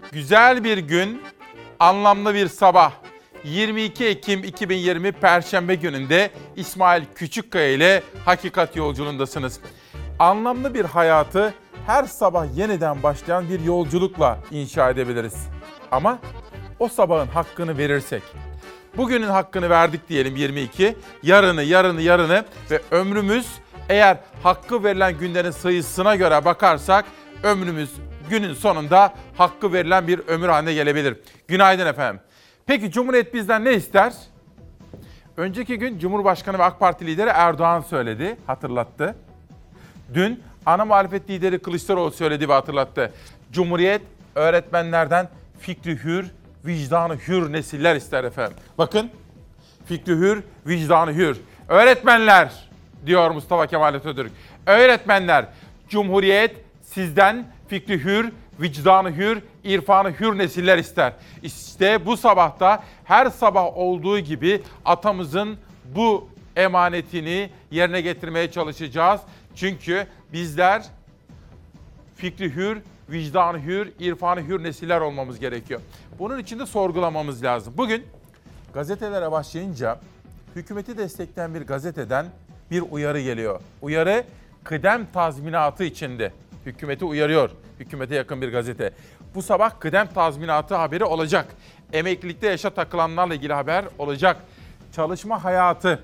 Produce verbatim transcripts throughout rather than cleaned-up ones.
Güzel bir gün, anlamlı bir sabah. yirmi iki Ekim iki bin yirmi Perşembe gününde İsmail Küçükkaya ile Hakikat Yolculuğundasınız. Anlamlı bir hayatı her sabah yeniden başlayan bir yolculukla inşa edebiliriz. Ama o sabahın hakkını verirsek, bugünün hakkını verdik diyelim yirmi iki, yarını, yarını, yarını ve ömrümüz eğer hakkı verilen günlerin sayısına göre bakarsak ömrümüz günün sonunda hakkı verilen bir ömür haline gelebilir. Günaydın efendim. Peki Cumhuriyet bizden ne ister? Önceki gün Cumhurbaşkanı ve AK Parti lideri Erdoğan söyledi, hatırlattı. Dün ana muhalefet lideri Kılıçdaroğlu söyledi ve hatırlattı. Cumhuriyet öğretmenlerden fikri hür, vicdanı hür nesiller ister efendim. Bakın, fikri hür, vicdanı hür. Öğretmenler diyor Mustafa Kemal Atatürk. Öğretmenler, Cumhuriyet sizden fikri hür, vicdanı hür, irfanı hür nesiller ister. İşte bu sabahta her sabah olduğu gibi atamızın bu emanetini yerine getirmeye çalışacağız. Çünkü bizler fikri hür, vicdanı hür, irfanı hür nesiller olmamız gerekiyor. Bunun için de sorgulamamız lazım. Bugün gazetelere başlayınca hükümeti destekleyen bir gazeteden bir uyarı geliyor. Uyarı kıdem tazminatı içindi. Hükümeti uyarıyor. Hükümete yakın bir gazete. Bu sabah kıdem tazminatı haberi olacak. Emeklilikte yaşa takılanlarla ilgili haber olacak. Çalışma hayatı,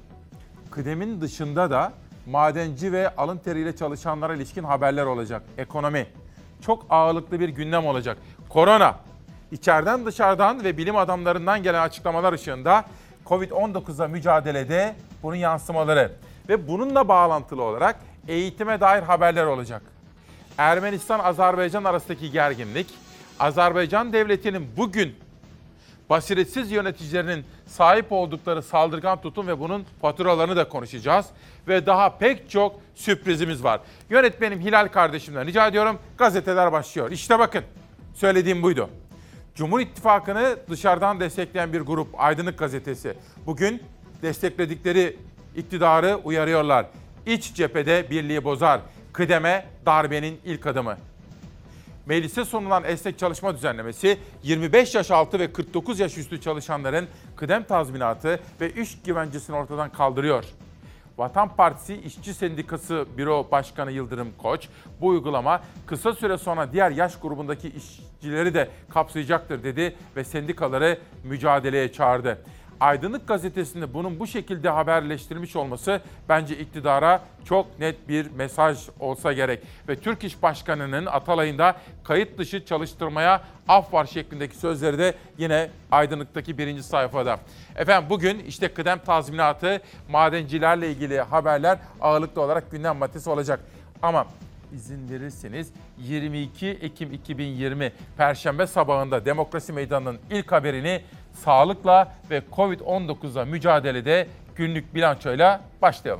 kıdemin dışında da madenci ve alın teriyle çalışanlara ilişkin haberler olacak. Ekonomi, çok ağırlıklı bir gündem olacak. Korona, içeriden dışarıdan ve bilim adamlarından gelen açıklamalar ışığında kovid on dokuzla mücadelede bunun yansımaları ve bununla bağlantılı olarak eğitime dair haberler olacak. Ermenistan-Azerbaycan arasındaki gerginlik, Azerbaycan devletinin bugün basiretsiz yöneticilerinin sahip oldukları saldırgan tutum ve bunun faturalarını da konuşacağız. Ve daha pek çok sürprizimiz var. Yönetmenim Hilal kardeşimden rica ediyorum, gazeteler başlıyor. İşte bakın, söylediğim buydu. Cumhur İttifakı'nı dışarıdan destekleyen bir grup, Aydınlık Gazetesi, bugün destekledikleri iktidarı uyarıyorlar. İç cephede birliği bozar, kıdeme darbenin ilk adımı. Meclise sunulan esnek çalışma düzenlemesi yirmi beş yaş altı ve kırk dokuz yaş üstü çalışanların kıdem tazminatı ve iş güvencesini ortadan kaldırıyor. Vatan Partisi İşçi Sendikası Büro Başkanı Yıldırım Koç, bu uygulama kısa süre sonra diğer yaş grubundaki işçileri de kapsayacaktır dedi ve sendikaları mücadeleye çağırdı. Aydınlık Gazetesi'nde bunun bu şekilde haberleştirilmiş olması bence iktidara çok net bir mesaj olsa gerek. Ve Türk İş Başkanı'nın Atalay'ın da kayıt dışı çalıştırmaya af var şeklindeki sözleri de yine Aydınlık'taki birinci sayfada. Efendim bugün işte kıdem tazminatı, madencilerle ilgili haberler ağırlıklı olarak gündem maddesi olacak. Ama izin verirseniz yirmi iki Ekim iki bin yirmi Perşembe sabahında Demokrasi Meydanı'nın ilk haberini sağlıkla ve kovid on dokuzla mücadelede günlük bilançoyla başlayalım.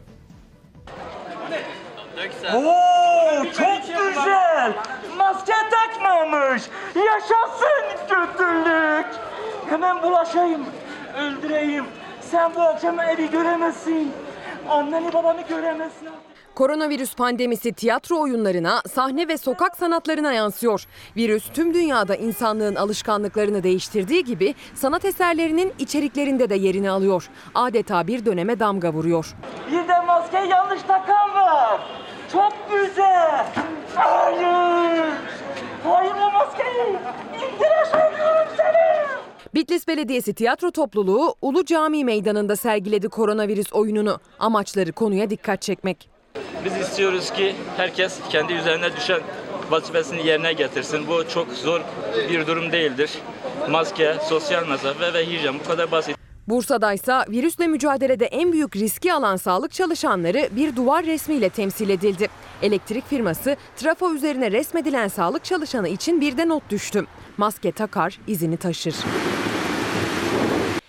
Oo, çok güzel. Maske takmamış. Yaşasın kötülük. Hemen bulaşayım, öldüreyim. Sen bu akşam evi göremezsin. Anneni babanı göremezsin. Koronavirüs pandemisi tiyatro oyunlarına, sahne ve sokak sanatlarına yansıyor. Virüs tüm dünyada insanlığın alışkanlıklarını değiştirdiği gibi sanat eserlerinin içeriklerinde de yerini alıyor. Adeta bir döneme damga vuruyor. Bir de maskeyi yanlış takan var. Çok güzel. Hayır. Hayır o maskeyi. İndir aşağı diyorum seni. Bitlis Belediyesi Tiyatro Topluluğu Ulu Cami Meydanı'nda sergiledi koronavirüs oyununu. Amaçları konuya dikkat çekmek. Biz istiyoruz ki herkes kendi üzerine düşen vazifesini yerine getirsin. Bu çok zor bir durum değildir. Maske, sosyal mesafe ve hijyen bu kadar basit. Bursa'daysa virüsle mücadelede en büyük riski alan sağlık çalışanları bir duvar resmiyle temsil edildi. Elektrik firması trafo üzerine resmedilen sağlık çalışanı için bir de not düştü. Maske takar, izini taşır.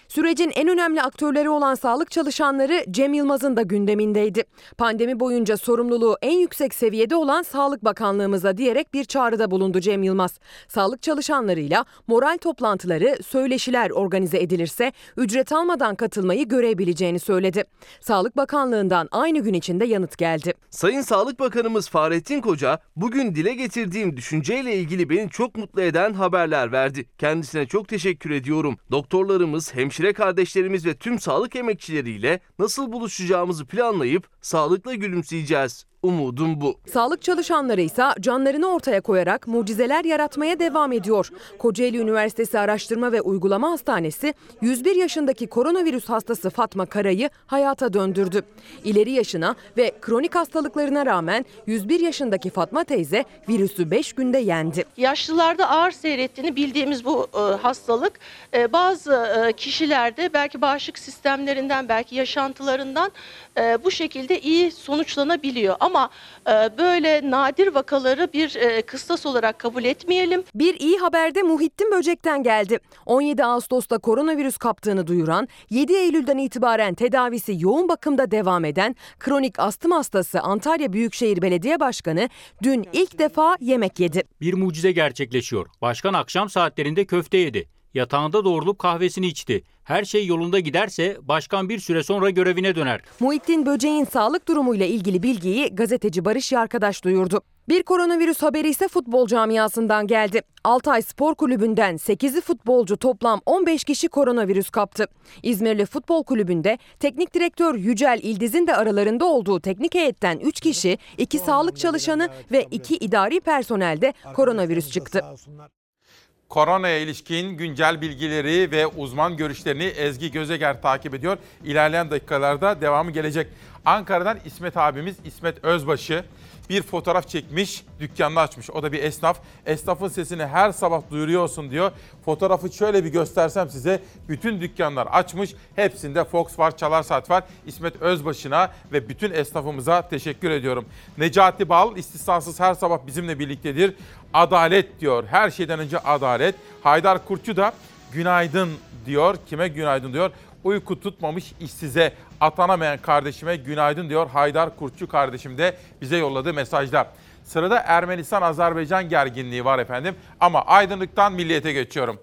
Sürecin en önemli aktörleri olan sağlık çalışanları Cem Yılmaz'ın da gündemindeydi. Pandemi boyunca sorumluluğu en yüksek seviyede olan Sağlık Bakanlığımıza diyerek bir çağrıda bulundu Cem Yılmaz. Sağlık çalışanlarıyla moral toplantıları, söyleşiler organize edilirse ücret almadan katılmayı görebileceğini söyledi. Sağlık Bakanlığı'ndan aynı gün içinde yanıt geldi. Sayın Sağlık Bakanımız Fahrettin Koca, bugün dile getirdiğim düşünceyle ilgili beni çok mutlu eden haberler verdi. Kendisine çok teşekkür ediyorum. Doktorlarımız, hemşire kardeşlerimiz ve tüm sağlık emekçileriyle nasıl buluşacağımızı planlayıp sağlıkla gülümseyeceğiz. Umudum bu. Sağlık çalışanları ise canlarını ortaya koyarak mucizeler yaratmaya devam ediyor. Kocaeli Üniversitesi Araştırma ve Uygulama Hastanesi yüz bir yaşındaki koronavirüs hastası Fatma Kara'yı hayata döndürdü. İleri yaşına ve kronik hastalıklarına rağmen yüz bir yaşındaki Fatma teyze virüsü beş günde yendi. Yaşlılarda ağır seyrettiğini bildiğimiz bu e, hastalık e, bazı e, kişilerde belki bağışıklık sistemlerinden, belki yaşantılarından e, bu şekilde iyi sonuçlanabiliyor. Ama e, böyle nadir vakaları bir e, kıstas olarak kabul etmeyelim. Bir iyi haber de Muhittin Böcek'ten geldi. on yedi Ağustos'ta koronavirüs kaptığını duyuran, yedi Eylül'den itibaren tedavisi yoğun bakımda devam eden kronik astım hastası Antalya Büyükşehir Belediye Başkanı dün ilk defa yemek yedi. Bir mucize gerçekleşiyor. Başkan akşam saatlerinde köfte yedi. Yatağında doğrulup kahvesini içti. Her şey yolunda giderse başkan bir süre sonra görevine döner. Muhittin Böcek'in sağlık durumuyla ilgili bilgiyi gazeteci Barış Yarkadaş duyurdu. Bir koronavirüs haberi ise futbol camiasından geldi. Altay Spor Kulübü'nden sekizi futbolcu toplam on beş kişi koronavirüs kaptı. İzmirli Futbol Kulübü'nde teknik direktör Yücel İldiz'in de aralarında olduğu teknik heyetten üç kişi, iki sağlık çalışanı ve iki idari personelde koronavirüs çıktı. Koronaya ilişkin güncel bilgileri ve uzman görüşlerini Ezgi Gözeger takip ediyor. İlerleyen dakikalarda devamı gelecek. Ankara'dan İsmet abimiz İsmet Özbaşı bir fotoğraf çekmiş, dükkanını açmış. O da bir esnaf. Esnafın sesini her sabah duyuruyorsun diyor. Fotoğrafı şöyle bir göstersem size, bütün dükkanlar açmış. Hepsinde Fox var, Çalar Saat var. İsmet Özbaşı'na ve bütün esnafımıza teşekkür ediyorum. Necati Bal istisnasız her sabah bizimle birliktedir. Adalet diyor. Her şeyden önce adalet. Haydar Kurtçu da günaydın diyor. Kime günaydın diyor? Uyku tutmamış işsize, atanamayan kardeşime günaydın diyor Haydar Kurtçu kardeşim de bize yolladığı mesajda. Sırada Ermenistan-Azerbaycan gerginliği var efendim. Ama aydınlıktan milliyete geçiyorum.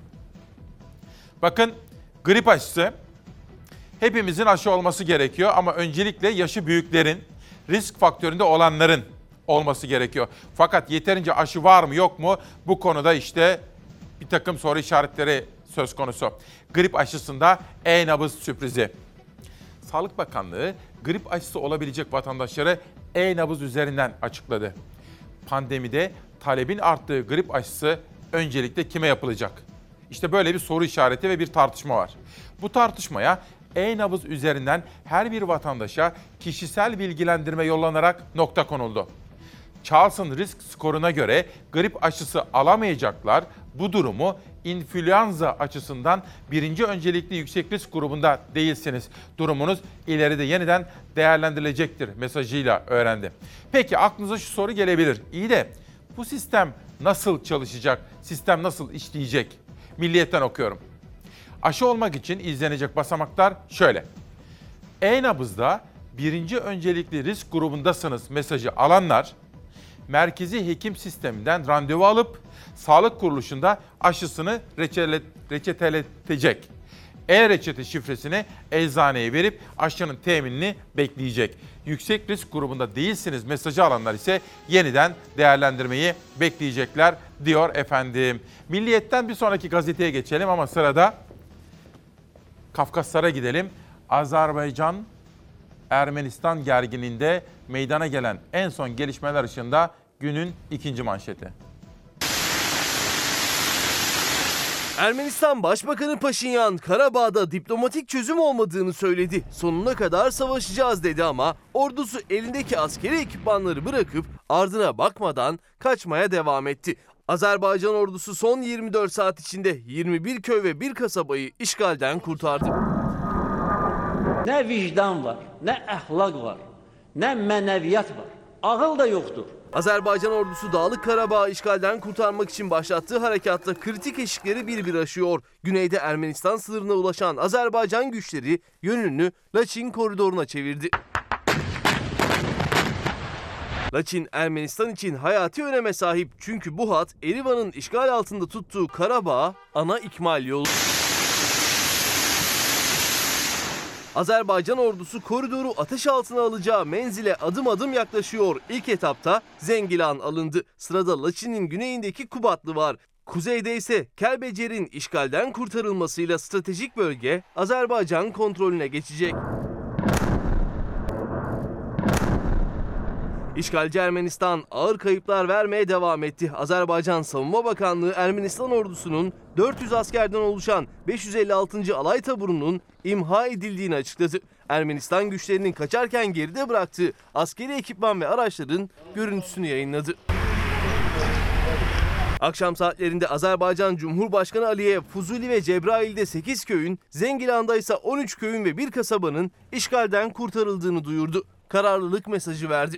Bakın, grip aşısı hepimizin aşı olması gerekiyor ama öncelikle yaşı büyüklerin, risk faktöründe olanların olması gerekiyor. Fakat yeterince aşı var mı yok mu? Bu konuda işte bir takım soru işaretleri söz konusu. Grip aşısında e-nabız sürprizi. Sağlık Bakanlığı grip aşısı olabilecek vatandaşları e-nabız üzerinden açıkladı. Pandemide talebin arttığı grip aşısı öncelikle kime yapılacak? İşte böyle bir soru işareti ve bir tartışma var. Bu tartışmaya e-nabız üzerinden her bir vatandaşa kişisel bilgilendirme yollanarak nokta konuldu. Charles'ın risk skoruna göre grip aşısı alamayacaklar bu durumu influenza açısından birinci öncelikli yüksek risk grubunda değilsiniz. Durumunuz ileride yeniden değerlendirilecektir mesajıyla öğrendi. Peki aklınıza şu soru gelebilir. İyi de bu sistem nasıl çalışacak? Sistem nasıl işleyecek? Milliyet'ten okuyorum. Aşı olmak için izlenecek basamaklar şöyle. E-nabızda birinci öncelikli risk grubundasınız mesajı alanlar merkezi hekim sisteminden randevu alıp sağlık kuruluşunda aşısını reçele, reçeteletecek. E-reçete şifresini eczaneye verip aşının teminini bekleyecek. Yüksek risk grubunda değilsiniz mesajı alanlar ise yeniden değerlendirmeyi bekleyecekler diyor efendim. Milliyet'ten bir sonraki gazeteye geçelim ama sırada Kafkaslar'a gidelim. Azerbaycan Ermenistan gerginliğinde meydana gelen en son gelişmeler ışığında günün ikinci manşeti. Ermenistan Başbakanı Paşinyan, Karabağ'da diplomatik çözüm olmadığını söyledi. Sonuna kadar savaşacağız dedi ama ordusu elindeki askeri ekipmanları bırakıp ardına bakmadan kaçmaya devam etti. Azerbaycan ordusu son yirmi dört saat içinde yirmi bir köy ve bir kasabayı işgalden kurtardı. Ne vicdan var, ne ahlak var, ne mənəviyyat var. Ağıl da yoktur. Azerbaycan ordusu Dağlık Karabağ'ı işgalden kurtarmak için başlattığı harekatta kritik eşikleri bir bir aşıyor. Güneyde Ermenistan sınırına ulaşan Azerbaycan güçleri yönünü Laçin koridoruna çevirdi. Laçin, Ermenistan için hayati öneme sahip çünkü bu hat Erivan'ın işgal altında tuttuğu Karabağ ana ikmal yolu. Azerbaycan ordusu koridoru ateş altına alacağı menzile adım adım yaklaşıyor. İlk etapta Zengilan alındı. Sırada Laçin'in güneyindeki Kubatlı var. Kuzeyde ise Kelbecer'in işgalden kurtarılmasıyla stratejik bölge Azerbaycan kontrolüne geçecek. İşgalci Ermenistan ağır kayıplar vermeye devam etti. Azerbaycan Savunma Bakanlığı Ermenistan ordusunun dört yüz askerden oluşan beş yüz elli altıncı alay taburunun imha edildiğini açıkladı. Ermenistan güçlerinin kaçarken geride bıraktığı askeri ekipman ve araçların görüntüsünü yayınladı. Akşam saatlerinde Azerbaycan Cumhurbaşkanı Aliyev, Fuzuli ve Cebrail'de sekiz köyün, Zengilan'da ise on üç köyün ve bir kasabanın işgalden kurtarıldığını duyurdu. Kararlılık mesajı verdi.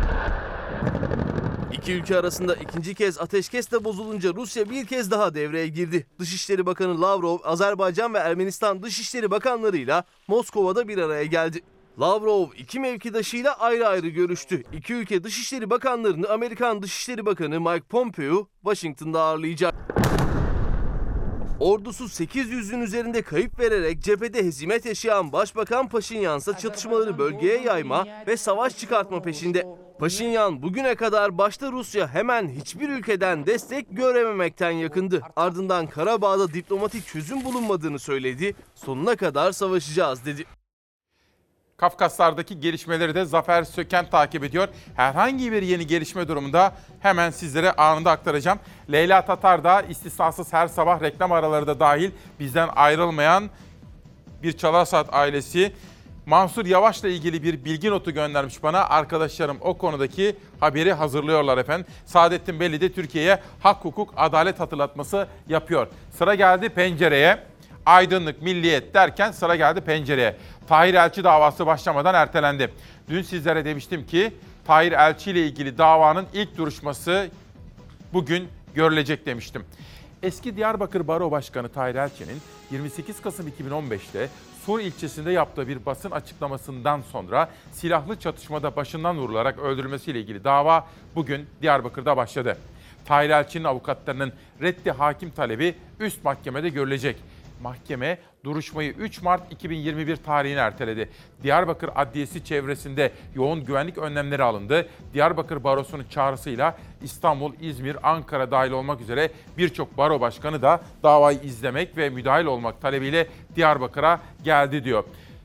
İki ülke arasında ikinci kez ateşkes de bozulunca Rusya bir kez daha devreye girdi. Dışişleri Bakanı Lavrov, Azerbaycan ve Ermenistan Dışişleri Bakanlarıyla Moskova'da bir araya geldi. Lavrov iki mevkidaşıyla ayrı ayrı görüştü. İki ülke Dışişleri Bakanlarını Amerikan Dışişleri Bakanı Mike Pompeo Washington'da ağırlayacak. Ordusu sekiz yüzün üzerinde kayıp vererek cephede hezimet yaşayan Başbakan Paşinyan ise çatışmaları bölgeye yayma ve savaş çıkartma peşinde. Paşinyan bugüne kadar başta Rusya hemen hiçbir ülkeden destek görememekten yakındı. Ardından Karabağ'da diplomatik çözüm bulunmadığını söyledi. Sonuna kadar savaşacağız dedi. Kafkaslardaki gelişmeleri de Zafer Söken takip ediyor. Herhangi bir yeni gelişme durumunda hemen sizlere anında aktaracağım. Leyla Tatar da istisnasız her sabah reklam araları da dahil bizden ayrılmayan bir Çalar Saat ailesi. Mansur Yavaş'la ilgili bir bilgi notu göndermiş bana. Arkadaşlarım o konudaki haberi hazırlıyorlar efendim. Saadettin Belli de Türkiye'ye hak, hukuk, adalet hatırlatması yapıyor. Sıra geldi pencereye. Aydınlık, milliyet derken sıra geldi pencereye. Tahir Elçi davası başlamadan ertelendi. Dün sizlere demiştim ki Tahir Elçi ile ilgili davanın ilk duruşması bugün görülecek demiştim. Eski Diyarbakır Baro Başkanı Tahir Elçi'nin yirmi sekiz Kasım iki bin on beş'te Sur ilçesinde yaptığı bir basın açıklamasından sonra silahlı çatışmada başından vurularak öldürülmesiyle ilgili dava bugün Diyarbakır'da başladı. Tahir Elçi'nin avukatlarının reddi hakim talebi üst mahkemede görülecek. Mahkeme duruşmayı üç Mart iki bin yirmi bir tarihine erteledi. Diyarbakır Adliyesi çevresinde yoğun güvenlik önlemleri alındı. Diyarbakır Barosu'nun çağrısıyla İstanbul, İzmir, Ankara dahil olmak üzere birçok baro başkanı da davayı izlemek ve müdahil olmak talebiyle Diyarbakır'a geldi diyor.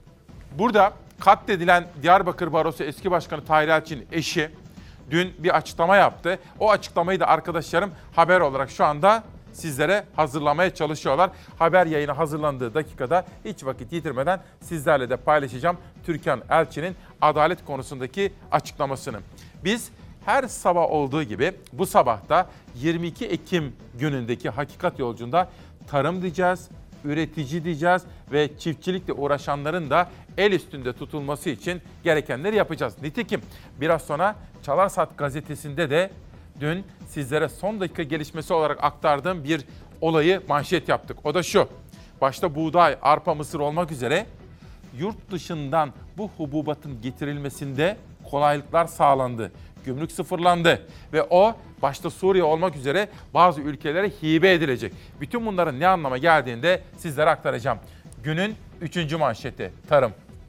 Burada katledilen Diyarbakır Barosu eski başkanı Tahir Elçi'nin eşi dün bir açıklama yaptı. O açıklamayı da arkadaşlarım haber olarak şu anda sizlere hazırlamaya çalışıyorlar. Haber yayını hazırlandığı dakikada hiç vakit yitirmeden sizlerle de paylaşacağım Türkan Elçi'nin adalet konusundaki açıklamasını. Biz her sabah olduğu gibi bu sabah da yirmi iki Ekim günündeki Hakikat Yolculuğunda tarım diyeceğiz, üretici diyeceğiz ve çiftçilikle uğraşanların da el üstünde tutulması için gerekenleri yapacağız. Nitekim biraz sonra Çalar Saat gazetesinde de dün sizlere son dakika gelişmesi olarak aktardığım bir olayı manşet yaptık. O da şu: başta buğday, arpa, mısır olmak üzere yurt dışından bu hububatın getirilmesinde kolaylıklar sağlandı. Gümrük sıfırlandı ve o başta Suriye olmak üzere bazı ülkelere hibe edilecek. Bütün bunların ne anlama geldiğini de sizlere aktaracağım. Günün üçüncü manşeti tarım.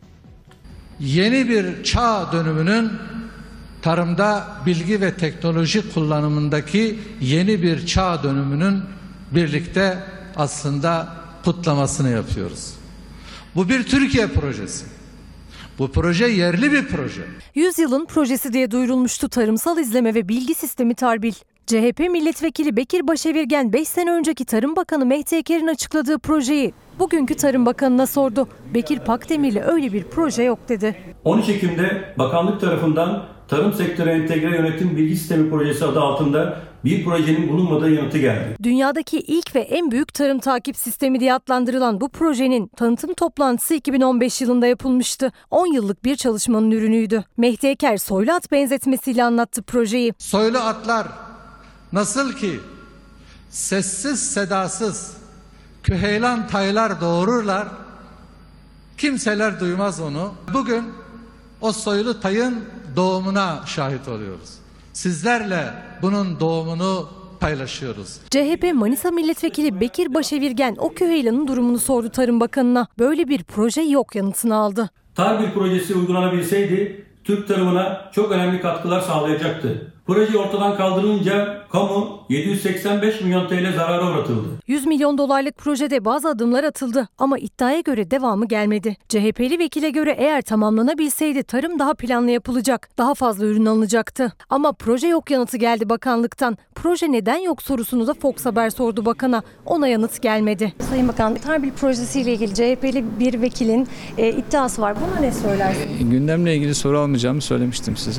Yeni bir çağ dönümünün tarımda bilgi ve teknoloji kullanımındaki yeni bir çağ dönümünün birlikte aslında kutlamasını yapıyoruz. Bu bir Türkiye projesi. Bu proje yerli bir proje. Yüzyılın projesi diye duyurulmuştu Tarımsal İzleme ve Bilgi Sistemi Tarbil. C H P Milletvekili Bekir Başevirgen beş sene önceki Tarım Bakanı Mehdi Eker'in açıkladığı projeyi bugünkü Tarım Bakanı'na sordu. Bekir Pakdemirli öyle bir proje yok dedi. on üç Ekim'de bakanlık tarafından Tarım Sektörü Entegre Yönetim Bilgi Sistemi Projesi adı altında bir projenin bulunmadığı yanıtı geldi. Dünyadaki ilk ve en büyük tarım takip sistemi diye adlandırılan bu projenin tanıtım toplantısı iki bin on beş yılında yapılmıştı. on yıllık bir çalışmanın ürünüydü. Mehdi Eker soylu at benzetmesiyle anlattı projeyi. Soylu atlar nasıl ki sessiz sedasız küheylan taylar doğururlar, kimseler duymaz onu. Bugün o soylu tayın doğumuna şahit oluyoruz. Sizlerle bunun doğumunu paylaşıyoruz. C H P Manisa Milletvekili Bekir Başevirgen o küheylanın durumunu sordu Tarım Bakanı'na. Böyle bir proje yok yanıtını aldı. Tarbil projesi uygulanabilseydi Türk tarımına çok önemli katkılar sağlayacaktı. Proje ortadan kaldırılınca kamu yedi yüz seksen beş milyon T L zarara uğratıldı. yüz milyon dolarlık projede bazı adımlar atıldı ama iddiaya göre devamı gelmedi. C H P'li vekile göre eğer tamamlanabilseydi tarım daha planlı yapılacak, daha fazla ürün alınacaktı. Ama proje yok yanıtı geldi bakanlıktan. Proje neden yok sorusunu da Fox Haber sordu bakana. Ona yanıt gelmedi. Sayın Bakan, Tarbil projesiyle ilgili C H P'li bir vekilin e, iddiası var. Buna ne söylersiniz? Gündemle ilgili soru almayacağımı söylemiştim size.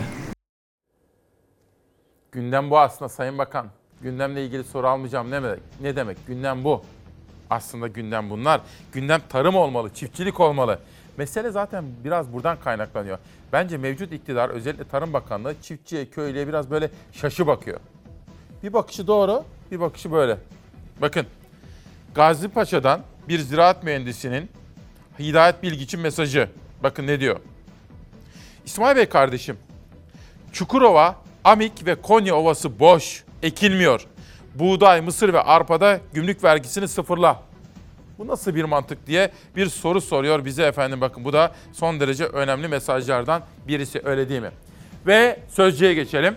Gündem bu aslında Sayın Bakan. Gündemle ilgili soru almayacağım ne demek? Ne demek? Gündem bu. Aslında gündem bunlar. Gündem tarım olmalı, çiftçilik olmalı. Mesele zaten biraz buradan kaynaklanıyor. Bence mevcut iktidar, özellikle Tarım Bakanlığı çiftçiye, köylüye biraz böyle şaşı bakıyor. Bir bakışı doğru, bir bakışı böyle. Bakın, Gazi Paşa'dan bir ziraat mühendisinin Hidayet Bilgiç'in mesajı. Bakın ne diyor? İsmail Bey kardeşim, Çukurova, Amik ve Konya Ovası boş, ekilmiyor. Buğday, mısır ve arpada gümrük vergisini sıfırla. Bu nasıl bir mantık diye bir soru soruyor bize efendim. Bakın bu da son derece önemli mesajlardan birisi, öyle değil mi? Ve sözcüğe geçelim.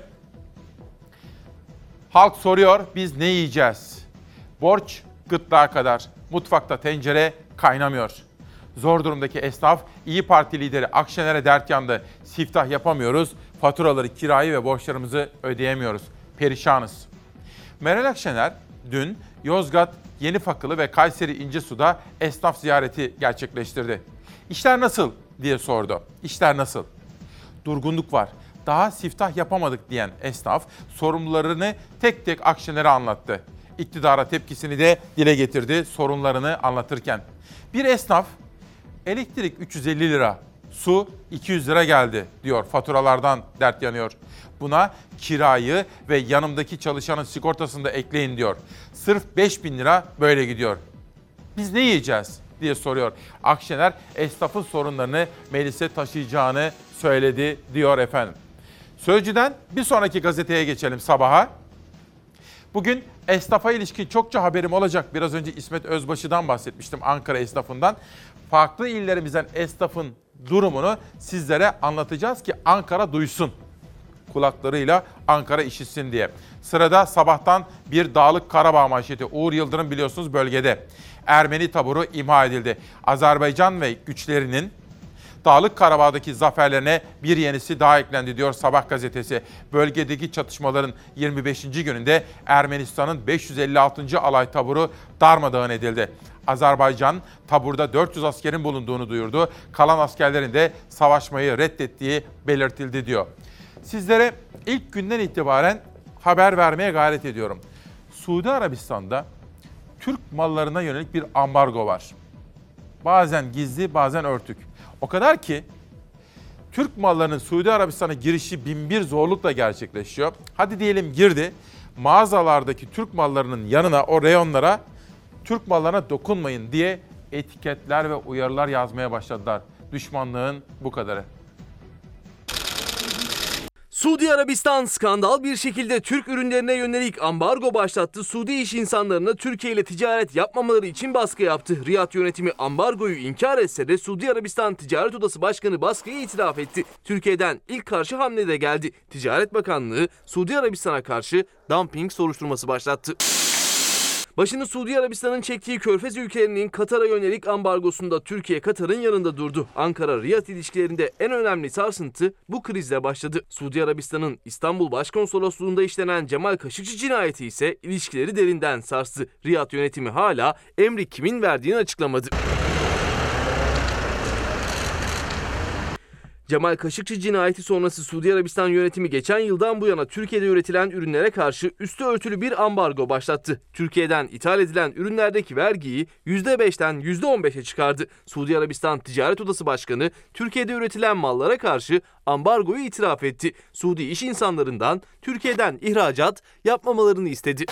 Halk soruyor, biz ne yiyeceğiz? Borç gırtlağa kadar, mutfakta tencere kaynamıyor. Zor durumdaki esnaf, İyi Parti lideri Akşener'e dert yandı. Siftah yapamıyoruz, faturaları, kirayı ve borçlarımızı ödeyemiyoruz. Perişanız. Meral Akşener dün Yozgat, Yenifakılı ve Kayseri İncesu'da esnaf ziyareti gerçekleştirdi. İşler nasıl diye sordu. İşler nasıl? Durgunluk var. Daha siftah yapamadık diyen esnaf sorumlularını tek tek Akşener'e anlattı. İktidara tepkisini de dile getirdi sorunlarını anlatırken. Bir esnaf, elektrik üç yüz elli lira, su iki yüz lira geldi diyor, faturalardan dert yanıyor. Buna kirayı ve yanımdaki çalışanın sigortasını da ekleyin diyor. Sırf beş bin lira böyle gidiyor. Biz ne yiyeceğiz diye soruyor. Akşener esnafın sorunlarını meclise taşıyacağını söyledi diyor efendim. Sözcü'den bir sonraki gazeteye geçelim, Sabah'a. Bugün esnafa ilişkin çokça haberim olacak. Biraz önce İsmet Özbaşı'dan bahsetmiştim, Ankara esnafından. Farklı illerimizden esnafın durumunu sizlere anlatacağız ki Ankara duysun. Kulaklarıyla Ankara işitsin diye. Sırada Sabah'tan bir Dağlık Karabağ manşeti. Uğur Yıldırım biliyorsunuz bölgede. Ermeni taburu imha edildi. Azerbaycan ve güçlerinin Dağlık Karabağ'daki zaferlerine bir yenisi daha eklendi diyor Sabah gazetesi. Bölgedeki çatışmaların yirmi beşinci gününde Ermenistan'ın beş yüz elli altıncı alay taburu darmadağın edildi. Azerbaycan taburda dört yüz askerin bulunduğunu duyurdu. Kalan askerlerin de savaşmayı reddettiği belirtildi diyor. Sizlere ilk günden itibaren haber vermeye gayret ediyorum. Suudi Arabistan'da Türk mallarına yönelik bir ambargo var. Bazen gizli, bazen örtük. O kadar ki Türk mallarının Suudi Arabistan'a girişi bin bir zorlukla gerçekleşiyor. Hadi diyelim girdi. Mağazalardaki Türk mallarının yanına, o reyonlara Türk mallarına dokunmayın diye etiketler ve uyarılar yazmaya başladılar. Düşmanlığın bu kadarı. Suudi Arabistan skandal bir şekilde Türk ürünlerine yönelik ambargo başlattı. Suudi iş insanlarına Türkiye ile ticaret yapmamaları için baskı yaptı. Riyad yönetimi ambargoyu inkar etse de Suudi Arabistan Ticaret Odası Başkanı baskıyı itiraf etti. Türkiye'den ilk karşı hamle de geldi. Ticaret Bakanlığı Suudi Arabistan'a karşı dumping soruşturması başlattı. Başını Suudi Arabistan'ın çektiği Körfez ülkelerinin Katar'a yönelik ambargosunda Türkiye Katar'ın yanında durdu. Ankara-Riyad ilişkilerinde en önemli sarsıntı bu krizle başladı. Suudi Arabistan'ın İstanbul Başkonsolosluğu'nda işlenen Cemal Kaşıkçı cinayeti ise ilişkileri derinden sarstı. Riyad yönetimi hala emri kimin verdiğini açıklamadı. Cemal Kaşıkçı cinayeti sonrası Suudi Arabistan yönetimi geçen yıldan bu yana Türkiye'de üretilen ürünlere karşı üstü örtülü bir ambargo başlattı. Türkiye'den ithal edilen ürünlerdeki vergiyi yüzde beşten yüzde on beşe çıkardı. Suudi Arabistan Ticaret Odası Başkanı Türkiye'de üretilen mallara karşı ambargoyu itiraf etti. Suudi iş insanlarından Türkiye'den ihracat yapmamalarını istedi.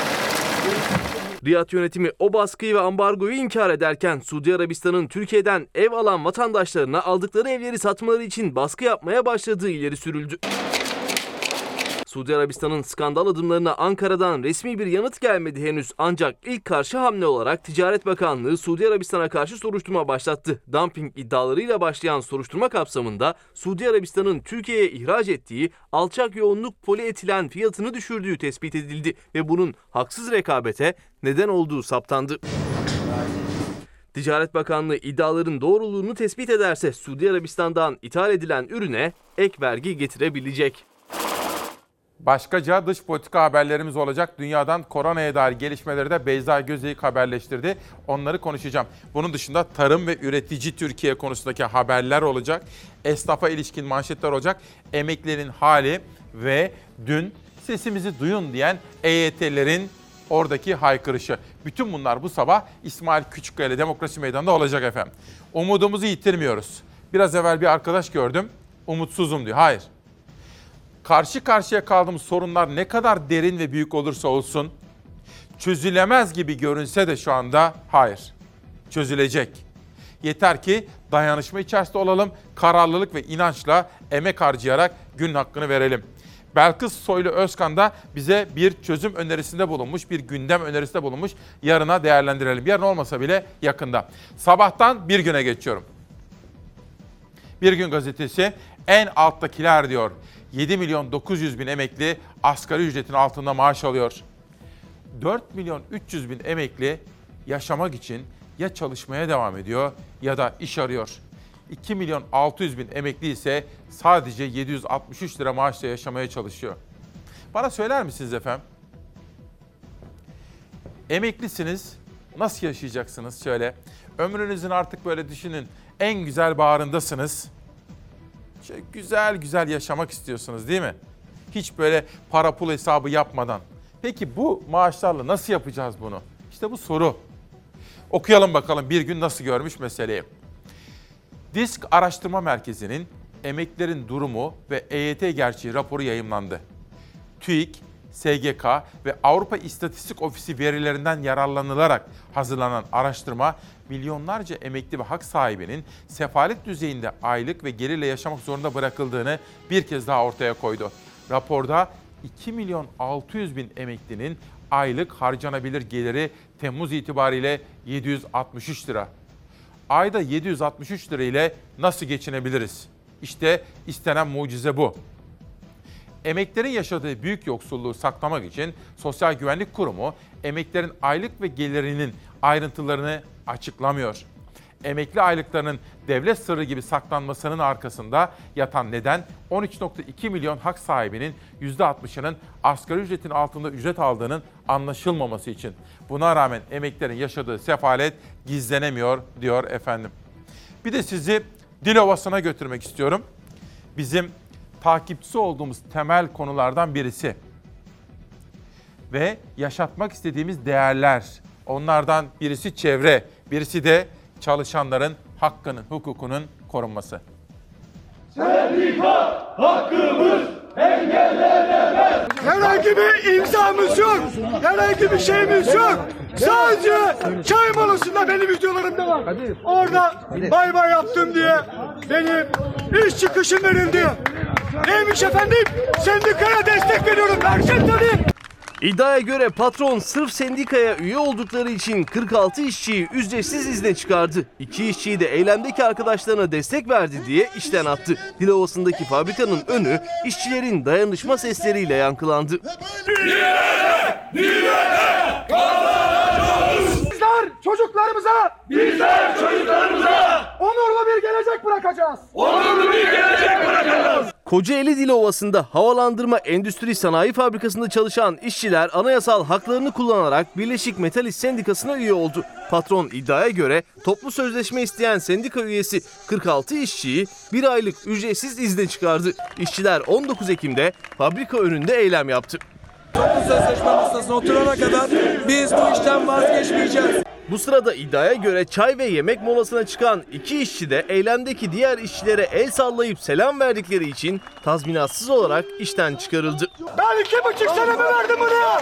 Riyad yönetimi o baskıyı ve ambargoyu inkar ederken Suudi Arabistan'ın Türkiye'den ev alan vatandaşlarına aldıkları evleri satmaları için baskı yapmaya başladığı ileri sürüldü. Suudi Arabistan'ın skandal adımlarına Ankara'dan resmi bir yanıt gelmedi henüz, ancak ilk karşı hamle olarak Ticaret Bakanlığı Suudi Arabistan'a karşı soruşturma başlattı. Dumping iddialarıyla başlayan soruşturma kapsamında Suudi Arabistan'ın Türkiye'ye ihraç ettiği alçak yoğunluk polietilen fiyatını düşürdüğü tespit edildi ve bunun haksız rekabete neden olduğu saptandı. Ticaret Bakanlığı iddiaların doğruluğunu tespit ederse Suudi Arabistan'dan ithal edilen ürüne ek vergi getirebilecek. Başkaca dış politika haberlerimiz olacak. Dünyadan koronaya dair gelişmeleri de Beyza Gözeyik haberleştirdi. Onları konuşacağım. Bunun dışında tarım ve üretici Türkiye konusundaki haberler olacak. Esnafa ilişkin manşetler olacak. Emeklilerin hali ve dün sesimizi duyun diyen E Y T'lerin oradaki haykırışı. Bütün bunlar bu sabah İsmail Küçükkaya ile Demokrasi Meydanı'nda olacak efendim. Umudumuzu yitirmiyoruz. Biraz evvel bir arkadaş gördüm. Umutsuzum diyor. Hayır. Karşı karşıya kaldığımız sorunlar ne kadar derin ve büyük olursa olsun, çözülemez gibi görünse de şu anda hayır, çözülecek. Yeter ki dayanışma içerisinde olalım, kararlılık ve inançla emek harcayarak günün hakkını verelim. Belkıs Soylu Özkan da bize bir çözüm önerisinde bulunmuş, bir gündem önerisinde bulunmuş. Yarına değerlendirelim. Yarın olmasa bile yakında. Sabahtan bir güne geçiyorum. Bir Gün Gazetesi en alttakiler diyor. yedi milyon dokuz yüz bin emekli asgari ücretin altında maaş alıyor. dört milyon üç yüz bin emekli yaşamak için ya çalışmaya devam ediyor ya da iş arıyor. iki milyon altı yüz bin emekli ise sadece yedi yüz altmış üç lira maaşla yaşamaya çalışıyor. Bana söyler misiniz efendim? Emeklisiniz, nasıl yaşayacaksınız şöyle? Ömrünüzün artık böyle düşünün, en güzel baharındasınız. Şöyle güzel güzel yaşamak istiyorsunuz değil mi? Hiç böyle para pul hesabı yapmadan. Peki bu maaşlarla nasıl yapacağız bunu? İşte bu soru. Okuyalım bakalım bir gün nasıl görmüş meseleyi. Disk Araştırma Merkezi'nin emeklilerin durumu ve E Y T gerçeği raporu yayımlandı. TÜİK, S G K ve Avrupa İstatistik Ofisi verilerinden yararlanılarak hazırlanan araştırma, milyonlarca emekli ve hak sahibinin sefalet düzeyinde aylık ve gelirle yaşamak zorunda bırakıldığını bir kez daha ortaya koydu. Raporda iki milyon altı yüz bin emeklinin aylık harcanabilir geliri Temmuz itibariyle yedi yüz altmış üç lira. Ayda yedi yüz altmış üç lira ile nasıl geçinebiliriz? İşte istenen mucize bu. Emeklilerin yaşadığı büyük yoksulluğu saklamak için Sosyal Güvenlik Kurumu emeklilerin aylık ve gelirinin ayrıntılarını açıklamıyor. Emekli aylıklarının devlet sırrı gibi saklanmasının arkasında yatan neden on üç virgül iki milyon hak sahibinin yüzde altmışının asgari ücretin altında ücret aldığının anlaşılmaması için. Buna rağmen emeklilerin yaşadığı sefalet gizlenemiyor diyor efendim. Bir de sizi Dilovası'na götürmek istiyorum. Bizim takipçisi olduğumuz temel konulardan birisi ve yaşatmak istediğimiz değerler. Onlardan birisi çevre, birisi de çalışanların hakkının, hukukunun korunması. Sendika hakkımız engellenemez. Herhangi bir imzamız yok. Herhangi bir şeyimiz yok. Sadece çay molasında benim videolarımda var. Orada bay bay yaptım diye benim iş çıkışım verildi. Neymiş efendim? Sendikaya destek veriyorum. Versin tabii. İddiaya göre patron sırf sendikaya üye oldukları için kırk altı işçiyi ücretsiz izne çıkardı. İki işçiyi de eylemdeki arkadaşlarına destek verdi diye işten attı. Dilovası'ndaki fabrikanın önü işçilerin dayanışma sesleriyle yankılandı. Direne, direne, kazanacağız. Bizler çocuklarımıza, bizler çocuklarımıza onurlu bir gelecek bırakacağız. Onurlu bir gelecek bırakacağız. Kocaeli Dilovası'nda havalandırma endüstri sanayi fabrikasında çalışan işçiler anayasal haklarını kullanarak Birleşik Metal İş Sendikası'na üye oldu. Patron iddiaya göre toplu sözleşme isteyen sendika üyesi kırk altı işçiyi bir aylık ücretsiz izne çıkardı. İşçiler on dokuz Ekim'de fabrika önünde eylem yaptı. Toplu sözleşme masasına oturana kadar biz bu işten vazgeçmeyeceğiz. Bu sırada iddiaya göre çay ve yemek molasına çıkan iki işçi de eylemdeki diğer işçilere el sallayıp selam verdikleri için tazminatsız olarak işten çıkarıldı. Ben iki buçuk senemi verdim buna.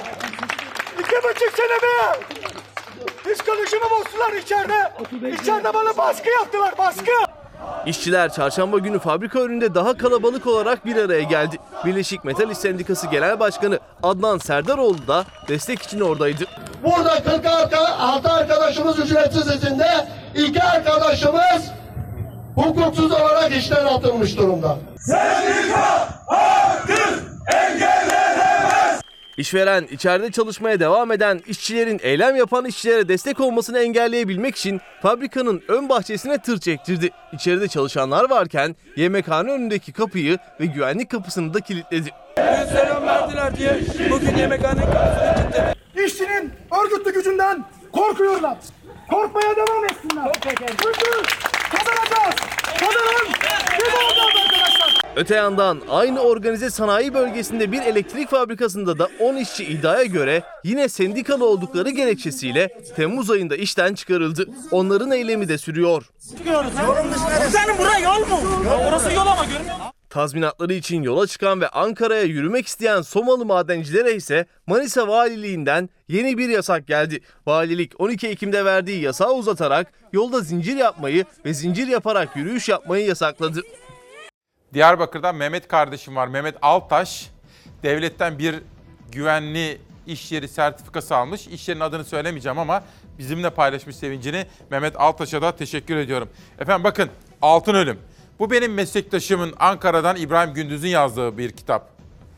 İki buçuk senemi. Psikolojimi bozdular içeride. İçeride bana baskı yaptılar, baskı. İşçiler çarşamba günü fabrika önünde daha kalabalık olarak bir araya geldi. Birleşik Metal İş Sendikası Genel Başkanı Adnan Serdaroğlu da destek için oradaydı. Burada kırk altı arkadaşımız ücretsiz izinde, iki arkadaşımız hukuksuz olarak işten atılmış durumda. Sendika hakkı engellenemez. İşveren içeride çalışmaya devam eden işçilerin eylem yapan işçilere destek olmasını engelleyebilmek için fabrikanın ön bahçesine tır çektirdi. İçeride çalışanlar varken yemekhane önündeki kapıyı ve güvenlik kapısını da kilitledi. Dün selam verdiler diye bugün yemekhane kapısını kilitledi. İşçinin örgütlü gücünden korkuyorlar. Korkmaya devam etsinler. Çünkü kazanacağız. Kazanan biz olacağız arkadaşlar. Öte yandan aynı organize sanayi bölgesinde bir elektrik fabrikasında da on işçi iddiaya göre yine sendikalı oldukları gerekçesiyle Temmuz ayında işten çıkarıldı. Onların eylemi de sürüyor. Çıkıyoruz. Yolun dışına. Senin buraya yol mu? Ya orası yol ama görmüyor musun? Tazminatları için yola çıkan ve Ankara'ya yürümek isteyen Somalı madencilere ise Manisa Valiliğinden yeni bir yasak geldi. Valilik on iki Ekim'de verdiği yasağı uzatarak yolda zincir yapmayı ve zincir yaparak yürüyüş yapmayı yasakladı. Diyarbakır'dan Mehmet kardeşim var. Mehmet Altaş devletten bir güvenli iş yeri sertifikası almış. İş yerinin adını söylemeyeceğim ama bizimle paylaşmış sevincini. Mehmet Altaş'a da teşekkür ediyorum. Efendim bakın, Altın Ölüm. Bu benim meslektaşımın Ankara'dan İbrahim Gündüz'ün yazdığı bir kitap.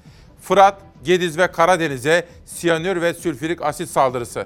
Fırat, Gediz ve Karadeniz'e siyanür ve sülfürik asit saldırısı.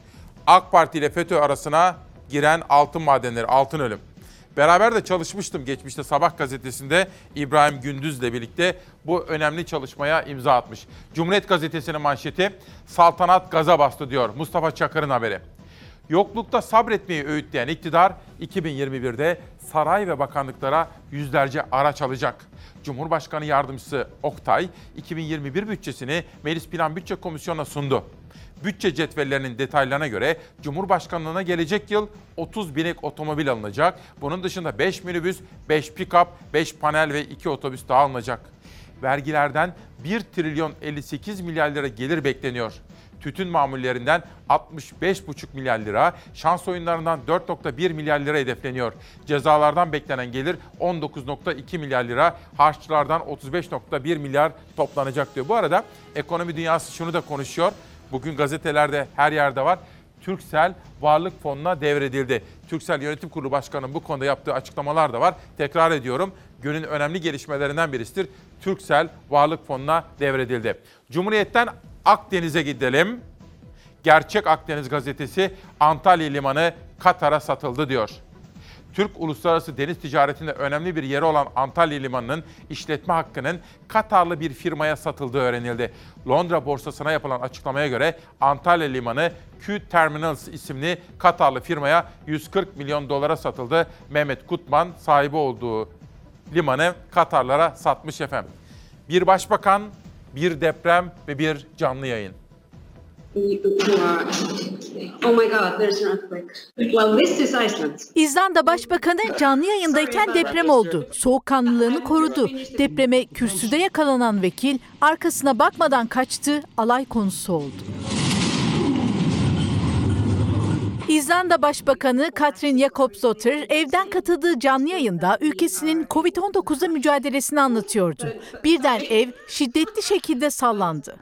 AK Parti ile FETÖ arasına giren altın madenleri, Altın Ölüm. Beraber de çalışmıştım geçmişte Sabah gazetesinde İbrahim Gündüz'le birlikte bu önemli çalışmaya imza atmış. Cumhuriyet gazetesinin manşeti saltanat gaza bastı diyor Mustafa Çakır'ın haberi. Yoklukta sabretmeyi öğütleyen iktidar iki bin yirmi birde saray ve bakanlıklara yüzlerce araç alacak. Cumhurbaşkanı Yardımcısı Oktay iki bin yirmi bir bütçesini Meclis Plan Bütçe Komisyonu'na sundu. Bütçe cetvellerinin detaylarına göre Cumhurbaşkanlığına gelecek yıl otuz binek otomobil alınacak. Bunun dışında beş minibüs, beş pick-up, beş panel ve iki otobüs daha alınacak. Vergilerden bir trilyon elli sekiz milyar lira gelir bekleniyor. Tütün mamullerinden altmış beş buçuk milyar lira, şans oyunlarından dört virgül bir milyar lira hedefleniyor. Cezalardan beklenen gelir on dokuz virgül iki milyar lira, harçlardan otuz beş virgül bir milyar toplanacak diyor. Bu arada ekonomi dünyası şunu da konuşuyor. Bugün gazetelerde her yerde var. Turkcell Varlık Fonu'na devredildi. Turkcell Yönetim Kurulu Başkanı'nın bu konuda yaptığı açıklamalar da var. Tekrar ediyorum, günün önemli gelişmelerinden birisidir. Turkcell Varlık Fonu'na devredildi. Cumhuriyet'ten Akdeniz'e gidelim. Gerçek Akdeniz gazetesi Antalya Limanı Katar'a satıldı diyor. Türk uluslararası deniz ticaretinde önemli bir yeri olan Antalya Limanı'nın işletme hakkının Katarlı bir firmaya satıldığı öğrenildi. Londra borsasına yapılan açıklamaya göre Antalya Limanı Q Terminals isimli Katarlı firmaya yüz kırk milyon dolara satıldı. Mehmet Kutman sahibi olduğu limanı Katarlara satmış efendim. Bir başbakan, bir deprem ve bir canlı yayın. Oh my God, there's an earthquake. Well, this is Iceland. İzlanda Başbakanı canlı yayındayken deprem oldu. Soğukkanlılığını korudu. Depreme kürsüde yakalanan vekil arkasına bakmadan kaçtı, alay konusu oldu. İzlanda Başbakanı Katrin Jakobsdottir evden katıldığı canlı yayında ülkesinin kovid on dokuzla mücadelesini anlatıyordu. Birden ev şiddetli şekilde sallandı.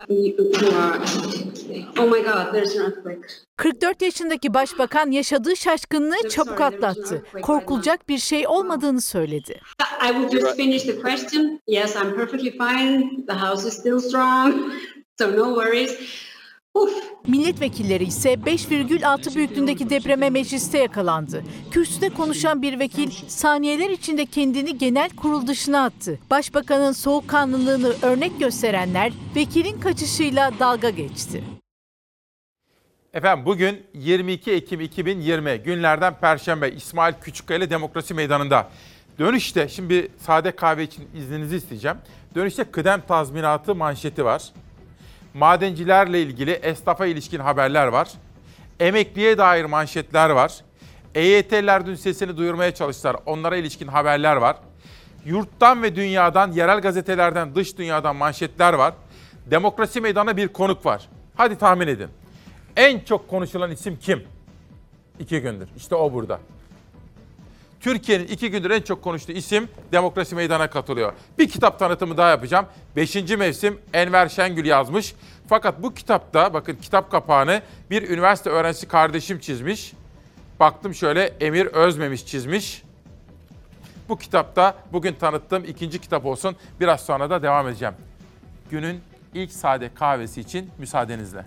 Oh my God, there's an earthquake. kırk dört yaşındaki başbakan yaşadığı şaşkınlığı çabuk atlattı. Korkulacak bir şey olmadığını söyledi. I will just finish the question. Yes, I'm perfectly fine. The house is still strong. So no worries. Milletvekilleri ise beş virgül altı büyüklüğündeki depreme mecliste yakalandı. Kürsüde konuşan bir vekil saniyeler içinde kendini genel kurul dışına attı. Başbakanın soğukkanlılığını örnek gösterenler vekilin kaçışıyla dalga geçti. Efendim bugün yirmi iki Ekim iki bin yirmi günlerden Perşembe İsmail Küçükkaya ile Demokrasi Meydanı'nda. Dönüşte şimdi sade kahve için izninizi isteyeceğim. Dönüşte kıdem tazminatı manşeti var. Madencilerle ilgili esnafa ilişkin haberler var. Emekliye dair manşetler var. E Y T'liler dün sesini duyurmaya çalıştılar. Onlara ilişkin haberler var. Yurttan ve dünyadan, yerel gazetelerden, dış dünyadan manşetler var. Demokrasi Meydanı'na bir konuk var. Hadi tahmin edin. En çok konuşulan isim kim? İki gündür. İşte o burada. Türkiye'nin iki gündür en çok konuştuğu isim Demokrasi Meydanı'na katılıyor. Bir kitap tanıtımı daha yapacağım. Beşinci mevsim Enver Şengül yazmış. Fakat bu kitapta bakın kitap kapağını bir üniversite öğrencisi kardeşim çizmiş. Baktım şöyle Emir Özmemiş çizmiş. Bu kitapta bugün tanıttığım ikinci kitap olsun. Biraz sonra da devam edeceğim. Günün ilk sade kahvesi için müsaadenizle.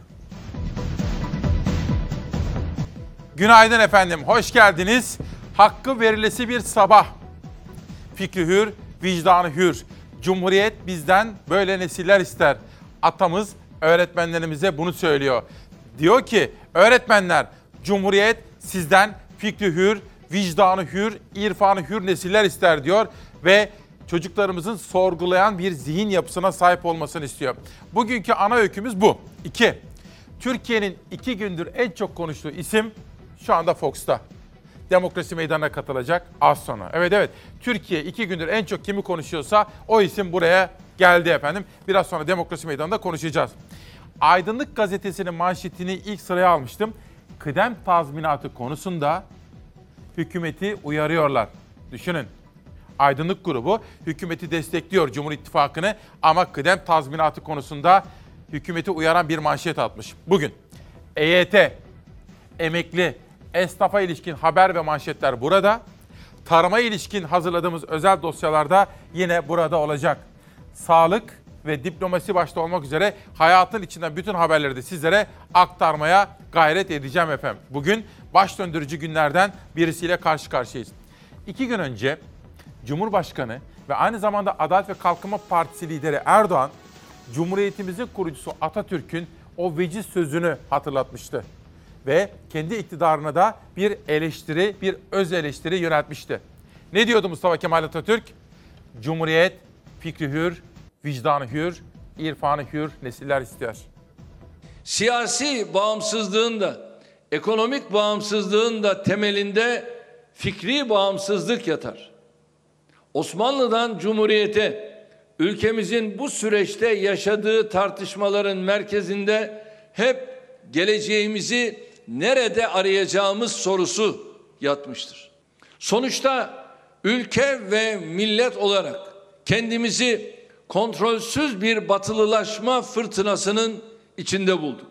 Günaydın efendim, hoş geldiniz. Hakkı verilesi bir sabah. Fikri hür, vicdanı hür. Cumhuriyet bizden böyle nesiller ister. Atamız öğretmenlerimize bunu söylüyor. Diyor ki öğretmenler, Cumhuriyet sizden fikri hür, vicdanı hür, irfanı hür nesiller ister diyor. Ve çocuklarımızın sorgulayan bir zihin yapısına sahip olmasını istiyor. Bugünkü ana öykümüz bu. İki, Türkiye'nin iki gündür en çok konuştuğu isim şu anda Fox'ta. Demokrasi Meydanı'na katılacak az sonra. Evet evet, Türkiye iki gündür en çok kimi konuşuyorsa o isim buraya geldi efendim. Biraz sonra Demokrasi Meydanı'nda konuşacağız. Aydınlık Gazetesi'nin manşetini ilk sıraya almıştım. Kıdem tazminatı konusunda hükümeti uyarıyorlar. Düşünün. Aydınlık grubu hükümeti destekliyor, Cumhur İttifakı'nı, ama kıdem tazminatı konusunda hükümeti uyaran bir manşet atmış. Bugün E Y T, emekli, esnafa ilişkin haber ve manşetler burada. Tarıma ilişkin hazırladığımız özel dosyalarda yine burada olacak. Sağlık ve diplomasi başta olmak üzere hayatın içinden bütün haberleri de sizlere aktarmaya gayret edeceğim efendim. Bugün baş döndürücü günlerden birisiyle karşı karşıyayız. İki gün önce Cumhurbaşkanı ve aynı zamanda Adalet ve Kalkınma Partisi lideri Erdoğan, Cumhuriyetimizin kurucusu Atatürk'ün o veciz sözünü hatırlatmıştı. Ve kendi iktidarına da bir eleştiri, bir öz eleştiri yöneltmişti. Ne diyordu Mustafa Kemal Atatürk? Cumhuriyet, fikri hür, vicdanı hür, irfanı hür nesiller ister. Siyasi bağımsızlığın da, ekonomik bağımsızlığın da temelinde fikri bağımsızlık yatar. Osmanlı'dan Cumhuriyet'e, ülkemizin bu süreçte yaşadığı tartışmaların merkezinde hep geleceğimizi nerede arayacağımız sorusu yatmıştır. Sonuçta ülke ve millet olarak kendimizi kontrolsüz bir batılılaşma fırtınasının içinde bulduk.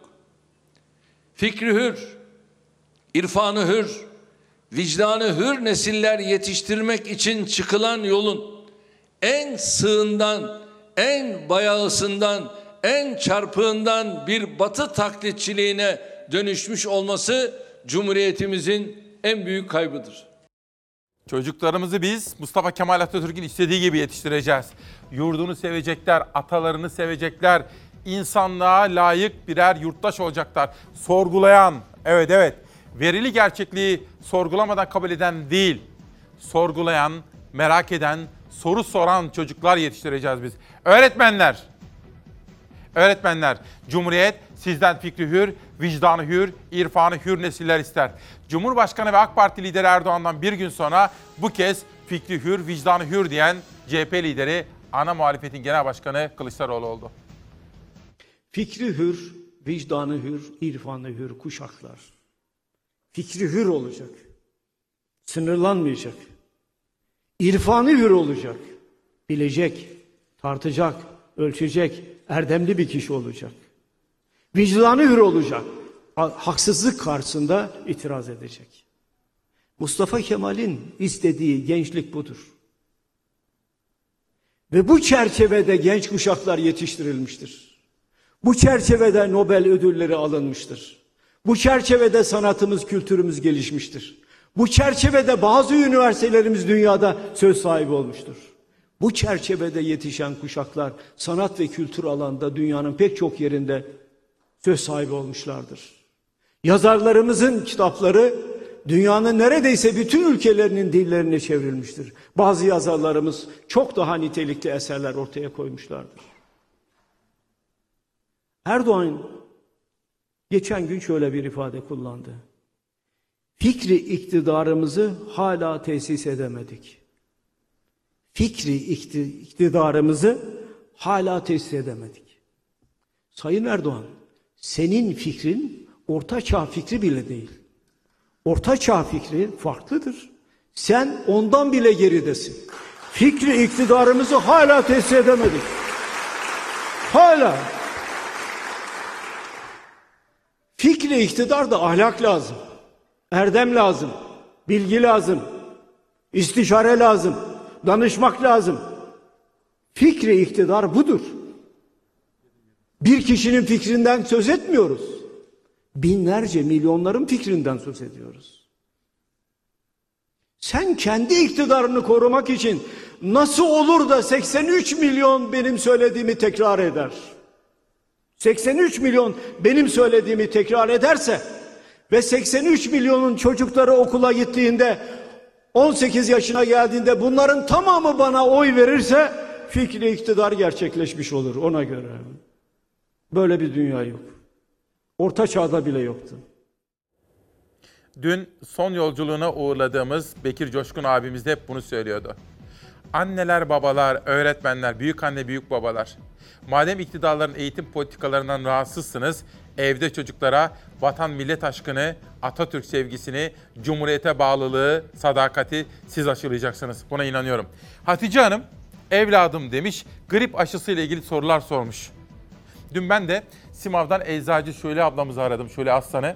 Fikri hür, irfanı hür, vicdanı hür nesiller yetiştirmek için çıkılan yolun en sığından, en bayağısından, en çarpığından bir batı taklitçiliğine dönüşmüş olması Cumhuriyetimizin en büyük kaybıdır. Çocuklarımızı biz Mustafa Kemal Atatürk'ün istediği gibi yetiştireceğiz. Yurdunu sevecekler, atalarını sevecekler, insanlığa layık birer yurttaş olacaklar. Sorgulayan, evet evet, verili gerçekliği sorgulamadan kabul eden değil, sorgulayan, merak eden, soru soran çocuklar yetiştireceğiz biz. Öğretmenler, öğretmenler, Cumhuriyet sizden fikri hür, vicdanı hür, irfanı hür nesiller ister. Cumhurbaşkanı ve AK Parti lideri Erdoğan'dan bir gün sonra bu kez fikri hür, vicdanı hür diyen C H P lideri, ana muhalefetin genel başkanı Kılıçdaroğlu oldu. Fikri hür, vicdanı hür, irfanı hür kuşaklar. Fikri hür olacak. Sınırlanmayacak. İrfanı hür olacak. Bilecek, tartacak, ölçecek, erdemli bir kişi olacak. Vicdanı hür olacak. Haksızlık karşısında itiraz edecek. Mustafa Kemal'in istediği gençlik budur. Ve bu çerçevede genç kuşaklar yetiştirilmiştir. Bu çerçevede Nobel ödülleri alınmıştır. Bu çerçevede sanatımız, kültürümüz gelişmiştir. Bu çerçevede bazı üniversitelerimiz dünyada söz sahibi olmuştur. Bu çerçevede yetişen kuşaklar sanat ve kültür alanında dünyanın pek çok yerinde söz sahibi olmuşlardır. Yazarlarımızın kitapları dünyanın neredeyse bütün ülkelerinin dillerine çevrilmiştir. Bazı yazarlarımız çok daha nitelikli eserler ortaya koymuşlardır. Erdoğan geçen gün şöyle bir ifade kullandı. Fikri iktidarımızı hala tesis edemedik. Fikri iktidarımızı hala tesis edemedik. Sayın Erdoğan, senin fikrin Orta Çağ fikri bile değil. Orta Çağ fikri farklıdır. Sen ondan bile geridesin. Fikri iktidarımızı hala tesis edemedik. Hala. Fikri iktidarda ahlak lazım. Erdem lazım. Bilgi lazım. İstişare lazım. Danışmak lazım. Fikri iktidar budur. Bir kişinin fikrinden söz etmiyoruz. Binlerce, milyonların fikrinden söz ediyoruz. Sen kendi iktidarını korumak için nasıl olur da seksen üç milyon benim söylediğimi tekrar eder? seksen üç milyon benim söylediğimi tekrar ederse ve seksen üç milyonun çocukları okula gittiğinde, on sekiz yaşına geldiğinde bunların tamamı bana oy verirse fikri iktidar gerçekleşmiş olur ona göre. Böyle bir dünya yok. Orta Çağ'da bile yoktu. Dün son yolculuğuna uğurladığımız Bekir Coşkun abimiz de hep bunu söylüyordu. Anneler, babalar, öğretmenler, büyükanne, büyük babalar. Madem iktidarların eğitim politikalarından rahatsızsınız, evde çocuklara vatan millet aşkını, Atatürk sevgisini, cumhuriyete bağlılığı, sadakati siz aşılayacaksınız. Buna inanıyorum. Hatice Hanım, evladım demiş, grip aşısı ile ilgili sorular sormuş. Dün ben de Simav'dan eczacı Şule ablamızı aradım, Şule Aslan'ı.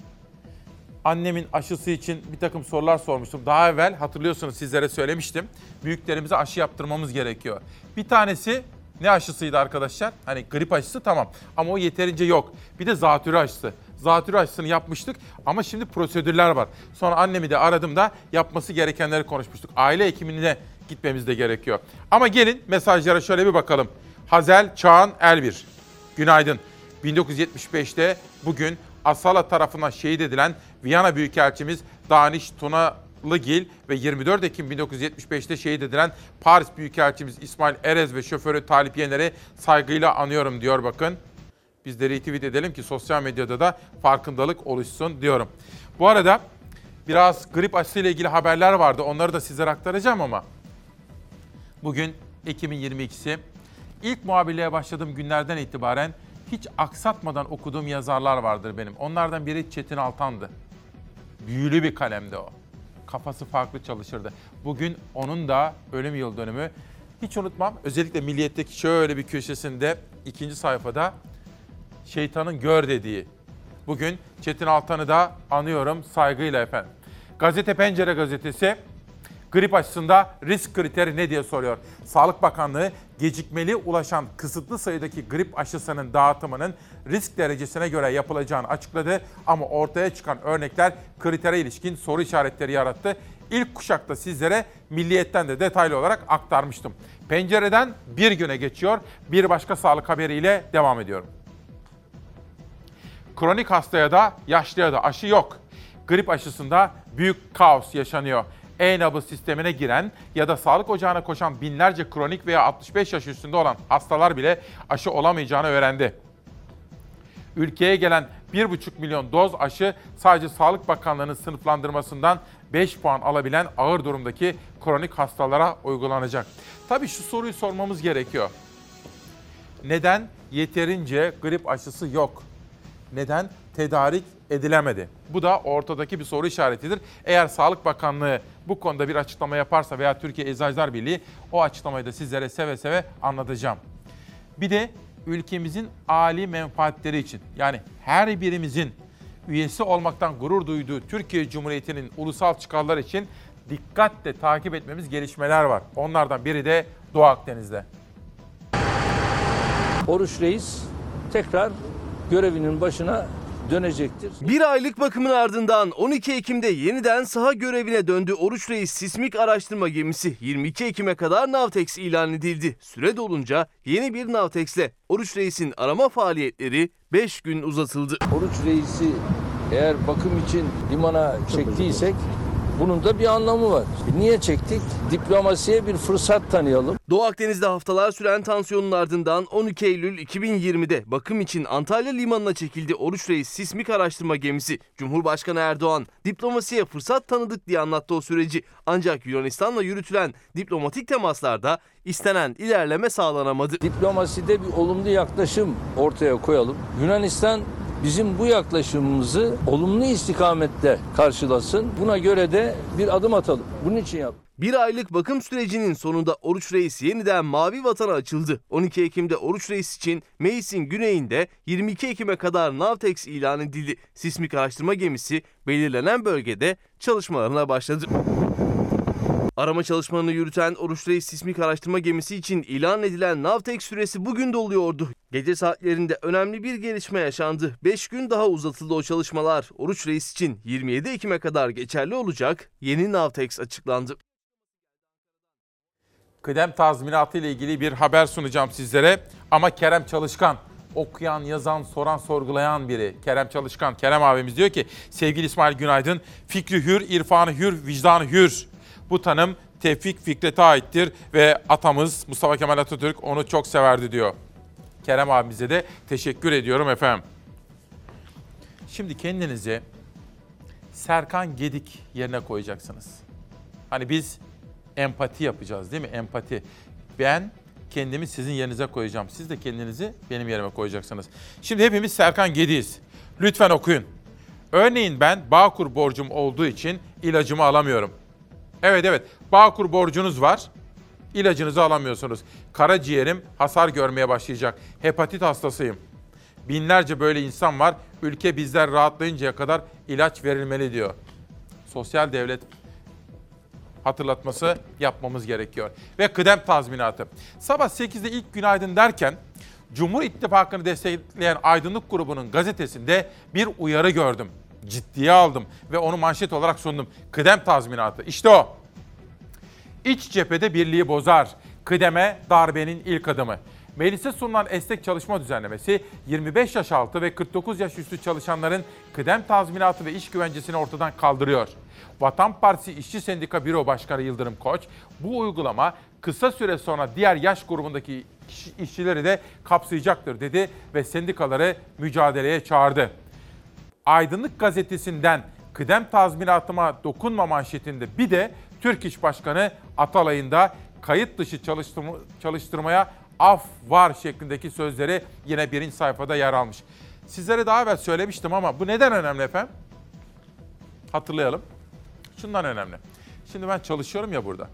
Annemin aşısı için bir takım sorular sormuştum. Daha evvel hatırlıyorsunuz sizlere söylemiştim. Büyüklerimize aşı yaptırmamız gerekiyor. Bir tanesi ne aşısıydı arkadaşlar? Hani grip aşısı tamam ama o yeterince yok. Bir de zatürre aşısı. Zatürre aşısını yapmıştık ama şimdi prosedürler var. Sonra annemi de aradım da yapması gerekenleri konuşmuştuk. Aile hekimine gitmemiz de gerekiyor. Ama gelin mesajlara şöyle bir bakalım. Hazel Çağan Elbir. Günaydın. bin dokuz yüz yetmiş beşte bugün Asala tarafından şehit edilen Viyana Büyükelçimiz Daniş Tunalıgil ve yirmi dört Ekim bin dokuz yüz yetmiş beşte şehit edilen Paris Büyükelçimiz İsmail Erez ve şoförü Talip Yener'i saygıyla anıyorum diyor bakın. Biz de retweet edelim ki sosyal medyada da farkındalık oluşsun diyorum. Bu arada biraz grip aşısıyla ilgili haberler vardı. Onları da sizlere aktaracağım ama bugün Ekim'in yirmi ikisi. İlk muhabirliğe başladığım günlerden itibaren hiç aksatmadan okuduğum yazarlar vardır benim. Onlardan biri Çetin Altan'dı. Büyülü bir kalemdi o. Kafası farklı çalışırdı. Bugün onun da ölüm yıl dönümü. Hiç unutmam. Özellikle Milliyet'teki şöyle bir köşesinde ikinci sayfada şeytanın gör dediği. Bugün Çetin Altan'ı da anıyorum saygıyla efendim. Gazete Pencere gazetesi grip aşısında risk kriteri ne diye soruyor. Sağlık Bakanlığı gecikmeli ulaşan kısıtlı sayıdaki grip aşısının dağıtımının risk derecesine göre yapılacağını açıkladı. Ama ortaya çıkan örnekler kritere ilişkin soru işaretleri yarattı. İlk kuşakta sizlere Milliyet'ten de detaylı olarak aktarmıştım. Pencereden bir güne geçiyor. Bir başka sağlık haberiyle devam ediyorum. Kronik hastaya da yaşlıya da aşı yok. Grip aşısında büyük kaos yaşanıyor. E-nabız sistemine giren ya da sağlık ocağına koşan binlerce kronik veya altmış beş yaş üstünde olan hastalar bile aşı olamayacağını öğrendi. Ülkeye gelen bir buçuk milyon doz aşı sadece Sağlık Bakanlığı'nın sınıflandırmasından beş puan alabilen ağır durumdaki kronik hastalara uygulanacak. Tabii şu soruyu sormamız gerekiyor. Neden yeterince grip aşısı yok? Neden tedarik edilemedi? Bu da ortadaki bir soru işaretidir. Eğer Sağlık Bakanlığı bu konuda bir açıklama yaparsa veya Türkiye Eczacılar Birliği o açıklamayı da sizlere seve seve anlatacağım. Bir de ülkemizin âli menfaatleri için yani her birimizin üyesi olmaktan gurur duyduğu Türkiye Cumhuriyeti'nin ulusal çıkarları için dikkatle takip etmemiz gelişmeler var. Onlardan biri de Doğu Akdeniz'de. Oruç Reis tekrar görevinin başına dönecektir. Bir aylık bakımın ardından on iki Ekim'de yeniden saha görevine döndü Oruç Reis sismik araştırma gemisi. yirmi iki Ekim'e kadar Navtex ilan edildi. Süre dolunca yeni bir Navtex'le Oruç Reis'in arama faaliyetleri beş gün uzatıldı. Oruç Reis'i eğer bakım için limana çektiysek bunun da bir anlamı var. Niye çektik? Diplomasiye bir fırsat tanıyalım. Doğu Akdeniz'de haftalar süren tansiyonun ardından on iki Eylül iki bin yirmide bakım için Antalya limanına çekildi Oruç Reis sismik araştırma gemisi. Cumhurbaşkanı Erdoğan diplomasiye fırsat tanıdık diye anlattı o süreci. Ancak Yunanistan'la yürütülen diplomatik temaslarda istenen ilerleme sağlanamadı. Diplomaside bir olumlu yaklaşım ortaya koyalım. Yunanistan bizim bu yaklaşımımızı olumlu istikamette karşılasın. Buna göre de bir adım atalım. Bunun için yap. Bir aylık bakım sürecinin sonunda Oruç Reis yeniden Mavi Vatan'a açıldı. on iki Ekim'de Oruç Reis için Meis'in güneyinde yirmi iki Ekim'e kadar Navtex ilan edildi. Sismik araştırma gemisi belirlenen bölgede çalışmalarına başladı. Arama çalışmalarını yürüten Oruç Reis sismik araştırma gemisi için ilan edilen Navtex süresi bugün doluyordu. Gece saatlerinde önemli bir gelişme yaşandı. beş gün daha uzatıldı o çalışmalar. Oruç Reis için yirmi yedi Ekim'e kadar geçerli olacak yeni Navtex açıklandı. Kıdem tazminatı ile ilgili bir haber sunacağım sizlere. Ama Kerem Çalışkan, okuyan, yazan, soran, sorgulayan biri. Kerem Çalışkan, Kerem abimiz diyor ki, sevgili İsmail günaydın. Fikri hür, irfanı hür, vicdanı hür. Bu tanım Tevfik Fikret'e aittir ve atamız Mustafa Kemal Atatürk onu çok severdi diyor. Kerem abimize de teşekkür ediyorum efendim. Şimdi kendinizi Serkan Gedik yerine koyacaksınız. Hani biz empati yapacağız değil mi? Empati. Ben kendimi sizin yerinize koyacağım. Siz de kendinizi benim yerime koyacaksınız. Şimdi hepimiz Serkan Gedik'iz. Lütfen okuyun. Örneğin ben Bağkur borcum olduğu için ilacımı alamıyorum. Evet evet, Bağkur borcunuz var, ilacınızı alamıyorsunuz. Karaciğerim hasar görmeye başlayacak. Hepatit hastasıyım. Binlerce böyle insan var. Ülke bizler rahatlayıncaya kadar ilaç verilmeli diyor. Sosyal devlet hatırlatması yapmamız gerekiyor. Ve kıdem tazminatı. Sabah sekizde ilk günaydın derken Cumhur İttifakı'nı destekleyen Aydınlık Grubu'nun gazetesinde bir uyarı gördüm. Ciddiye aldım ve onu manşet olarak sundum. Kıdem tazminatı. İşte o. İç cephede birliği bozar. Kıdeme darbenin ilk adımı. Meclise sunulan esnek çalışma düzenlemesi yirmi beş yaş altı ve kırk dokuz yaş üstü çalışanların kıdem tazminatı ve iş güvencesini ortadan kaldırıyor. Vatan Partisi İşçi Sendika Büro Başkanı Yıldırım Koç, bu uygulama kısa süre sonra diğer yaş grubundaki işçileri de kapsayacaktır dedi ve sendikaları mücadeleye çağırdı. Aydınlık Gazetesi'nden kıdem tazminatıma dokunma manşetinde bir de Türk İş Başkanı Atalay'ın da kayıt dışı çalıştırma, çalıştırmaya af var şeklindeki sözleri yine birinci sayfada yer almış. Sizlere daha evvel söylemiştim ama bu neden önemli efendim? Hatırlayalım. Şundan önemli. Şimdi ben çalışıyorum ya burada.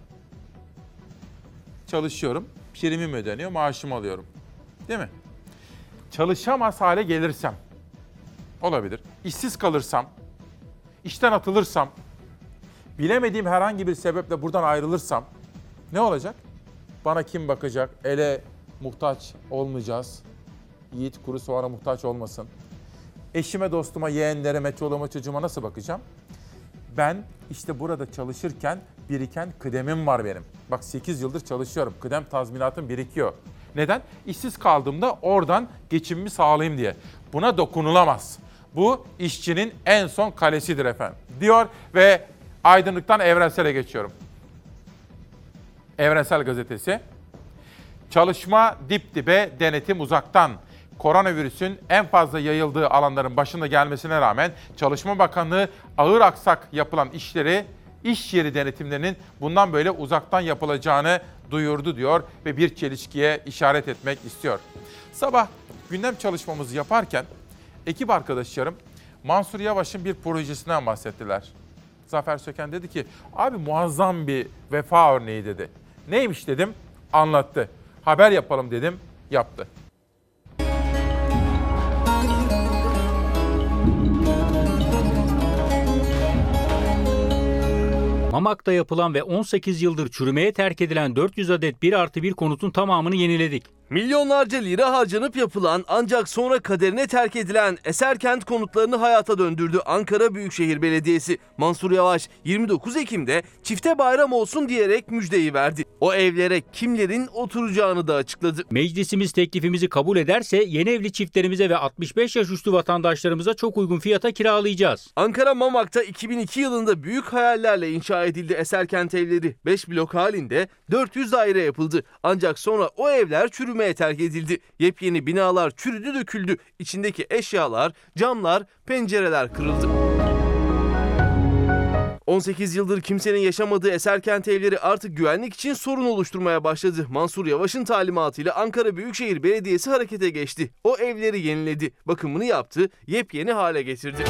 Çalışıyorum, primim ödeniyor, maaşımı alıyorum. Değil mi? Çalışamaz hale gelirsem, olabilir. İşsiz kalırsam, işten atılırsam, bilemediğim herhangi bir sebeple buradan ayrılırsam ne olacak? Bana kim bakacak? Ele muhtaç olmayacağız. Yiğit kuru soğana muhtaç olmasın. Eşime, dostuma, yeğenlerime, çoluğuma, çocuğuma nasıl bakacağım? Ben işte burada çalışırken biriken kıdemim var benim. Bak sekiz yıldır çalışıyorum. Kıdem tazminatım birikiyor. Neden? İşsiz kaldığımda oradan geçimimi sağlayayım diye. Buna dokunulamaz. Bu işçinin en son kalesidir efendim. Diyor ve Aydınlık'tan Evrensel'e geçiyorum. Evrensel Gazetesi. Çalışma dip dibe, denetim uzaktan. Koronavirüsün en fazla yayıldığı alanların başında gelmesine rağmen Çalışma Bakanlığı ağır aksak yapılan işleri, iş yeri denetimlerinin bundan böyle uzaktan yapılacağını duyurdu diyor ve bir çelişkiye işaret etmek istiyor. Sabah gündem çalışmamızı yaparken ekip arkadaşlarım Mansur Yavaş'ın bir projesinden bahsettiler. Zafer Söken dedi ki, abi muazzam bir vefa örneği dedi. Neymiş dedim, anlattı. Haber yapalım dedim, yaptı. Mamak'ta yapılan ve on sekiz yıldır çürümeye terk edilen dört yüz adet bir artı bir konutun tamamını yeniledik. Milyonlarca lira harcanıp yapılan ancak sonra kaderine terk edilen Eserkent konutlarını hayata döndürdü Ankara Büyükşehir Belediyesi. Mansur Yavaş yirmi dokuz Ekim'de çifte bayram olsun diyerek müjdeyi verdi. O evlere kimlerin oturacağını da açıkladı. Meclisimiz teklifimizi kabul ederse yeni evli çiftlerimize ve altmış beş yaş üstü vatandaşlarımıza çok uygun fiyata kiralayacağız. Ankara Mamak'ta iki bin iki yılında büyük hayallerle inşa edildi Eserkent evleri. beş blok halinde dört yüz daire yapıldı. Ancak sonra o evler çürümeye terk edildi. Yepyeni binalar çürüdü döküldü. İçindeki eşyalar, camlar, pencereler kırıldı. on sekiz yıldır kimsenin yaşamadığı Eserkent evleri artık güvenlik için sorun oluşturmaya başladı. Mansur Yavaş'ın talimatıyla Ankara Büyükşehir Belediyesi harekete geçti. O evleri yeniledi, bakımını yaptı, yepyeni hale getirdi.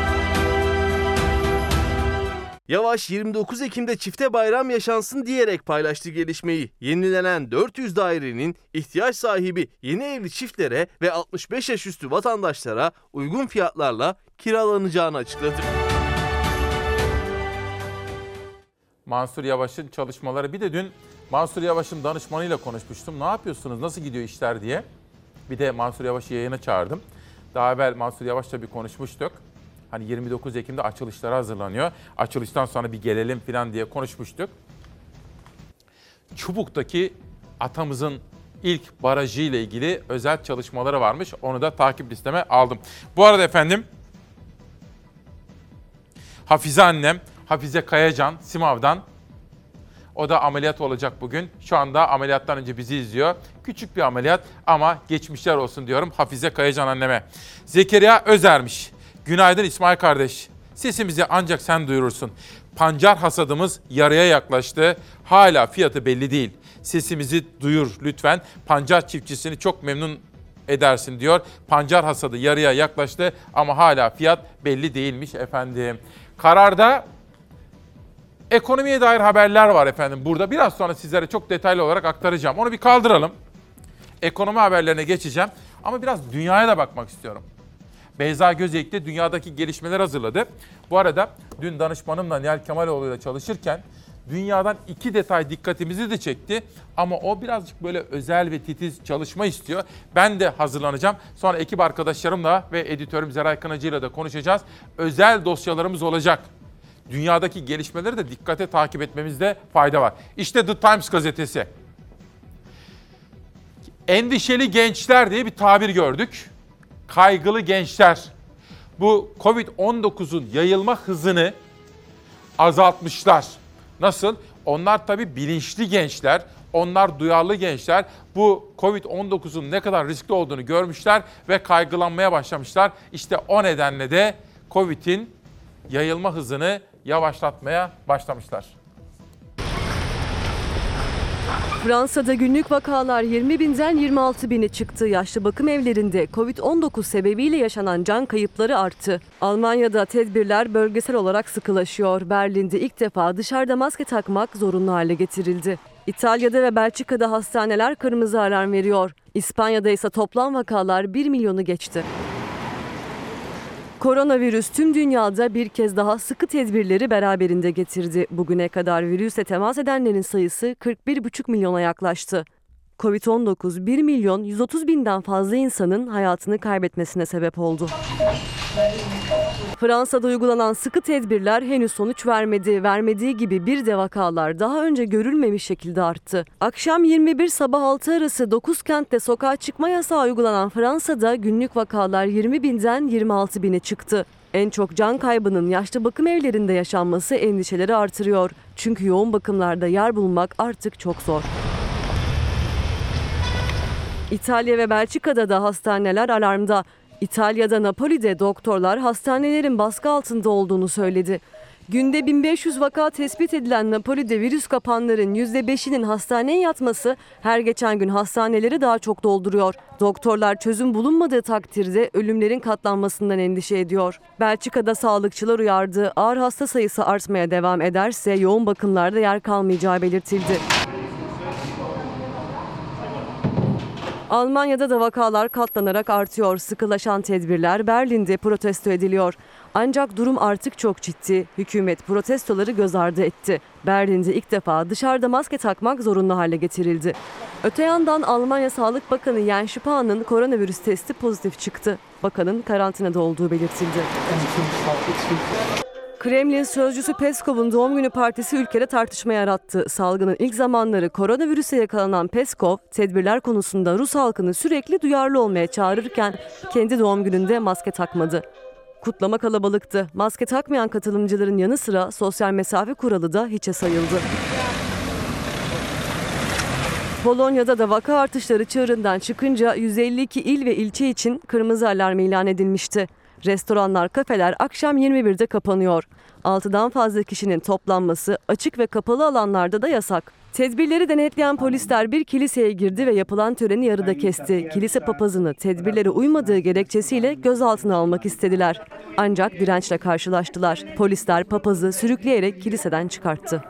Yavaş yirmi dokuz Ekim'de çifte bayram yaşansın diyerek paylaştı gelişmeyi. Yenilenen dört yüz dairenin ihtiyaç sahibi yeni evli çiftlere ve altmış beş yaş üstü vatandaşlara uygun fiyatlarla kiralanacağını açıkladı. Mansur Yavaş'ın çalışmaları. Bir de dün Mansur Yavaş'ın danışmanıyla konuşmuştum. Ne yapıyorsunuz, nasıl gidiyor işler diye. Bir de Mansur Yavaş'ı yayına çağırdım. Daha evvel Mansur Yavaş'la bir konuşmuştuk. Hani yirmi dokuz Ekim'de açılışlara hazırlanıyor. Açılıştan sonra bir gelelim falan diye konuşmuştuk. Çubuk'taki atamızın ilk barajı ile ilgili özel çalışmaları varmış. Onu da takip listeme aldım. Bu arada efendim Hafize annem, Hafize Kayacan, Simav'dan. O da ameliyat olacak bugün. Şu anda ameliyattan önce bizi izliyor. Küçük bir ameliyat ama geçmişler olsun diyorum Hafize Kayacan anneme. Zekeriya Özermiş. Günaydın İsmail kardeş. Sesimizi ancak sen duyurursun. Pancar hasadımız yarıya yaklaştı. Hala fiyatı belli değil. Sesimizi duyur lütfen. Pancar çiftçisini çok memnun edersin diyor. Pancar hasadı yarıya yaklaştı ama hala fiyat belli değilmiş efendim. Kararda ekonomiye dair haberler var efendim burada. Biraz sonra sizlere çok detaylı olarak aktaracağım. Onu bir kaldıralım. Ekonomi haberlerine geçeceğim. Ama biraz dünyaya da bakmak istiyorum. Beyza Gözeyik de dünyadaki gelişmeler hazırladı. Bu arada dün danışmanımla Nihal Kemaloğlu ile çalışırken dünyadan iki detay dikkatimizi de çekti. Ama o birazcık böyle özel ve titiz çalışma istiyor. Ben de hazırlanacağım. Sonra ekip arkadaşlarımla ve editörüm Zeray Kınacı ile de konuşacağız. Özel dosyalarımız olacak. Dünyadaki gelişmeleri de dikkate takip etmemizde fayda var. İşte The Times gazetesi. Endişeli gençler diye bir tabir gördük. Kaygılı gençler. Bu kovid on dokuzun yayılma hızını azaltmışlar. Nasıl? Onlar tabii bilinçli gençler, onlar duyarlı gençler. Bu kovid on dokuzun ne kadar riskli olduğunu görmüşler ve kaygılanmaya başlamışlar. İşte o nedenle de Covid'in yayılma hızını yavaşlatmaya başlamışlar. Fransa'da günlük vakalar yirmi binden yirmi altı bine çıktı. Yaşlı bakım evlerinde kovid on dokuz sebebiyle yaşanan can kayıpları arttı. Almanya'da tedbirler bölgesel olarak sıkılaşıyor. Berlin'de ilk defa dışarıda maske takmak zorunlu hale getirildi. İtalya'da ve Belçika'da hastaneler kırmızı alarm veriyor. İspanya'da ise toplam vakalar bir milyonu geçti. Koronavirüs tüm dünyada bir kez daha sıkı tedbirleri beraberinde getirdi. Bugüne kadar virüse temas edenlerin sayısı kırk bir buçuk milyona yaklaştı. kovid on dokuz bir milyon yüz otuz binden fazla insanın hayatını kaybetmesine sebep oldu. Fransa'da uygulanan sıkı tedbirler henüz sonuç vermedi. Vermediği gibi bir de vakalar daha önce görülmemiş şekilde arttı. Akşam yirmi bir sabah altı arası dokuz kentte sokağa çıkma yasağı uygulanan Fransa'da günlük vakalar yirmi binden yirmi altı bine çıktı. En çok can kaybının yaşlı bakım evlerinde yaşanması endişeleri artırıyor. Çünkü yoğun bakımlarda yer bulmak artık çok zor. İtalya ve Belçika'da da hastaneler alarmda. İtalya'da Napoli'de doktorlar hastanelerin baskı altında olduğunu söyledi. Günde bin beş yüz vaka tespit edilen Napoli'de virüs kapanların yüzde beşinin hastaneye yatması her geçen gün hastaneleri daha çok dolduruyor. Doktorlar çözüm bulunmadığı takdirde ölümlerin katlanmasından endişe ediyor. Belçika'da sağlıkçılar uyardı. Ağır hasta sayısı artmaya devam ederse yoğun bakımlarda yer kalmayacağı belirtildi. Almanya'da da vakalar katlanarak artıyor. Sıkılaşan tedbirler Berlin'de protesto ediliyor. Ancak durum artık çok ciddi. Hükümet protestoları göz ardı etti. Berlin'de ilk defa dışarıda maske takmak zorunlu hale getirildi. Öte yandan Almanya Sağlık Bakanı Jens Spahn'ın koronavirüs testi pozitif çıktı. Bakanın karantinada olduğu belirtildi. Kremlin sözcüsü Peskov'un doğum günü partisi ülkede tartışma yarattı. Salgının ilk zamanları koronavirüse yakalanan Peskov, tedbirler konusunda Rus halkını sürekli duyarlı olmaya çağırırken kendi doğum gününde maske takmadı. Kutlama kalabalıktı. Maske takmayan katılımcıların yanı sıra sosyal mesafe kuralı da hiçe sayıldı. Polonya'da da vaka artışları çığırından çıkınca yüz elli iki il ve ilçe için kırmızı alarm ilan edilmişti. Restoranlar, kafeler akşam yirmi birde kapanıyor. altıdan fazla kişinin toplanması açık ve kapalı alanlarda da yasak. Tedbirleri denetleyen polisler bir kiliseye girdi ve yapılan töreni yarıda kesti. Kilise papazını tedbirlere uymadığı gerekçesiyle gözaltına almak istediler. Ancak dirençle karşılaştılar. Polisler papazı sürükleyerek kiliseden çıkarttı.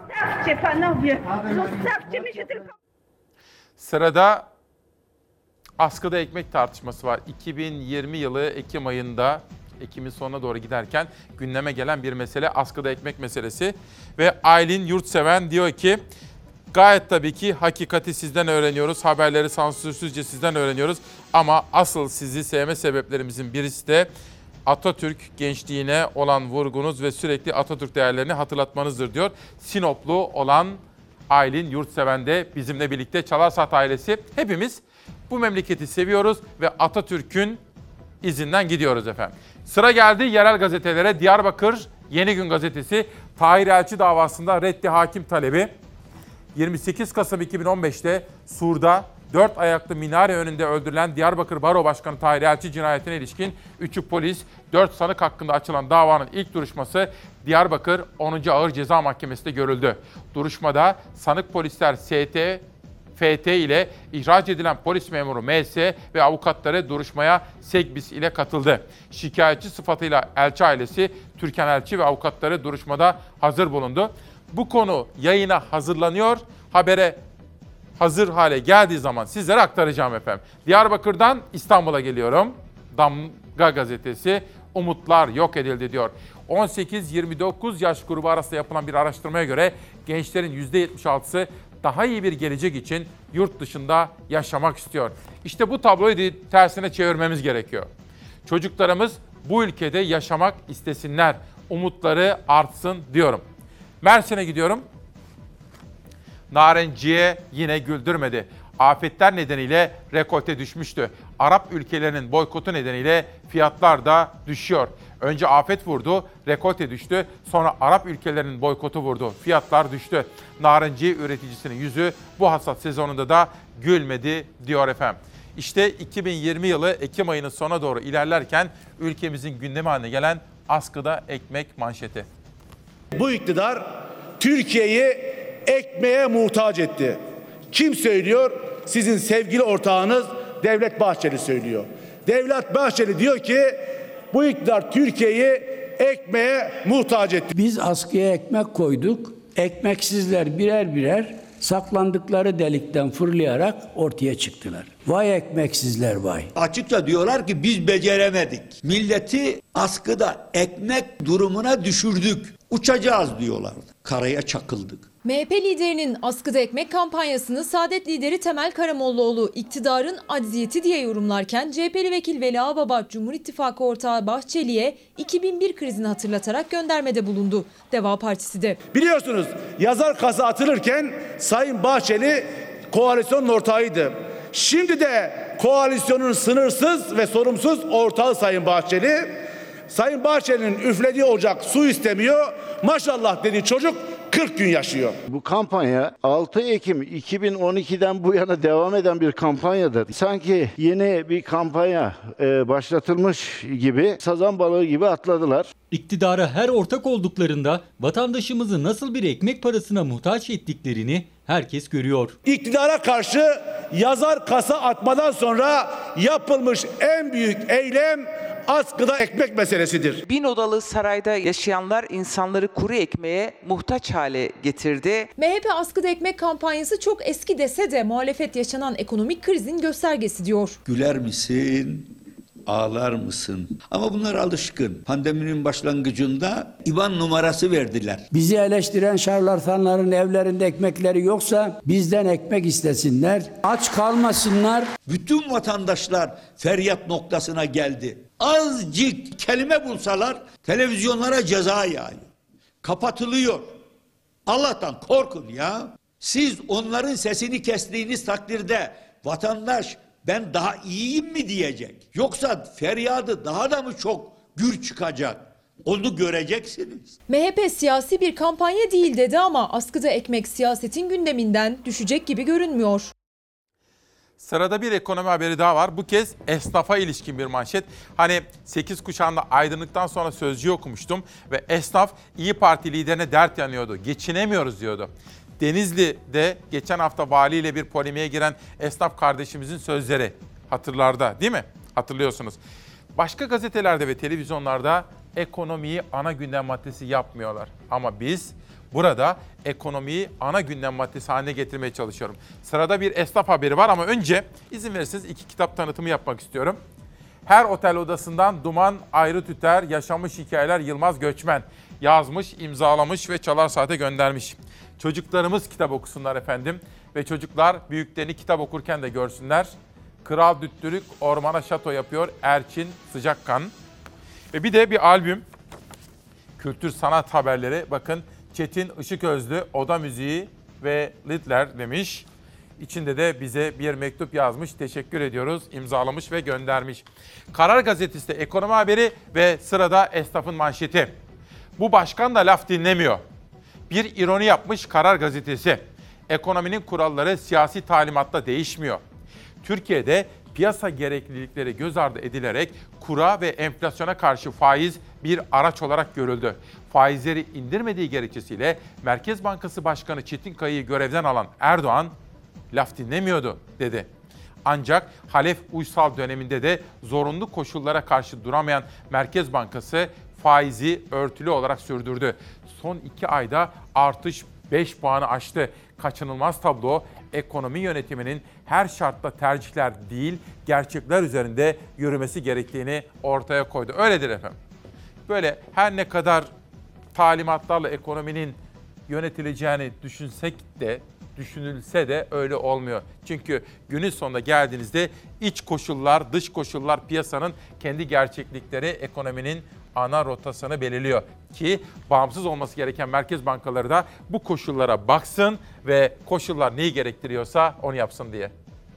Sırada askıda ekmek tartışması var. iki bin yirmi yılı Ekim ayında, Ekim'in sonuna doğru giderken gündeme gelen bir mesele askıda ekmek meselesi. Ve Aylin Yurtseven diyor ki, gayet tabii ki hakikati sizden öğreniyoruz, haberleri sansürsüzce sizden öğreniyoruz. Ama asıl sizi sevme sebeplerimizin birisi de Atatürk gençliğine olan vurgunuz ve sürekli Atatürk değerlerini hatırlatmanızdır diyor. Sinoplu olan Aylin Yurtseven de bizimle birlikte. Çalar Saat ailesi hepimiz bu memleketi seviyoruz ve Atatürk'ün izinden gidiyoruz efendim. Sıra geldi yerel gazetelere. Diyarbakır Yeni Gün gazetesi Tahir Elçi davasında reddi hakim talebi. yirmi sekiz Kasım iki bin on beşte Sur'da dört ayaklı minare önünde öldürülen Diyarbakır Baro Başkanı Tahir Elçi cinayetine ilişkin üçü polis, dört sanık hakkında açılan davanın ilk duruşması Diyarbakır onuncu Ağır Ceza Mahkemesi'nde görüldü. Duruşmada sanık polisler S T, F T ile ihraç edilen polis memuru M S ve avukatları duruşmaya Segbis ile katıldı. Şikayetçi sıfatıyla Elçi ailesi, Türkan Elçi ve avukatları duruşmada hazır bulundu. Bu konu yayına hazırlanıyor. Habere hazır hale geldiği zaman sizlere aktaracağım efendim. Diyarbakır'dan İstanbul'a geliyorum. Damga gazetesi umutlar yok edildi diyor. on sekiz yirmi dokuz yaş grubu arasında yapılan bir araştırmaya göre gençlerin yüzde yetmiş altısı daha iyi bir gelecek için yurt dışında yaşamak istiyor. İşte bu tabloyu tersine çevirmemiz gerekiyor. Çocuklarımız bu ülkede yaşamak istesinler, umutları artsın diyorum. Mersin'e gidiyorum. Narenciye yine güldürmedi. Afetler nedeniyle rekolte düşmüştü. Arap ülkelerinin boykotu nedeniyle fiyatlar da düşüyor. Önce afet vurdu, rekolte düştü. Sonra Arap ülkelerinin boykotu vurdu. Fiyatlar düştü. Narenciye üreticisinin yüzü bu hasat sezonunda da gülmedi diyor efendim. İşte iki bin yirmi yılı Ekim ayının sonuna doğru ilerlerken ülkemizin gündemi haline gelen askıda ekmek manşeti. Bu iktidar Türkiye'yi ekmeğe muhtaç etti. Kim söylüyor? Sizin sevgili ortağınız Devlet Bahçeli söylüyor. Devlet Bahçeli diyor ki bu iktidar Türkiye'yi ekmeğe muhtaç etti. Biz askıya ekmek koyduk. Ekmeksizler birer birer saklandıkları delikten fırlayarak ortaya çıktılar. Vay ekmeksizler vay. Açıkça diyorlar ki biz beceremedik. Milleti askıda ekmek durumuna düşürdük. Uçacağız diyorlardı. Karaya çakıldık. M H P liderinin askıda ekmek kampanyasını Saadet lideri Temel Karamollaoğlu iktidarın acziyeti diye yorumlarken C H P'li vekil Veli Ağbaba Cumhur İttifakı ortağı Bahçeli'ye iki bin bir krizini hatırlatarak göndermede bulundu. Deva Partisi de. Biliyorsunuz yazar kasa atılırken Sayın Bahçeli koalisyonun ortağıydı. Şimdi de koalisyonun sınırsız ve sorumsuz ortağı Sayın Bahçeli. Sayın Bahçeli'nin üflediği ocak su istemiyor. Maşallah dediği çocuk kırk gün yaşıyor. Bu kampanya altı Ekim iki bin on ikiden bu yana devam eden bir kampanyadır. Sanki yeni bir kampanya e, başlatılmış gibi, sazan balığı gibi atladılar. İktidara her ortak olduklarında vatandaşımızı nasıl bir ekmek parasına muhtaç ettiklerini herkes görüyor. İktidara karşı yazar kasa atmadan sonra yapılmış en büyük eylem askıda ekmek meselesidir. Bin odalı sarayda yaşayanlar insanları kuru ekmeğe muhtaç hale getirdi. M H P askıda ekmek kampanyası çok eski dese de muhalefet yaşanan ekonomik krizin göstergesi diyor. Güler misin? Ağlar mısın? Ama bunlar alışkın. Pandeminin başlangıcında İBAN numarası verdiler. Bizi eleştiren şarlatanların evlerinde ekmekleri yoksa bizden ekmek istesinler. Aç kalmasınlar. Bütün vatandaşlar feryat noktasına geldi. Azıcık kelime bulsalar televizyonlara ceza yağıyor. Kapatılıyor. Allah'tan korkun ya. Siz onların sesini kestiğiniz takdirde vatandaş ben daha iyiyim mi diyecek. Yoksa feryadı daha da mı çok gür çıkacak? Onu göreceksiniz. M H P siyasi bir kampanya değil dedi ama askıda ekmek siyasetin gündeminden düşecek gibi görünmüyor. Sırada bir ekonomi haberi daha var. Bu kez esnafa ilişkin bir manşet. Hani sekiz kuşağında aydınlıktan sonra Sözcü'yü okumuştum ve esnaf İyi Parti liderine dert yanıyordu. Geçinemiyoruz diyordu. Denizli'de geçen hafta valiyle bir polemiğe giren esnaf kardeşimizin sözleri hatırlarda değil mi? Hatırlıyorsunuz. Başka gazetelerde ve televizyonlarda ekonomiyi ana gündem maddesi yapmıyorlar. Ama biz burada ekonomiyi ana gündem maddesi haline getirmeye çalışıyorum. Sırada bir esnaf haberi var ama önce izin verirseniz iki kitap tanıtımı yapmak istiyorum. Her otel odasından duman ayrı tüter, yaşamış hikayeler Yılmaz Göçmen yazmış, imzalamış ve Çalar Saat'e göndermiş. Çocuklarımız kitap okusunlar efendim ve çocuklar büyüklerini kitap okurken de görsünler. Kral Düttürük ormana şato yapıyor Erçin Sıcakkan. Ve bir de bir albüm, kültür sanat haberleri. Bakın Çetin Işıközlü, Oda Müziği ve Lidler demiş. İçinde de bize bir mektup yazmış. Teşekkür ediyoruz. İmzalamış ve göndermiş. Karar Gazetesi de ekonomi haberi ve sırada esnafın manşeti. Bu başkan da laf dinlemiyor. Bir ironi yapmış Karar Gazetesi. Ekonominin kuralları siyasi talimatla değişmiyor. Türkiye'de piyasa gereklilikleri göz ardı edilerek kura ve enflasyona karşı faiz bir araç olarak görüldü. Faizleri indirmediği gerekçesiyle Merkez Bankası Başkanı Çetin Kayı'yı görevden alan Erdoğan laf dinlemiyordu dedi. Ancak Halef Uysal döneminde de zorunlu koşullara karşı duramayan Merkez Bankası faizi örtülü olarak sürdürdü. Son iki ayda artış beş puanı aştı. Kaçınılmaz tablo ekonomi yönetiminin her şartta tercihler değil, gerçekler üzerinde yürümesi gerektiğini ortaya koydu. Öyledir efendim. Böyle her ne kadar talimatlarla ekonominin yönetileceğini düşünsek de, düşünülse de öyle olmuyor. Çünkü günün sonunda geldiğinizde iç koşullar, dış koşullar, piyasanın kendi gerçeklikleri ekonominin ana rotasını belirliyor. Ki bağımsız olması gereken merkez bankaları da bu koşullara baksın ve koşullar neyi gerektiriyorsa onu yapsın diye.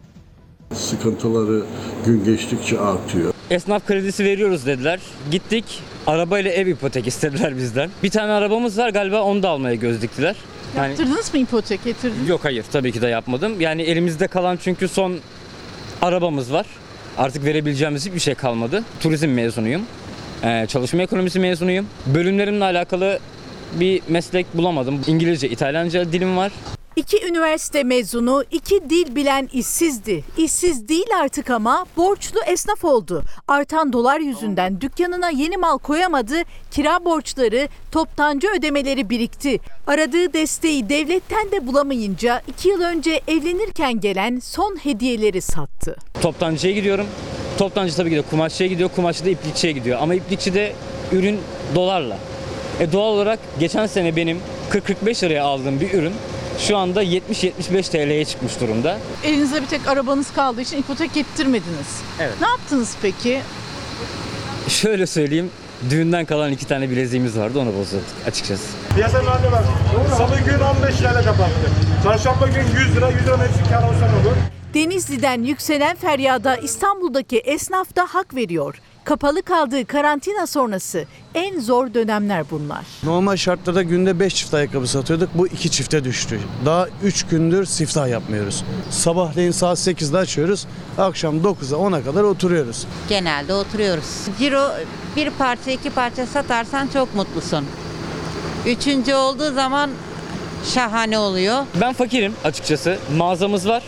Sıkıntıları gün geçtikçe artıyor. Esnaf kredisi veriyoruz dediler. Gittik, arabayla ev ipotek istediler bizden. Bir tane arabamız var galiba, onu da almaya göz diktiler. Yani, Yaptırdınız mı ipotek, getirdiniz? Yok hayır, tabii ki de yapmadım. Yani elimizde kalan çünkü son arabamız var. Artık verebileceğimiz hiçbir şey kalmadı. Turizm mezunuyum. Ee, çalışma ekonomisi mezunuyum. Bölümlerimle alakalı bir meslek bulamadım. İngilizce, İtalyanca dilim var. İki üniversite mezunu, iki dil bilen işsizdi. İşsiz değil artık ama borçlu esnaf oldu. Artan dolar yüzünden dükkanına yeni mal koyamadı, kira borçları, toptancı ödemeleri birikti. Aradığı desteği devletten de bulamayınca iki yıl önce evlenirken gelen son hediyeleri sattı. Toptancıya gidiyorum. Toptancı tabii ki de kumaşçıya gidiyor, kumaşçı da iplikçiye gidiyor. Ama iplikçide ürün dolarla. E doğal olarak geçen sene benim kırk kırk beş liraya aldığım bir ürün şu anda yetmiş yetmiş beş T L'ye çıkmış durumda. Elinizde bir tek arabanız kaldığı için ipotek ettirmediniz. Evet. Ne yaptınız peki? Şöyle söyleyeyim, düğünden kalan iki tane bileziğimiz vardı, onu bozduk açıkçası. Piyasanın haline bak. Salı gün on beş lirayla kapattı. Çarşamba gün yüz lira, yüz lira hepsi kâr olsa ne olur? Denizli'den yükselen feryada İstanbul'daki esnaf da hak veriyor. Kapalı kaldığı karantina sonrası en zor dönemler bunlar. Normal şartlarda günde beş çift ayakkabı satıyorduk. Bu iki çifte düştü. Daha üç gündür siftah yapmıyoruz. Sabahleyin saat sekizde açıyoruz. Akşam dokuza ona kadar oturuyoruz. Genelde oturuyoruz. Ciro bir parça iki parça satarsan çok mutlusun. Üçüncü olduğu zaman şahane oluyor. Ben fakirim açıkçası. Mağazamız var.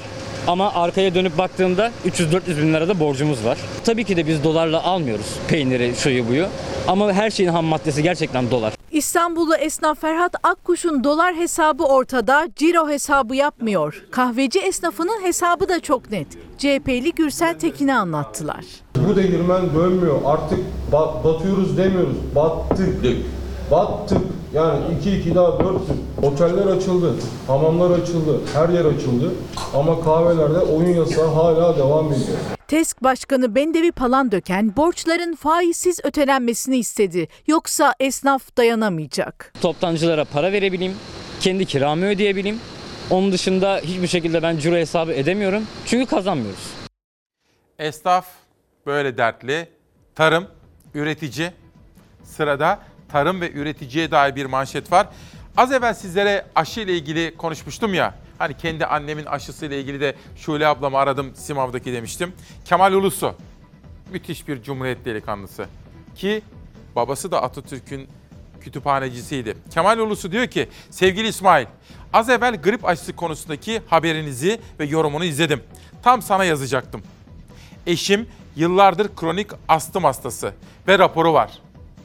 Ama arkaya dönüp baktığımda üç yüz dört yüz bin lirada borcumuz var. Tabii ki de biz dolarla almıyoruz peyniri, şuyu buyu. Ama her şeyin ham maddesi gerçekten dolar. İstanbullu esnaf Ferhat Akkuş'un dolar hesabı ortada, ciro hesabı yapmıyor. Kahveci esnafının hesabı da çok net. C H P'li Gürsel Tekin'i anlattılar. Bu değirmen dönmüyor. Artık bat, batıyoruz demiyoruz. Battık. Battık. Yani iki iki daha dörttük. Oteller açıldı. Hamamlar açıldı. Her yer açıldı. Ama kahvelerde oyun yasağı hala devam ediyor. TESK Başkanı Bendevi Palandöken borçların faizsiz ötelenmesini istedi. Yoksa esnaf dayanamayacak. Toptancılara para verebileyim, kendi kiramı ödeyebileyim. Onun dışında hiçbir şekilde ben ciro hesabı edemiyorum. Çünkü kazanmıyoruz. Esnaf böyle dertli. Tarım, üretici. Sırada tarım ve üreticiye dair bir manşet var. Az evvel sizlere aşı ile ilgili konuşmuştum ya. Hani kendi annemin aşısıyla ilgili de Şule ablamı aradım Simav'daki demiştim. Kemal Ulusu. Müthiş bir Cumhuriyet delikanlısı. Ki babası da Atatürk'ün kütüphanecisiydi. Kemal Ulusu diyor ki, sevgili İsmail, az evvel grip aşısı konusundaki haberinizi ve yorumunu izledim. Tam sana yazacaktım. Eşim yıllardır kronik astım hastası ve raporu var.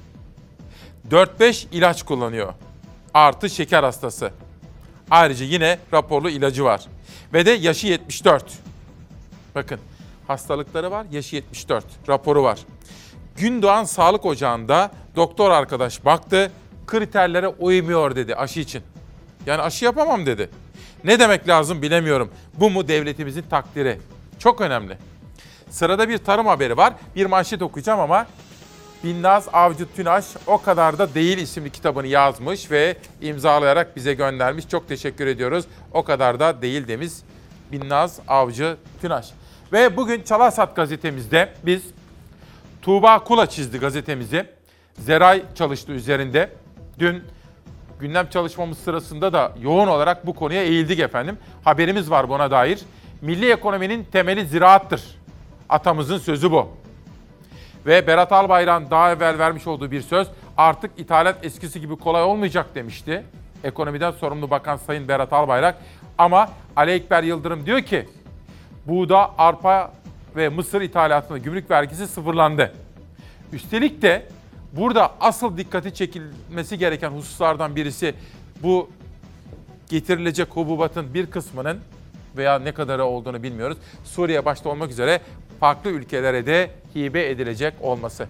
dört beş ilaç kullanıyor. Artı şeker hastası. Ayrıca yine raporlu ilacı var. Ve de yaşı yetmiş dört. Bakın, hastalıkları var, yaşı yetmiş dört. Raporu var. Gündoğan Sağlık Ocağı'nda doktor arkadaş baktı, kriterlere uymuyor dedi aşı için. Yani aşı yapamam dedi. Ne demek lazım bilemiyorum. Bu mu devletimizin takdiri? Çok önemli. Sırada bir tarım haberi var. Bir manşet okuyacağım ama Binnaz Avcı Tünaş O Kadar Da Değil isimli kitabını yazmış ve imzalayarak bize göndermiş. Çok teşekkür ediyoruz. O kadar da değil demiş Binnaz Avcı Tünaş. Ve bugün Çalarsat gazetemizde biz Tuğba Kula çizdi gazetemizi. Zeray çalıştı üzerinde. Dün gündem çalışmamız sırasında da yoğun olarak bu konuya eğildik efendim. Haberimiz var buna dair. Milli ekonominin temeli ziraattır. Atamızın sözü bu. Ve Berat Albayrak'ın daha evvel vermiş olduğu bir söz, artık ithalat eskisi gibi kolay olmayacak demişti. Ekonomiden sorumlu bakan Sayın Berat Albayrak. Ama Ali Ekber Yıldırım diyor ki, buğda, arpa ve mısır ithalatında gümrük vergisi sıfırlandı. Üstelik de burada asıl dikkati çekilmesi gereken hususlardan birisi bu getirilecek hububatın bir kısmının veya ne kadarı olduğunu bilmiyoruz. Suriye başta olmak üzere farklı ülkelere de hibe edilecek olması.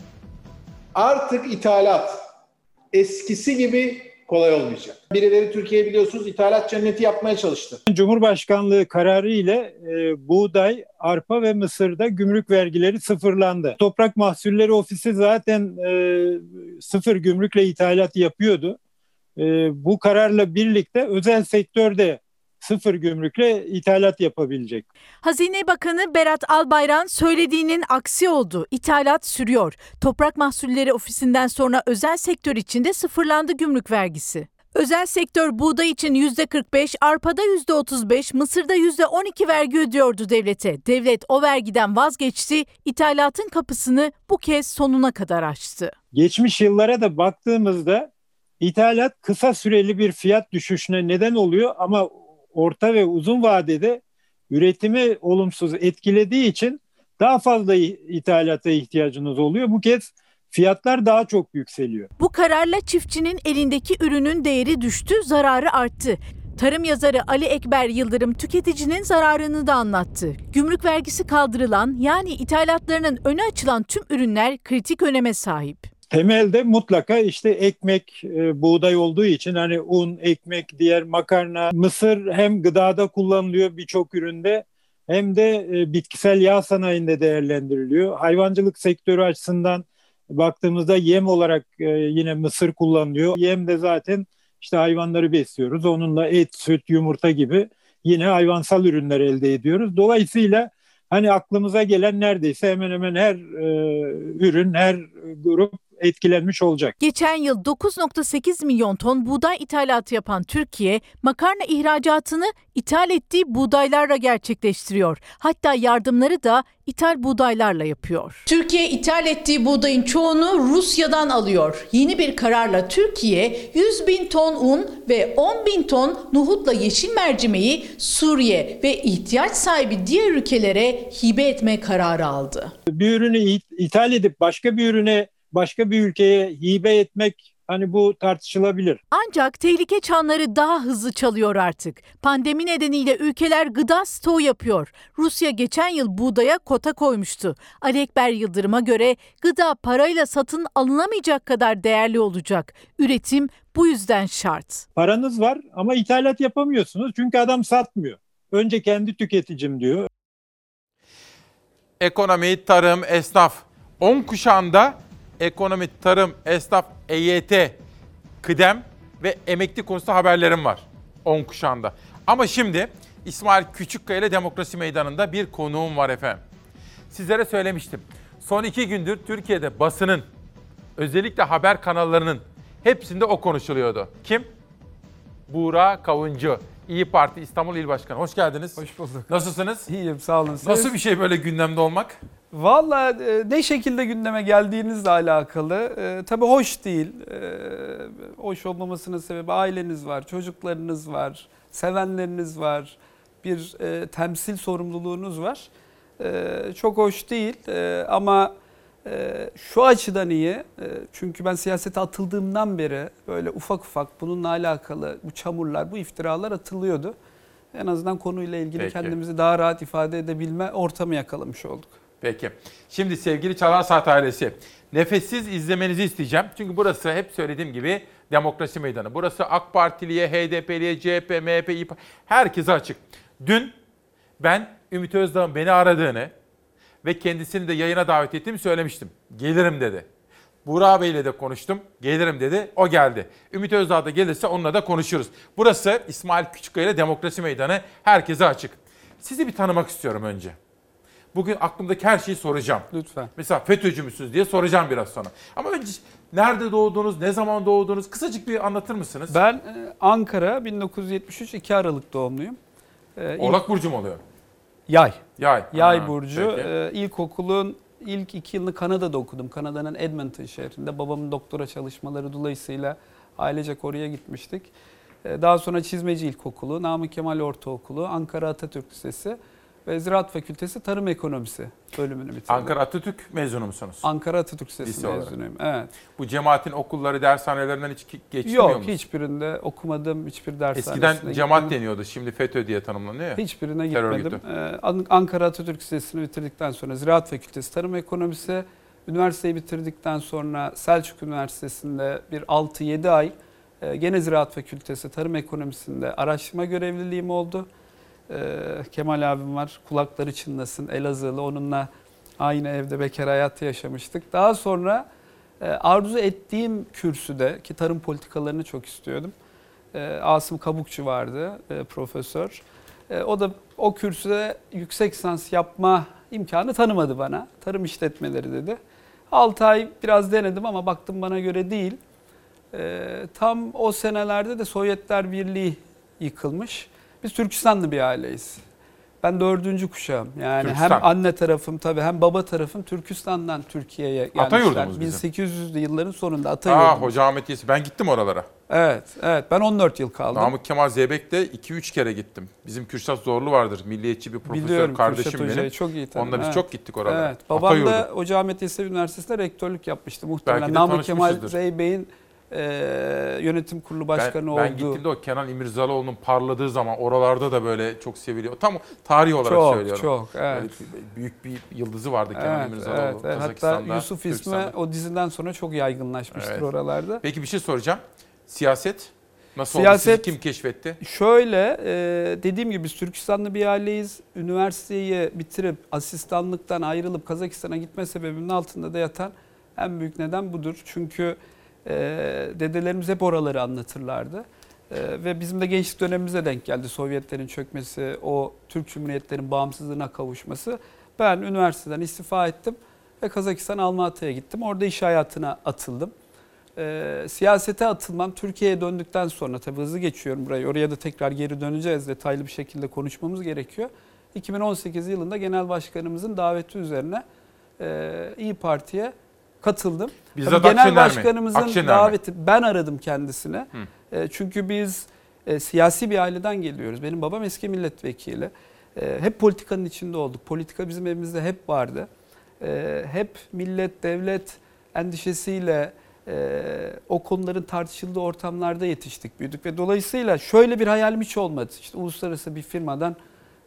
Artık ithalat eskisi gibi kolay olmayacak. Birileri Türkiye'ye biliyorsunuz ithalat cenneti yapmaya çalıştı. Cumhurbaşkanlığı kararı ile e, buğday, arpa ve mısırda gümrük vergileri sıfırlandı. Toprak Mahsulleri Ofisi zaten e, sıfır gümrükle ithalat yapıyordu. E, bu kararla birlikte özel sektörde sıfır gümrükle ithalat yapabilecek. Hazine Bakanı Berat Albayrak'ın söylediğinin aksi oldu. İthalat sürüyor. Toprak Mahsulleri Ofisi'nden sonra özel sektör içinde sıfırlandı gümrük vergisi. Özel sektör buğday için yüzde kırk beş, arpada yüzde otuz beş, mısırda yüzde on iki vergi ödüyordu devlete. Devlet o vergiden vazgeçti, ithalatın kapısını bu kez sonuna kadar açtı. Geçmiş yıllara da baktığımızda ithalat kısa süreli bir fiyat düşüşüne neden oluyor ama orta ve uzun vadede üretimi olumsuz etkilediği için daha fazla ithalata ihtiyacınız oluyor. Bu kez fiyatlar daha çok yükseliyor. Bu kararla çiftçinin elindeki ürünün değeri düştü, zararı arttı. Tarım yazarı Ali Ekber Yıldırım tüketicinin zararını da anlattı. Gümrük vergisi kaldırılan, yani ithalatlarının önü açılan tüm ürünler kritik öneme sahip. Temelde mutlaka işte ekmek, e, buğday olduğu için hani un, ekmek, diğer makarna, mısır hem gıdada kullanılıyor birçok üründe hem de e, bitkisel yağ sanayinde değerlendiriliyor. Hayvancılık sektörü açısından baktığımızda yem olarak e, yine mısır kullanılıyor. Yem de zaten işte hayvanları besliyoruz. Onunla et, süt, yumurta gibi yine hayvansal ürünler elde ediyoruz. Dolayısıyla hani aklımıza gelen neredeyse hemen hemen her e, ürün, her grup etkilenmiş olacak. Geçen yıl dokuz virgül sekiz milyon ton buğday ithalatı yapan Türkiye, makarna ihracatını ithal ettiği buğdaylarla gerçekleştiriyor. Hatta yardımları da ithal buğdaylarla yapıyor. Türkiye ithal ettiği buğdayın çoğunu Rusya'dan alıyor. Yeni bir kararla Türkiye yüz bin ton un ve on bin ton nohutla yeşil mercimeği Suriye ve ihtiyaç sahibi diğer ülkelere hibe etme kararı aldı. Bir ürünü ithal edip başka bir ürüne, başka bir ülkeye hibe etmek, hani bu tartışılabilir. Ancak tehlike çanları daha hızlı çalıyor artık. Pandemi nedeniyle ülkeler gıda stoğu yapıyor. Rusya geçen yıl buğdaya kota koymuştu. Ali Ekber Yıldırım'a göre gıda parayla satın alınamayacak kadar değerli olacak. Üretim bu yüzden şart. Paranız var ama ithalat yapamıyorsunuz çünkü adam satmıyor. Önce kendi tüketicim diyor. Ekonomi, tarım, esnaf. on kuşağında ekonomi, tarım, esnaf, E Y T, kıdem ve emekli konusunda haberlerim var. on kuşağında. Ama şimdi İsmail Küçükkaya ile Demokrasi Meydanı'nda bir konuğum var efendim. Sizlere söylemiştim. Son iki gündür Türkiye'de basının, özellikle haber kanallarının hepsinde o konuşuluyordu. Kim? Buğra Kavuncu. İyi Parti İstanbul İl Başkanı. Hoş geldiniz. Hoş bulduk. Nasılsınız? İyiyim, sağ olun. Siz? Nasıl bir şey böyle gündemde olmak? Vallahi ne şekilde gündeme geldiğinizle alakalı. E, tabii hoş değil. E, hoş olmamasının sebebi aileniz var, çocuklarınız var, sevenleriniz var. Bir e, temsil sorumluluğunuz var. E, çok hoş değil e, ama e, şu açıdan iyi. E, çünkü ben siyasete atıldığımdan beri böyle ufak ufak bununla alakalı bu çamurlar, bu iftiralar atılıyordu. En azından konuyla ilgili Peki. kendimizi daha rahat ifade edebilme ortamı yakalamış olduk. Peki. Şimdi sevgili Çalar Saat ailesi, nefessiz izlemenizi isteyeceğim. Çünkü burası hep söylediğim gibi Demokrasi Meydanı. Burası AK Partiliye, H D P'liye, C H P, M H P, İYİ Parti, herkese açık. Dün ben Ümit Özdağ'ın beni aradığını ve kendisini de yayına davet ettiğimi söylemiştim. Gelirim dedi. Buğra Bey'le de konuştum. Gelirim dedi. O geldi. Ümit Özdağ da gelirse onunla da konuşuruz. Burası İsmail Küçükkaya ile Demokrasi Meydanı. Herkese açık. Sizi bir tanımak istiyorum önce. Bugün aklımdaki her şeyi soracağım. Lütfen. Mesela FETÖ'cü müsünüz diye soracağım biraz sonra. Ama önce nerede doğdunuz, ne zaman doğdunuz? Kısacık bir anlatır mısınız? Ben e, Ankara bin dokuz yüz yetmiş üç iki Aralık doğumluyum. E, Oğlak ilk... Burcu mu oluyor? Yay. Yay. Yay Ha, burcu. peki. E, ilkokulun ilk iki yılını Kanada'da okudum. Kanada'nın Edmonton şehrinde. Babamın doktora çalışmaları dolayısıyla ailecek oraya gitmiştik. E, daha sonra Çizmeci İlkokulu, Namık Kemal Ortaokulu, Ankara Atatürk Lisesi ve Ziraat Fakültesi Tarım Ekonomisi bölümünü bitirdim. Ankara Atatürk mezunu musunuz? Ankara Atatürk Lisesi Lise olarak. mezunuyum. Evet. Bu cemaatin okulları, dershanelerinden hiç geçmiyor Yok, musunuz? hiçbirinde okumadım, hiçbir dershanesine Eskiden cemaat gitmedim. deniyordu, şimdi FETÖ diye tanımlanıyor ya. Hiçbirine Terör gitmedim. örgütü. Ee, Ankara Atatürk Lisesi'ni bitirdikten sonra Ziraat Fakültesi Tarım Ekonomisi, üniversiteyi bitirdikten sonra Selçuk Üniversitesi'nde bir altı yedi ay e, gene Ziraat Fakültesi Tarım Ekonomisi'nde araştırma görevliliğim oldu. Ee, Kemal abim var, kulakları çınlasın, Elazığlı, onunla aynı evde bekar hayatı yaşamıştık. Daha sonra e, arzu ettiğim kürsüde, ki tarım politikalarını çok istiyordum. E, Asım Kabukçu vardı, e, profesör. E, o da o kürsüde yüksek lisans yapma imkanı tanımadı bana. Tarım işletmeleri dedi. altı ay biraz denedim ama baktım bana göre değil. E, tam o senelerde de Sovyetler Birliği yıkılmış. Biz Türkistanlı bir aileyiz. Ben dördüncü kuşağım. Yani Türkistan. hem anne tarafım tabii hem baba tarafım Türkistan'dan Türkiye'ye gelmişler. Atayurdumuz bizim. bin sekiz yüzlü yılların sonunda Aa, Atayurdumuz. Hoca Ahmet Yesi. Ben gittim oralara. Evet, evet. Ben on dört yıl kaldım. Namık Kemal Zeybek'te iki üç kere gittim. Bizim Kürşat Zorlu vardır. Milliyetçi bir profesör Biliyorum, kardeşim Kürşat benim. Hoca'yı çok iyi tanırım. Onunla biz Evet. çok gittik oralara. Evet. Babam da Atayurdu. Hoca Ahmet Yesevi Üniversitesi'nde rektörlük yapmıştı muhtemelen. Belki de Namık Kemal tanışmışızdır. Zeybek'in e, yönetim kurulu başkanı ben, olduğu. ben gittiğimde o Kenan İmirzalıoğlu'nun parladığı zaman oralarda da böyle çok seviliyor. Tam tarih olarak çok, söylüyorum. Çok çok evet. Böyle büyük bir yıldızı vardı Kenan Evet, İmirzalıoğlu. evet, evet. Hatta Kazakistan'da, Yusuf ismi Türkistan'da. o diziden sonra çok yaygınlaşmıştır Evet. oralarda. Peki bir şey soracağım. Siyaset nasıl Siyaset, oldu? Sizi kim keşfetti? Şöyle e, dediğim gibi biz Türkistanlı bir aileyiz. Üniversiteyi bitirip asistanlıktan ayrılıp Kazakistan'a gitme sebebimin altında da yatan en büyük neden budur. Çünkü e, dedelerimiz hep oraları anlatırlardı. E, ve bizim de gençlik dönemimize denk geldi. Sovyetlerin çökmesi, o Türk Cumhuriyetlerin bağımsızlığına kavuşması. Ben üniversiteden istifa ettim. ve Kazakistan Almatı'ya gittim. Orada iş hayatına atıldım. E, siyasete atılmam Türkiye'ye döndükten sonra, tabii hızlı geçiyorum burayı, oraya da tekrar geri döneceğiz, detaylı bir şekilde konuşmamız gerekiyor. iki bin on sekiz yılında Genel Başkanımızın daveti üzerine e, İyi Parti'ye katıldım. Bizzat Genel Akşener Başkanımızın mi? Akşener daveti, mi? ben aradım kendisine. E, çünkü biz e, siyasi bir aileden geliyoruz. Benim babam eski milletvekili. E, hep politikanın içinde olduk. Politika bizim evimizde hep vardı. E, hep millet, devlet endişesiyle e, o konuların tartışıldığı ortamlarda yetiştik, büyüdük ve dolayısıyla şöyle bir hayalim hiç olmadı. İşte uluslararası bir firmadan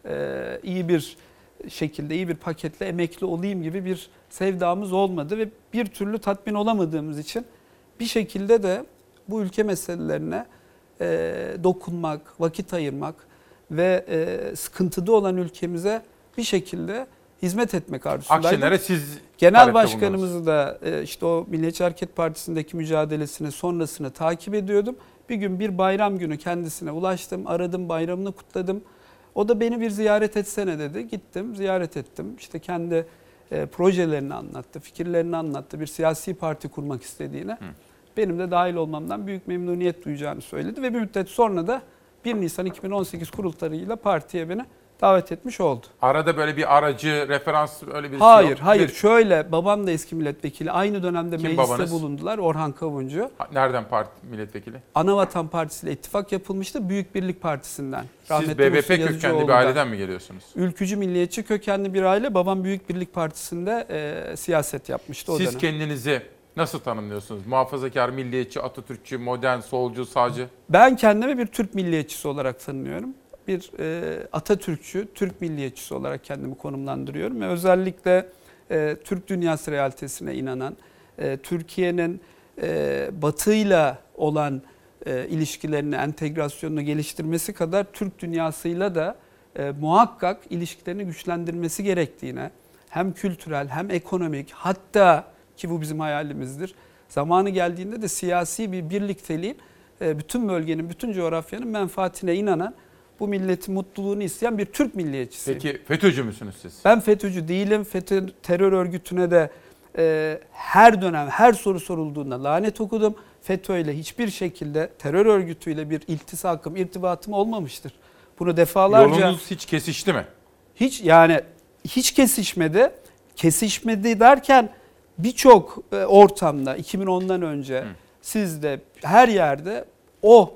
e, iyi bir şekilde, iyi bir paketle emekli olayım gibi bir sevdamız olmadı ve bir türlü tatmin olamadığımız için bir şekilde de bu ülke meselelerine e, dokunmak, vakit ayırmak ve e, sıkıntıda olan ülkemize bir şekilde hizmet etmek arzusundaydım. Akşener'e siz Genel Başkanımızı da e, işte o Milliyetçi Hareket Partisi'ndeki mücadelesini, sonrasını takip ediyordum. Bir gün bir bayram günü kendisine ulaştım, aradım, bayramını kutladım. O da beni bir ziyaret etsene dedi. Gittim, ziyaret ettim. İşte kendi e, projelerini anlattı, fikirlerini anlattı. Bir siyasi parti kurmak istediğini. Hı. Benim de dahil olmamdan büyük memnuniyet duyacağını söyledi. Ve bir müddet sonra da bir Nisan iki bin on sekiz kurultayıyla partiye beni davet etmiş oldu. Arada böyle bir aracı, referans öyle bir Hayır, yok. hayır. Bir... Şöyle, babam da eski milletvekili. Aynı dönemde Kim mecliste babanız? bulundular. Orhan Kavuncu. Nereden parti milletvekili? Anavatan Partisi ile ittifak yapılmıştı. Büyük Birlik Partisi'nden. Siz Rahmetli B B Muhsin P kökenli Yazıcıoğlu'dan. bir aileden mi geliyorsunuz? Ülkücü milliyetçi kökenli bir aile. Babam Büyük Birlik Partisi'nde e, siyaset yapmıştı o Siz dönem. kendinizi nasıl tanımlıyorsunuz? Muhafazakar, milliyetçi, Atatürkçü, modern, solcu, sağcı? Ben kendimi bir Türk milliyetçisi olarak tanımlıyorum. Bir e, Atatürkçü, Türk milliyetçisi olarak kendimi konumlandırıyorum. Ve özellikle e, Türk dünyası realitesine inanan, e, Türkiye'nin e, Batı'yla olan e, ilişkilerini, entegrasyonunu geliştirmesi kadar Türk dünyasıyla da e, muhakkak ilişkilerini güçlendirmesi gerektiğine, hem kültürel hem ekonomik, hatta ki bu bizim hayalimizdir, zamanı geldiğinde de siyasi bir birlikteliğin e, bütün bölgenin, bütün coğrafyanın menfaatine inanan, bu milletin mutluluğunu isteyen bir Türk milliyetçisiyim. Peki FETÖ'cü müsünüz siz? Ben FETÖ'cü değilim. FETÖ terör örgütüne de e, her dönem, her soru sorulduğunda lanet okudum. FETÖ ile hiçbir şekilde terör örgütüyle bir iltisakım, irtibatım olmamıştır. Bunu defalarca... Yolunuz hiç kesişti mi? Hiç, yani hiç kesişmedi. Kesişmedi derken birçok e, ortamda iki bin ondan önce Hı. siz de her yerde o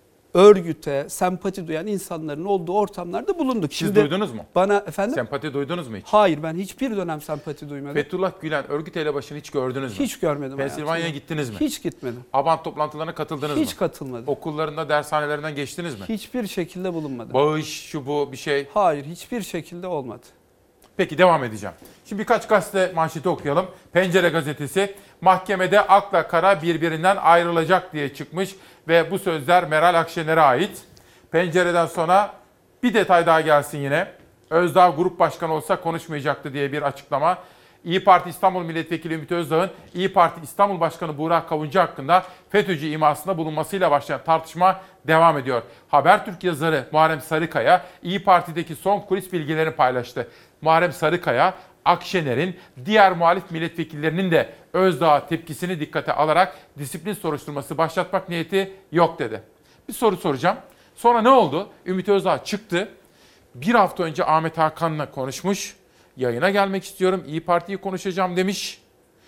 örgüte sempati duyan insanların olduğu ortamlarda bulunduk. Siz Şimdi duydunuz mu? Bana efendim? Sempati duydunuz mu hiç? Hayır, ben hiçbir dönem sempati duymadım. Fethullah Gülen örgüt elebaşını hiç gördünüz mü? Hiç görmedim. Pensilvanya'ya gittiniz mi? Hiç gitmedim. Abant toplantılarına katıldınız hiç mı? Hiç katılmadım. Okullarında, dershanelerinden geçtiniz mi? Hiçbir şekilde bulunmadım. Bağış, şu bu bir şey? Hayır, hiçbir şekilde olmadı. Peki devam edeceğim. Şimdi birkaç gazete manşeti okuyalım. Pencere gazetesi mahkemede akla kara birbirinden ayrılacak diye çıkmış ve bu sözler Meral Akşener'e ait. Pencereden sonra bir detay daha gelsin yine. Özdağ grup başkanı olsa konuşmayacaktı diye bir açıklama. İyi Parti İstanbul Milletvekili Ümit Özdağ'ın İyi Parti İstanbul Başkanı Burak Kavuncu hakkında FETÖ'cü imasında bulunmasıyla başlayan tartışma devam ediyor. Habertürk yazarı Muharrem Sarıkaya İyi Parti'deki son kulis bilgilerini paylaştı. Muharrem Sarıkaya, Akşener'in diğer muhalif milletvekillerinin de Özdağ'a tepkisini dikkate alarak disiplin soruşturması başlatmak niyeti yok dedi. Bir soru soracağım. Sonra ne oldu? Ümit Özdağ çıktı. Bir hafta önce Ahmet Hakan'la konuşmuş. Yayına gelmek istiyorum, İyi Parti'yi konuşacağım demiş.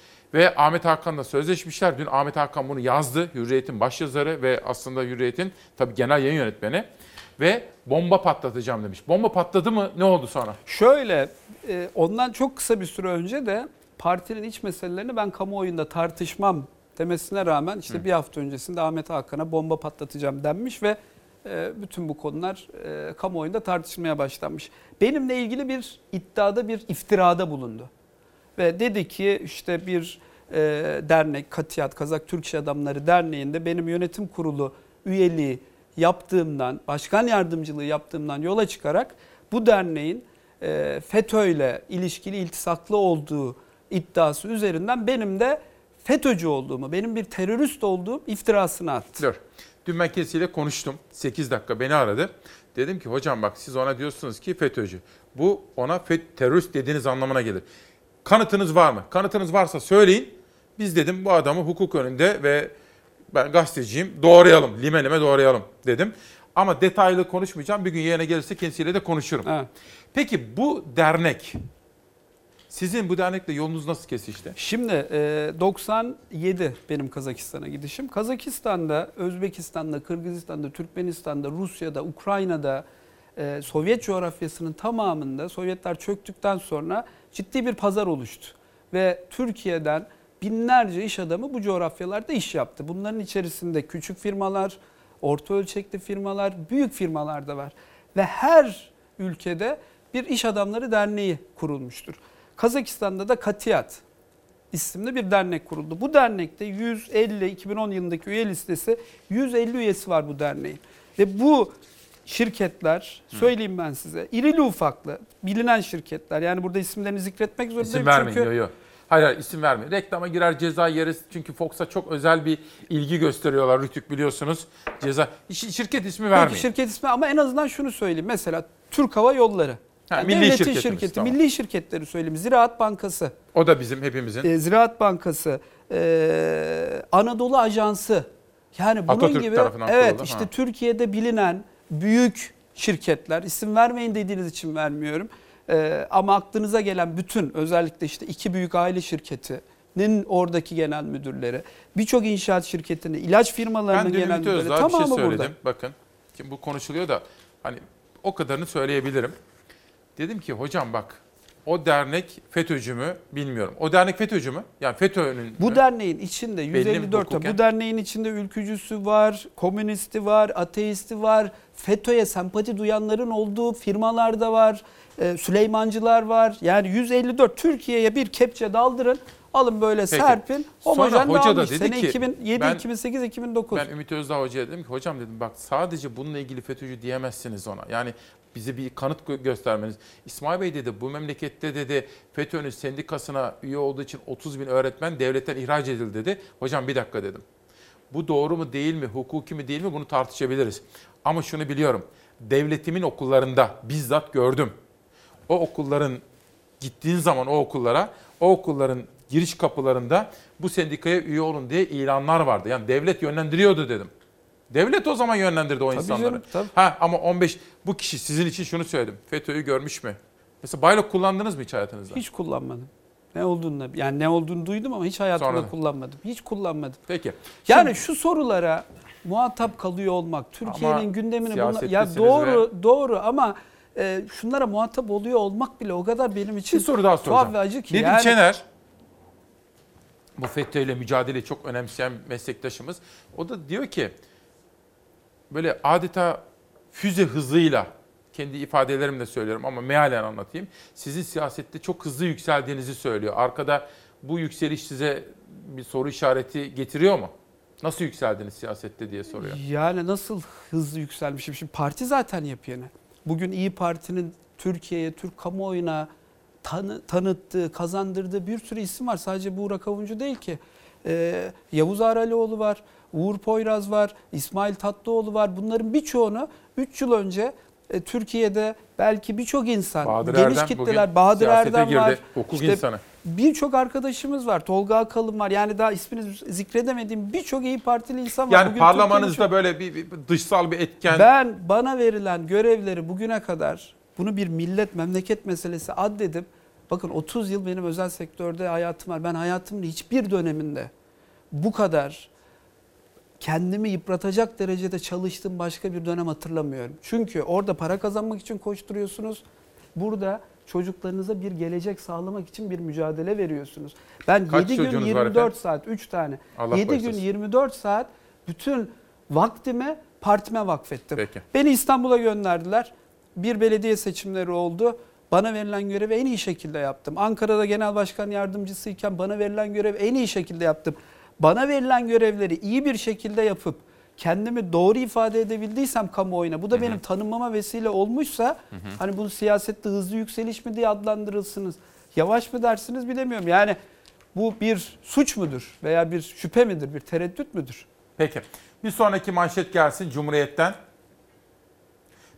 Ve Ahmet Hakan'la sözleşmişler. Dün Ahmet Hakan bunu yazdı. Hürriyet'in başyazarı ve aslında Hürriyet'in tabii genel yayın yönetmeni. Ve bomba patlatacağım demiş. Bomba patladı mı? Ne oldu sonra? Şöyle, ondan çok kısa bir süre önce de partinin iç meselelerini ben kamuoyunda tartışmam demesine rağmen işte Hı. bir hafta öncesinde Ahmet Hakan'a bomba patlatacağım denmiş ve bütün bu konular kamuoyunda tartışılmaya başlanmış. Benimle ilgili bir iddiada, bir iftirada bulundu. Ve dedi ki işte bir dernek, Katiyat, Kazak Türk İş Adamları Derneği'nde benim yönetim kurulu üyeliği yaptığımdan, başkan yardımcılığı yaptığımdan yola çıkarak bu derneğin FETÖ ile ilişkili, iltisaklı olduğu iddiası üzerinden benim de FETÖ'cü olduğumu, benim bir terörist olduğum iftirasını attı. Dur. Dün ben kendisiyle konuştum. sekiz dakika beni aradı. Dedim ki hocam bak siz ona diyorsunuz ki FETÖ'cü. Bu ona FET, terörist dediğiniz anlamına gelir. Kanıtınız var mı? Kanıtınız varsa söyleyin. Biz dedim bu adamı hukuk önünde ve ben gazeteciyim doğrayalım, lime lime doğrayalım dedim. Ama detaylı konuşmayacağım. Bir gün yerine gelirse kendisiyle de konuşurum. Evet. Peki bu dernek, sizin bu dernekle yolunuz nasıl kesişti? Şimdi e, doksan yedi benim Kazakistan'a gidişim. Kazakistan'da, Özbekistan'da, Kırgızistan'da, Türkmenistan'da, Rusya'da, Ukrayna'da, e, Sovyet coğrafyasının tamamında Sovyetler çöktükten sonra ciddi bir pazar oluştu. Ve Türkiye'den binlerce iş adamı bu coğrafyalarda iş yaptı. Bunların içerisinde küçük firmalar, orta ölçekli firmalar, büyük firmalar da var. Ve her ülkede bir iş adamları derneği kurulmuştur. Kazakistan'da da Katiyat isimli bir dernek kuruldu. Bu dernekte yüz elli, iki bin on yılındaki üye listesi yüz elli üyesi var bu derneğin. Ve bu şirketler, söyleyeyim ben size, irili ufaklı bilinen şirketler. Yani burada isimlerini zikretmek zorundayım. İsim vermeyin. Çünkü... Yok yok. Hayır hayır isim vermeyin. Reklama girer ceza yeriz. Çünkü Fox'a çok özel bir ilgi gösteriyorlar Rütük biliyorsunuz. Ceza. Şirket ismi vermeyin. Peki şirket ismi ama en azından şunu söyleyeyim. Mesela Türk Hava Yolları. Ha, Yani milli devletin şirketimiz, şirketi, tamam. milli şirketleri söyleyeyim. Ziraat Bankası. O da bizim hepimizin. E, Ziraat Bankası, e, Anadolu Ajansı. Yani bunun Atatürk gibi tarafından evet kuruldu, işte ha. Türkiye'de bilinen büyük şirketler, isim vermeyin dediğiniz için vermiyorum. E, ama aklınıza gelen bütün özellikle işte iki büyük aile şirketinin oradaki genel müdürleri, birçok inşaat şirketinin, ilaç firmalarının Ben dün genel Ümit müdürleri Özdağ'a bir şey tamamı söyledim. burada. Bakın şimdi bu konuşuluyor da hani o kadarını söyleyebilirim. Dedim ki hocam bak o dernek FETÖ'cü mü bilmiyorum. O dernek FETÖ'cü mü? Yani FETÖ'nün Bu mü? derneğin içinde yüz Belli mi elli dört hukuken? bu derneğin içinde ülkücüsü var, komünisti var, ateisti var, FETÖ'ye sempati duyanların olduğu firmalar da var, e, Süleymancılar var. Yani yüz elli dört Türkiye'ye bir kepçe daldırın, alın böyle Peki. serpin. Sonra Homojen hoca da dağılmış. dedi Sene ki, iki bin yedi, ben- iki bin sekiz, iki bin dokuz. Ben Ümit Özdağ hocaya dedim ki hocam dedim bak sadece bununla ilgili FETÖ'cü diyemezsiniz ona. Yani bize bir kanıt gö- göstermeniz. İsmail Bey dedi bu memlekette dedi FETÖ'nün sendikasına üye olduğu için otuz bin öğretmen devletten ihraç edildi dedi. Hocam bir dakika dedim. Bu doğru mu değil mi, hukuki mi değil mi bunu tartışabiliriz. Ama şunu biliyorum. Devletimin okullarında bizzat gördüm. O okulların gittiğin zaman o okullara, o okulların giriş kapılarında bu sendikaya üye olun diye ilanlar vardı. Yani devlet yönlendiriyordu dedim. Devlet o zaman yönlendirdi o Tabii insanları. canım, tabii. Ha ama on beş bu kişi sizin için şunu söyledim. FETÖ'yü görmüş mü? Mesela bayrak kullandınız mı hiç hayatınızda? Hiç kullanmadım. Ne olduğunu yani ne olduğunu duydum ama hiç hayatımda Sonradan. kullanmadım. Hiç kullanmadım. Peki. Yani şu sorulara muhatap kalıyor olmak, Türkiye'nin Ama gündemini bunla, ya siyasetlisiniz doğru doğru ama e, şunlara muhatap oluyor olmak bile o kadar benim için Bir soru daha tuhaf soracağım. ve acı ki. Nedim yani, Şener, bu FETÖ ile mücadeleyi çok önemseyen meslektaşımız. O da diyor ki, böyle adeta füze hızıyla, kendi ifadelerimle söylüyorum ama mealen anlatayım. Sizin siyasette çok hızlı yükseldiğinizi söylüyor. Arkada bu yükseliş size bir soru işareti getiriyor mu? Nasıl yükseldiniz siyasette diye soruyor. Yani nasıl hızlı yükselmişim. Şimdi parti zaten yepyeni. Bugün İyi Parti'nin Türkiye'ye, Türk kamuoyuna tanı, tanıttığı, kazandırdığı bir sürü isim var. Sadece Burak Avuncu değil ki. Ee, Yavuz Aralioğlu var, Uğur Poyraz var, İsmail Tatlıoğlu var. Bunların birçoğunu üç yıl önce e, Türkiye'de belki birçok insan, Bahadır geniş Erdem kitleler, bugün Bahadır siyasete Erdem girdi, var. hukuk İşte insanı. birçok arkadaşımız var. Tolga Akalın var. Yani daha ismini zikredemediğim birçok İyi Partili insan var. Yani Bugün parlamanızda Türkiye'nin böyle bir, bir dışsal bir etken... ben bana verilen görevleri bugüne kadar bunu bir millet, memleket meselesi addedip bakın otuz yıl benim özel sektörde hayatım var. Ben hayatımın hiçbir döneminde bu kadar kendimi yıpratacak derecede çalıştığım başka bir dönem hatırlamıyorum. Çünkü orada para kazanmak için koşturuyorsunuz. Burada çocuklarınıza bir gelecek sağlamak için bir mücadele veriyorsunuz. Ben Kaç yedi gün çocuğunuz var yirmi efendim? dört saat, üç tane. Allah yedi gün bağışlasın. yirmi dört saat bütün vaktimi partime vakfettim. Peki. Beni İstanbul'a gönderdiler. Bir belediye seçimleri oldu. Bana verilen görevi en iyi şekilde yaptım. Ankara'da genel başkan yardımcısıyken bana verilen görevi en iyi şekilde yaptım. Bana verilen görevleri iyi bir şekilde yapıp kendimi doğru ifade edebildiysem kamuoyuna, bu da benim tanınmama vesile olmuşsa, Hı hı. hani bunu siyasette hızlı yükseliş mi diye adlandırılsınız, yavaş mı dersiniz bilemiyorum. Yani bu bir suç mudur veya bir şüphe midir, bir tereddüt müdür? Peki. Bir sonraki manşet gelsin Cumhuriyet'ten.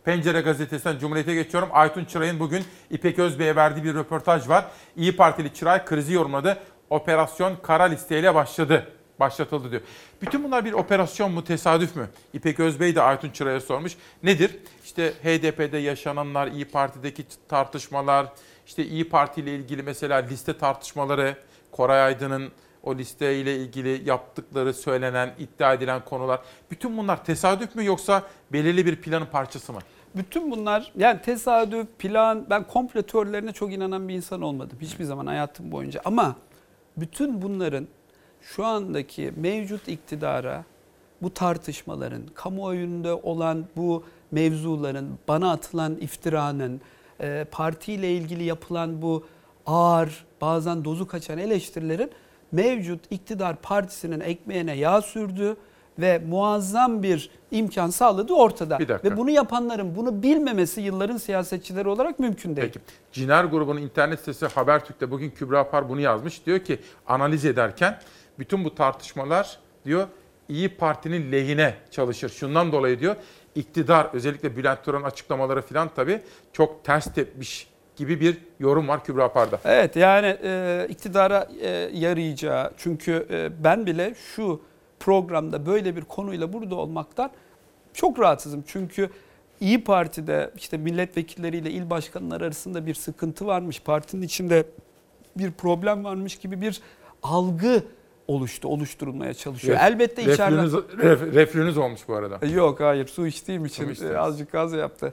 Pencere gazetesinden Cumhuriyet'e geçiyorum. Aytun Çıray'ın bugün İpek Özbey'e verdiği bir röportaj var. İyi Partili Çıray krizi yorumladı. Operasyon kara listeyle başladı. Başlatıldı diyor. Bütün bunlar bir operasyon mu, tesadüf mü? İpek Özbey de Aytun Çıray'a sormuş. Nedir? İşte H D P'de yaşananlar, İyi Parti'deki tartışmalar, işte İyi Parti ile ilgili mesela liste tartışmaları, Koray Aydın'ın o listeyle ilgili yaptıkları söylenen, iddia edilen konular. Bütün bunlar tesadüf mü yoksa belirli bir planın parçası mı? Bütün bunlar yani tesadüf, plan, ben komplo teorilerine çok inanan bir insan olmadım. Hiçbir zaman hayatım boyunca. Ama bütün bunların şu andaki mevcut iktidara, bu tartışmaların, kamuoyunda olan bu mevzuların, bana atılan iftiranın, e, partiyle ilgili yapılan bu ağır, bazen dozu kaçan eleştirilerin mevcut iktidar partisinin ekmeğine yağ sürdü ve muazzam bir imkan sağladığı ortada. Ve bunu yapanların bunu bilmemesi yılların siyasetçileri olarak mümkün değil. Peki. Ciner grubunun internet sitesi Habertürk'te bugün Kübra Par bunu yazmış. Diyor ki analiz ederken bütün bu tartışmalar diyor İyi Parti'nin lehine çalışır. Şundan dolayı diyor iktidar özellikle Bülent Turan'ın açıklamaları falan tabii çok ters tepmiş gibi bir yorum var Kübra Par'da. Evet yani e, iktidara e, yarayacağı çünkü e, ben bile şu programda böyle bir konuyla burada olmaktan çok rahatsızım. Çünkü İyi Parti'de işte milletvekilleriyle il başkanları arasında bir sıkıntı varmış, partinin içinde bir problem varmış gibi bir algı oluştu, oluşturulmaya çalışıyor. Ref, Elbette içeriden... Ref, reflünüz olmuş bu arada. Yok hayır, su içtiğim için su azıcık gaz yaptı.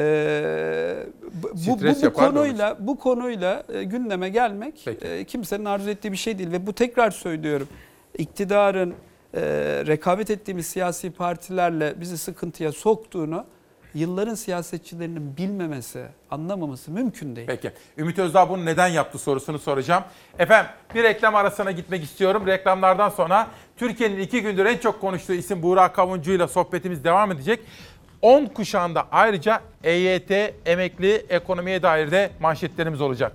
Ee, bu, bu, bu konuyla bu konuyla gündeme gelmek e, kimsenin arzu ettiği bir şey değil ve bu tekrar söylüyorum. İktidarın e, rekabet ettiğimiz siyasi partilerle bizi sıkıntıya soktuğunu yılların siyasetçilerinin bilmemesi, anlamaması mümkün değil. Peki. Ümit Özdağ bunu neden yaptı sorusunu soracağım. Efendim bir reklam arasına gitmek istiyorum. Reklamlardan sonra Türkiye'nin iki gündür en çok konuştuğu isim Buğra Kavuncu ile sohbetimiz devam edecek. on kuşağında ayrıca E Y T, emekli, ekonomiye dair de manşetlerimiz olacak.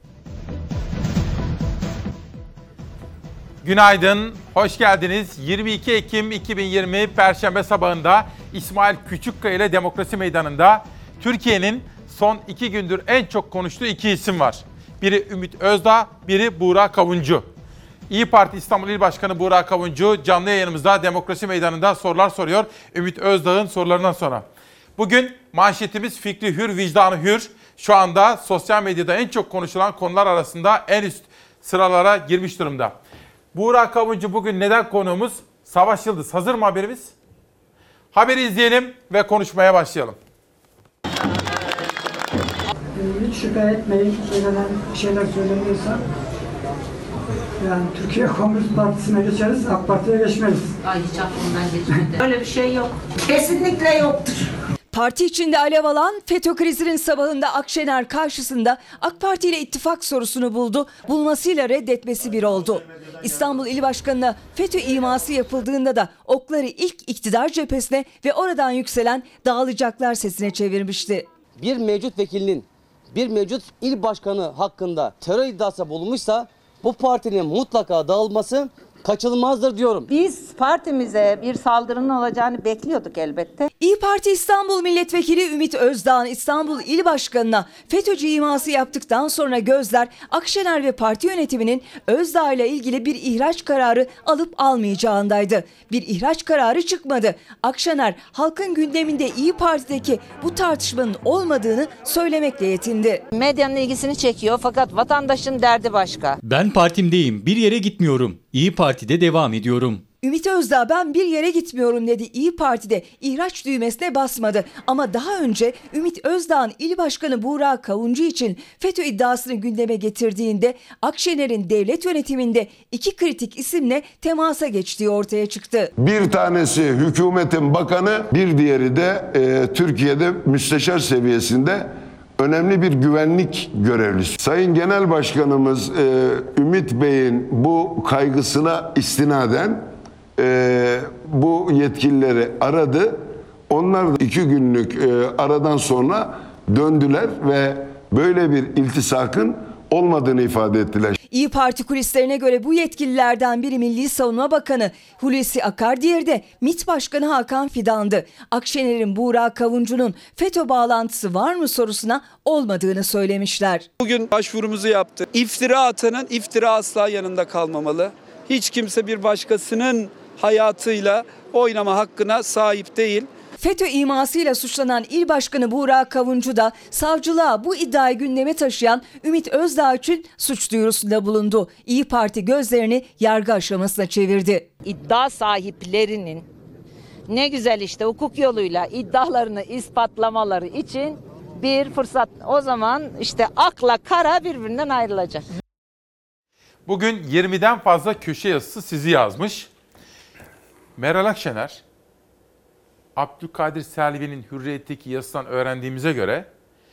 Günaydın, hoş geldiniz. yirmi iki Ekim iki bin yirmi Perşembe sabahında İsmail Küçükkaya ile Demokrasi Meydanı'nda Türkiye'nin son iki gündür en çok konuştuğu iki isim var. Biri Ümit Özdağ, biri Buğra Kavuncu. İyi Parti İstanbul İl Başkanı Buğra Kavuncu canlı yayınımızda Demokrasi Meydanı'nda sorular soruyor. Ümit Özdağ'ın sorularından sonra. Bugün manşetimiz fikri hür, vicdanı hür. Şu anda sosyal medyada en çok konuşulan konular arasında en üst sıralara girmiş durumda. Buğra Kavuncu bugün neden konuğumuz? Savaş Yıldız. Hazır mı haberimiz? Haberi izleyelim ve konuşmaya başlayalım. Hiç şüphe etmeyin, söylenen şeyler söyleniyorsa yani Türkiye Komünist Partisi'ne geçeriz, AK Parti'ye geçmeyiz. Ay hiç aklımdan geçmedi. Öyle bir şey yok. Kesinlikle yoktur. Parti içinde alev alan FETÖ krizinin sabahında Akşener karşısında AK Parti ile ittifak sorusunu buldu. Bulmasıyla reddetmesi bir oldu. İstanbul İl Başkanı'na FETÖ iması yapıldığında da okları ilk iktidar cephesine ve oradan yükselen dağılacaklar sesine çevirmişti. Bir mevcut vekilinin bir mevcut il başkanı hakkında terör iddiası bulunmuşsa bu partinin mutlaka dağılması kaçınılmazdır diyorum. Biz partimize bir saldırının olacağını bekliyorduk elbette. İyi Parti İstanbul Milletvekili Ümit Özdağ'ın İstanbul İl Başkanı'na FETÖ'cü iması yaptıktan sonra gözler Akşener ve parti yönetiminin Özdağ ile ilgili bir ihraç kararı alıp almayacağındaydı. Bir ihraç kararı çıkmadı. Akşener halkın gündeminde İyi Parti'deki bu tartışmanın olmadığını söylemekle yetindi. Medyanın ilgisini çekiyor fakat vatandaşın derdi başka. Ben partimdeyim, bir yere gitmiyorum. İyi Parti'de devam ediyorum. Ümit Özdağ ben bir yere gitmiyorum dedi. İyi Parti'de ihraç düğmesine basmadı. Ama daha önce Ümit Özdağ'ın İl Başkanı Buğra Kavuncu için FETÖ iddiasını gündeme getirdiğinde Akşener'in devlet yönetiminde iki kritik isimle temasa geçtiği ortaya çıktı. Bir tanesi hükümetin bakanı, bir diğeri de e, Türkiye'de müsteşar seviyesinde önemli bir güvenlik görevlisi. Sayın Genel Başkanımız e, Ümit Bey'in bu kaygısına istinaden e, bu yetkilileri aradı. Onlar da iki günlük e, aradan sonra döndüler ve böyle bir iltisakın olmadığını ifade ettiler. İYİ Parti kulislerine göre bu yetkililerden biri Milli Savunma Bakanı Hulusi Akar, diğeri de MİT Başkanı Hakan Fidan'dı. Akşener'in Buğra Kavuncu'nun FETÖ bağlantısı var mı sorusuna olmadığını söylemişler. Bugün başvurumuzu yaptı. İftira atanın iftira asla yanında kalmamalı. Hiç kimse bir başkasının hayatıyla oynama hakkına sahip değil. FETÖ imasıyla suçlanan İl Başkanı Buğra Kavuncu da savcılığa bu iddiayı gündeme taşıyan Ümit Özdağ için suç duyurusunda bulundu. İYİ Parti gözlerini yargı aşamasına çevirdi. İddia sahiplerinin ne güzel işte hukuk yoluyla iddialarını ispatlamaları için bir fırsat. O zaman işte akla kara birbirinden ayrılacak. Bugün yirmiden fazla köşe yazısı sizi yazmış. Meral Akşener, Abdülkadir Selvi'nin Hürriyet'teki yazısından öğrendiğimize göre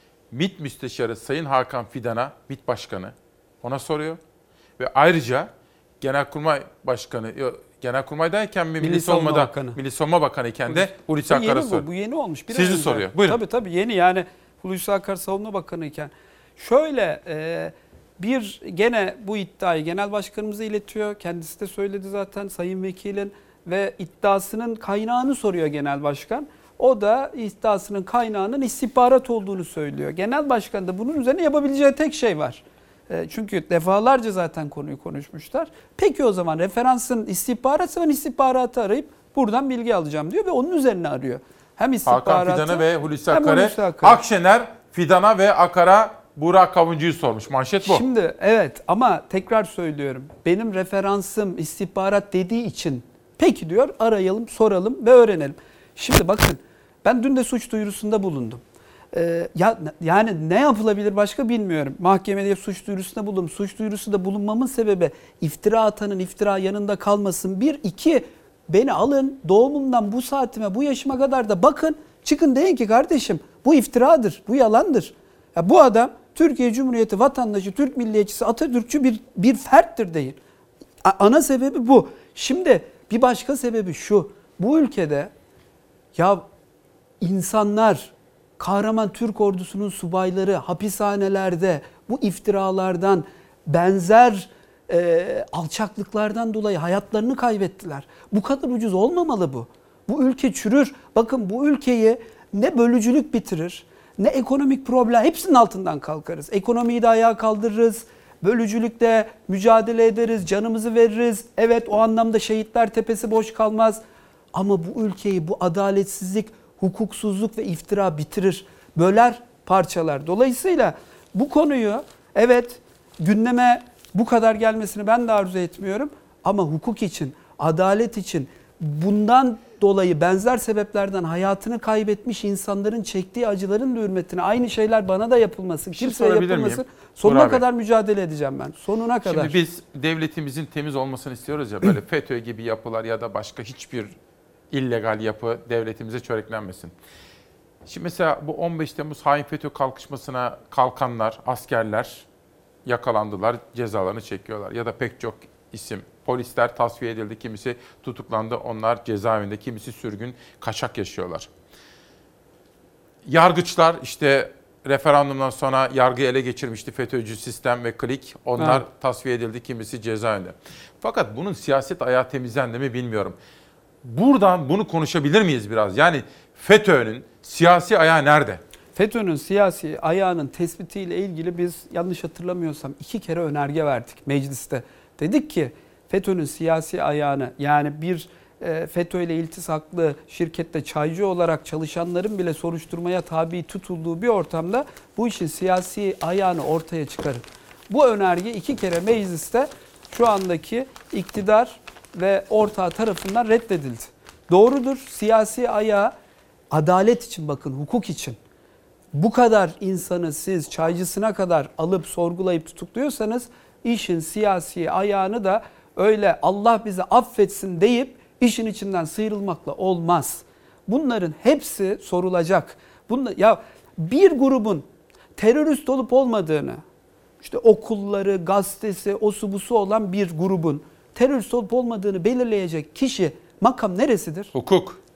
MİT Müsteşarı Sayın Hakan Fidan'a, MİT Başkanı ona soruyor. Ve ayrıca Genelkurmay Başkanı, Genelkurmay'dayken mi, Milli Savunma Bakanı, Milli Savunma Bakanı iken de Hulusi Akar'a soruyor. Bu yeni olmuş. Sizi soruyor. Buyurun. Tabii tabii yeni, yani Hulusi Akar Savunma Bakanı iken. Şöyle e, bir gene bu iddiayı Genel Başkanımıza iletiyor. Kendisi de söyledi zaten Sayın Vekilin. Ve iddiasının kaynağını soruyor Genel Başkan. O da iddiasının kaynağının istihbarat olduğunu söylüyor. Genel Başkan da bunun üzerine yapabileceği tek şey var. Çünkü defalarca zaten konuyu konuşmuşlar. Peki o zaman referansın istihbaratsa ben istihbaratı arayıp buradan bilgi alacağım diyor ve onun üzerine arıyor. Hem istihbaratı Hakan Fidan'a ve Hulusi Akar'a. Akar. Akşener Fidan'a ve Akar'a Burak Kavuncu'yu sormuş. Manşet bu. Şimdi evet, ama tekrar söylüyorum. Benim referansım istihbarat dediği için peki diyor, arayalım, soralım ve öğrenelim. Şimdi bakın, ben dün de suç duyurusunda bulundum. Ee, ya yani ne yapılabilir başka bilmiyorum. Mahkemede suç duyurusunda bulundum. Suç duyurusunda bulunmamın sebebi iftira atanın iftira yanında kalmasın. Bir, iki, beni alın doğumumdan bu saatime, bu yaşıma kadar da bakın, çıkın deyin ki kardeşim bu iftiradır, bu yalandır. Ya bu adam Türkiye Cumhuriyeti vatandaşı, Türk milliyetçisi, Atatürkçü bir bir ferttir deyin. A- ana sebebi bu. Şimdi bir başka sebebi şu. Bu ülkede ya insanlar, kahraman Türk ordusunun subayları hapishanelerde bu iftiralardan, benzer e, alçaklıklardan dolayı hayatlarını kaybettiler. Bu kadar ucuz olmamalı bu. Bu ülke çürür. Bakın, bu ülkeyi ne bölücülük bitirir, ne ekonomik problem, hepsinin altından kalkarız. Ekonomiyi de ayağa kaldırırız. Bölücülükle mücadele ederiz, canımızı veririz. Evet, o anlamda Şehitler Tepesi boş kalmaz. Ama bu ülkeyi bu adaletsizlik, hukuksuzluk ve iftira bitirir. Böler, parçalar. Dolayısıyla bu konuyu evet gündeme bu kadar gelmesini ben de arzu etmiyorum. Ama hukuk için, adalet için, bundan dolayı benzer sebeplerden hayatını kaybetmiş insanların çektiği acıların da hürmetine aynı şeyler bana da yapılmasın, şey kimseye yapılmasın. Sonuna Burak kadar Bey, mücadele edeceğim ben. Sonuna kadar. Şimdi biz devletimizin temiz olmasını istiyoruz ya, böyle FETÖ gibi yapılar ya da başka hiçbir illegal yapı devletimize çöreklenmesin. Şimdi mesela bu on beş Temmuz hain FETÖ kalkışmasına kalkanlar, askerler yakalandılar, cezalarını çekiyorlar. Ya da pek çok isim. Polisler tasfiye edildi, kimisi tutuklandı, onlar cezaevinde, kimisi sürgün, kaçak yaşıyorlar. Yargıçlar işte referandumdan sonra yargıyı ele geçirmişti FETÖ'cü sistem ve klik, onlar evet. tasfiye edildi, kimisi cezaevinde. Fakat bunun siyaset ayağı temizlendi mi bilmiyorum. Buradan bunu konuşabilir miyiz biraz? Yani FETÖ'nün siyasi ayağı nerede? FETÖ'nün siyasi ayağının tespitiyle ilgili biz yanlış hatırlamıyorsam iki kere önerge verdik mecliste. Dedik ki FETÖ'nün siyasi ayağını, yani bir e, FETÖ ile iltisaklı şirkette çaycı olarak çalışanların bile soruşturmaya tabi tutulduğu bir ortamda bu işin siyasi ayağını ortaya çıkarın. Bu önerge iki kere mecliste şu andaki iktidar ve ortağı tarafından reddedildi. Doğrudur, siyasi ayağı adalet için, bakın hukuk için. Bu kadar insanı siz çaycısına kadar alıp sorgulayıp tutukluyorsanız işin siyasi ayağını da öyle Allah bizi affetsin deyip işin içinden sıyrılmakla olmaz. Bunların hepsi sorulacak. Bunlar, ya bir grubun terörist olup olmadığını, işte okulları, gazetesi, osu busu olan bir grubun terörist olup olmadığını belirleyecek kişi, makam neresidir? Hukuk.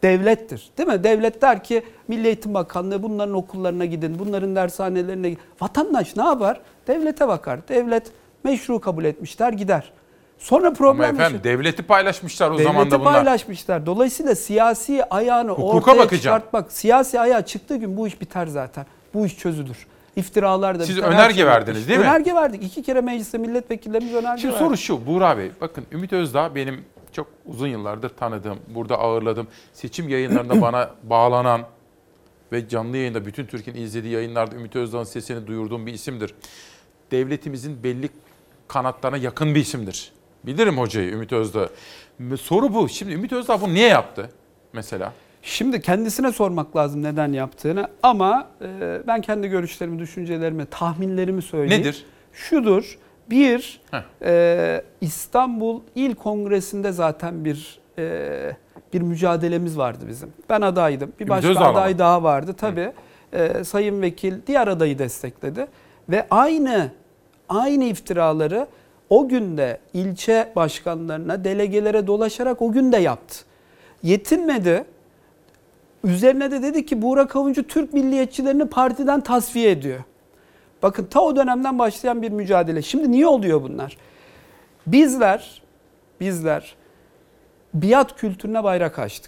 devlettir. Değil mi? Devlet der ki Milli Eğitim Bakanlığı bunların okullarına gidin, bunların dershanelerine gidin. Vatandaş ne yapar? Devlete bakar. Devlet meşru kabul etmişler gider. Sonra problem Ama efendim yaşıyor. devleti paylaşmışlar o Devleti zaman da bunlar. paylaşmışlar. Dolayısıyla siyasi ayağını Hukuka ortaya bakacağım. çıkartmak, siyasi ayağı çıktığı gün bu iş biter zaten. Bu iş çözülür. İftiralar da Siz biter. her önerge şey verdiniz biter. değil mi? Önerge verdik. İki kere mecliste milletvekillerimiz önerge Şimdi verdi. soru şu Buğra Bey, bakın Ümit Özdağ benim çok uzun yıllardır tanıdığım, burada ağırladım. Seçim yayınlarında bana bağlanan ve canlı yayında bütün Türkiye'nin izlediği yayınlarda Ümit Özdağ'ın sesini duyurduğum bir isimdir. Devletimizin belli kanatlarına yakın bir isimdir. Bilirim hocayı, Ümit Özdağ. Soru bu. Şimdi Ümit Özdağ bunu niye yaptı mesela? Şimdi kendisine sormak lazım neden yaptığını ama e, ben kendi görüşlerimi, düşüncelerimi, tahminlerimi söyleyeyim. Nedir? Şudur. Bir, e, İstanbul İl Kongresi'nde zaten bir e, bir mücadelemiz vardı bizim. Ben adaydım. Bir Ümit başka Özdağ aday ama. daha vardı. Tabii e, Sayın Vekil diğer adayı destekledi. Ve aynı aynı iftiraları o günde ilçe başkanlarına, delegelere dolaşarak o gün de yaptı. Yetinmedi. Üzerine de dedi ki Buğra Kavuncu Türk milliyetçilerini partiden tasfiye ediyor. Bakın ta o dönemden başlayan bir mücadele. Şimdi niye oluyor bunlar? Bizler, bizler biat kültürüne bayrak açtık.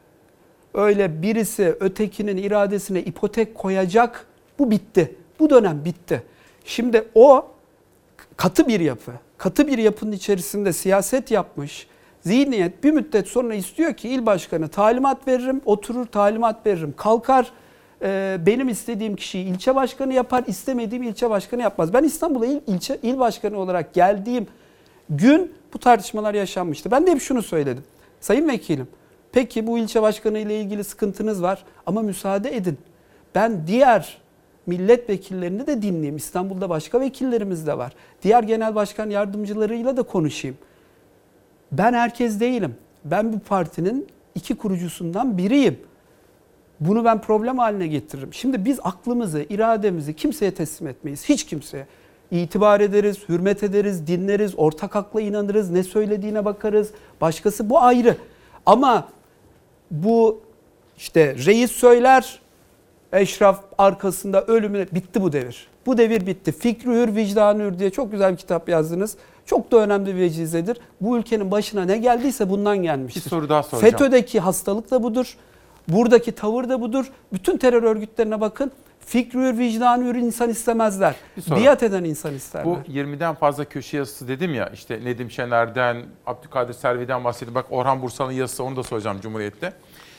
Öyle birisi ötekinin iradesine ipotek koyacak, bu bitti. Bu dönem bitti. Şimdi o katı bir yapı, katı bir yapının içerisinde siyaset yapmış zihniyet bir müddet sonra istiyor ki il başkanı talimat veririm, oturur talimat veririm, kalkar e, benim istediğim kişiyi ilçe başkanı yapar, istemediğim ilçe başkanı yapmaz. Ben İstanbul'a il, ilçe, il başkanı olarak geldiğim gün bu tartışmalar yaşanmıştı. Ben de hep şunu söyledim. Sayın Vekilim, peki bu ilçe başkanı ile ilgili sıkıntınız var ama müsaade edin. Ben diğer milletvekillerini de dinleyeyim. İstanbul'da başka vekillerimiz de var. Diğer genel başkan yardımcılarıyla da konuşayım. Ben herkes değilim. Ben bu partinin iki kurucusundan biriyim. Bunu ben problem haline getiririm. Şimdi biz aklımızı, irademizi kimseye teslim etmeyiz. Hiç kimseye. İtibar ederiz, hürmet ederiz, dinleriz, ortak akla inanırız, ne söylediğine bakarız. Başkası bu ayrı. Ama bu işte reis söyler, eşraf arkasında ölümüne bitti bu devir. Bu devir bitti. Fikri hür, vicdanı hür diye çok güzel bir kitap yazdınız. Çok da önemli bir vecizedir. Bu ülkenin başına ne geldiyse bundan gelmiştir. Bir soru daha soracağım. FETÖ'deki hastalık da budur. Buradaki tavır da budur. Bütün terör örgütlerine bakın. Fikri hür, vicdanı hür insan istemezler. Biat eden insan isterler. Bu yirmiden fazla köşe yazısı dedim ya, işte Nedim Şener'den, Abdülkadir Selvi'den bahsettim. Bak Orhan Bursalı'nın yazısı, onu da soracağım Cumhuriyet'te.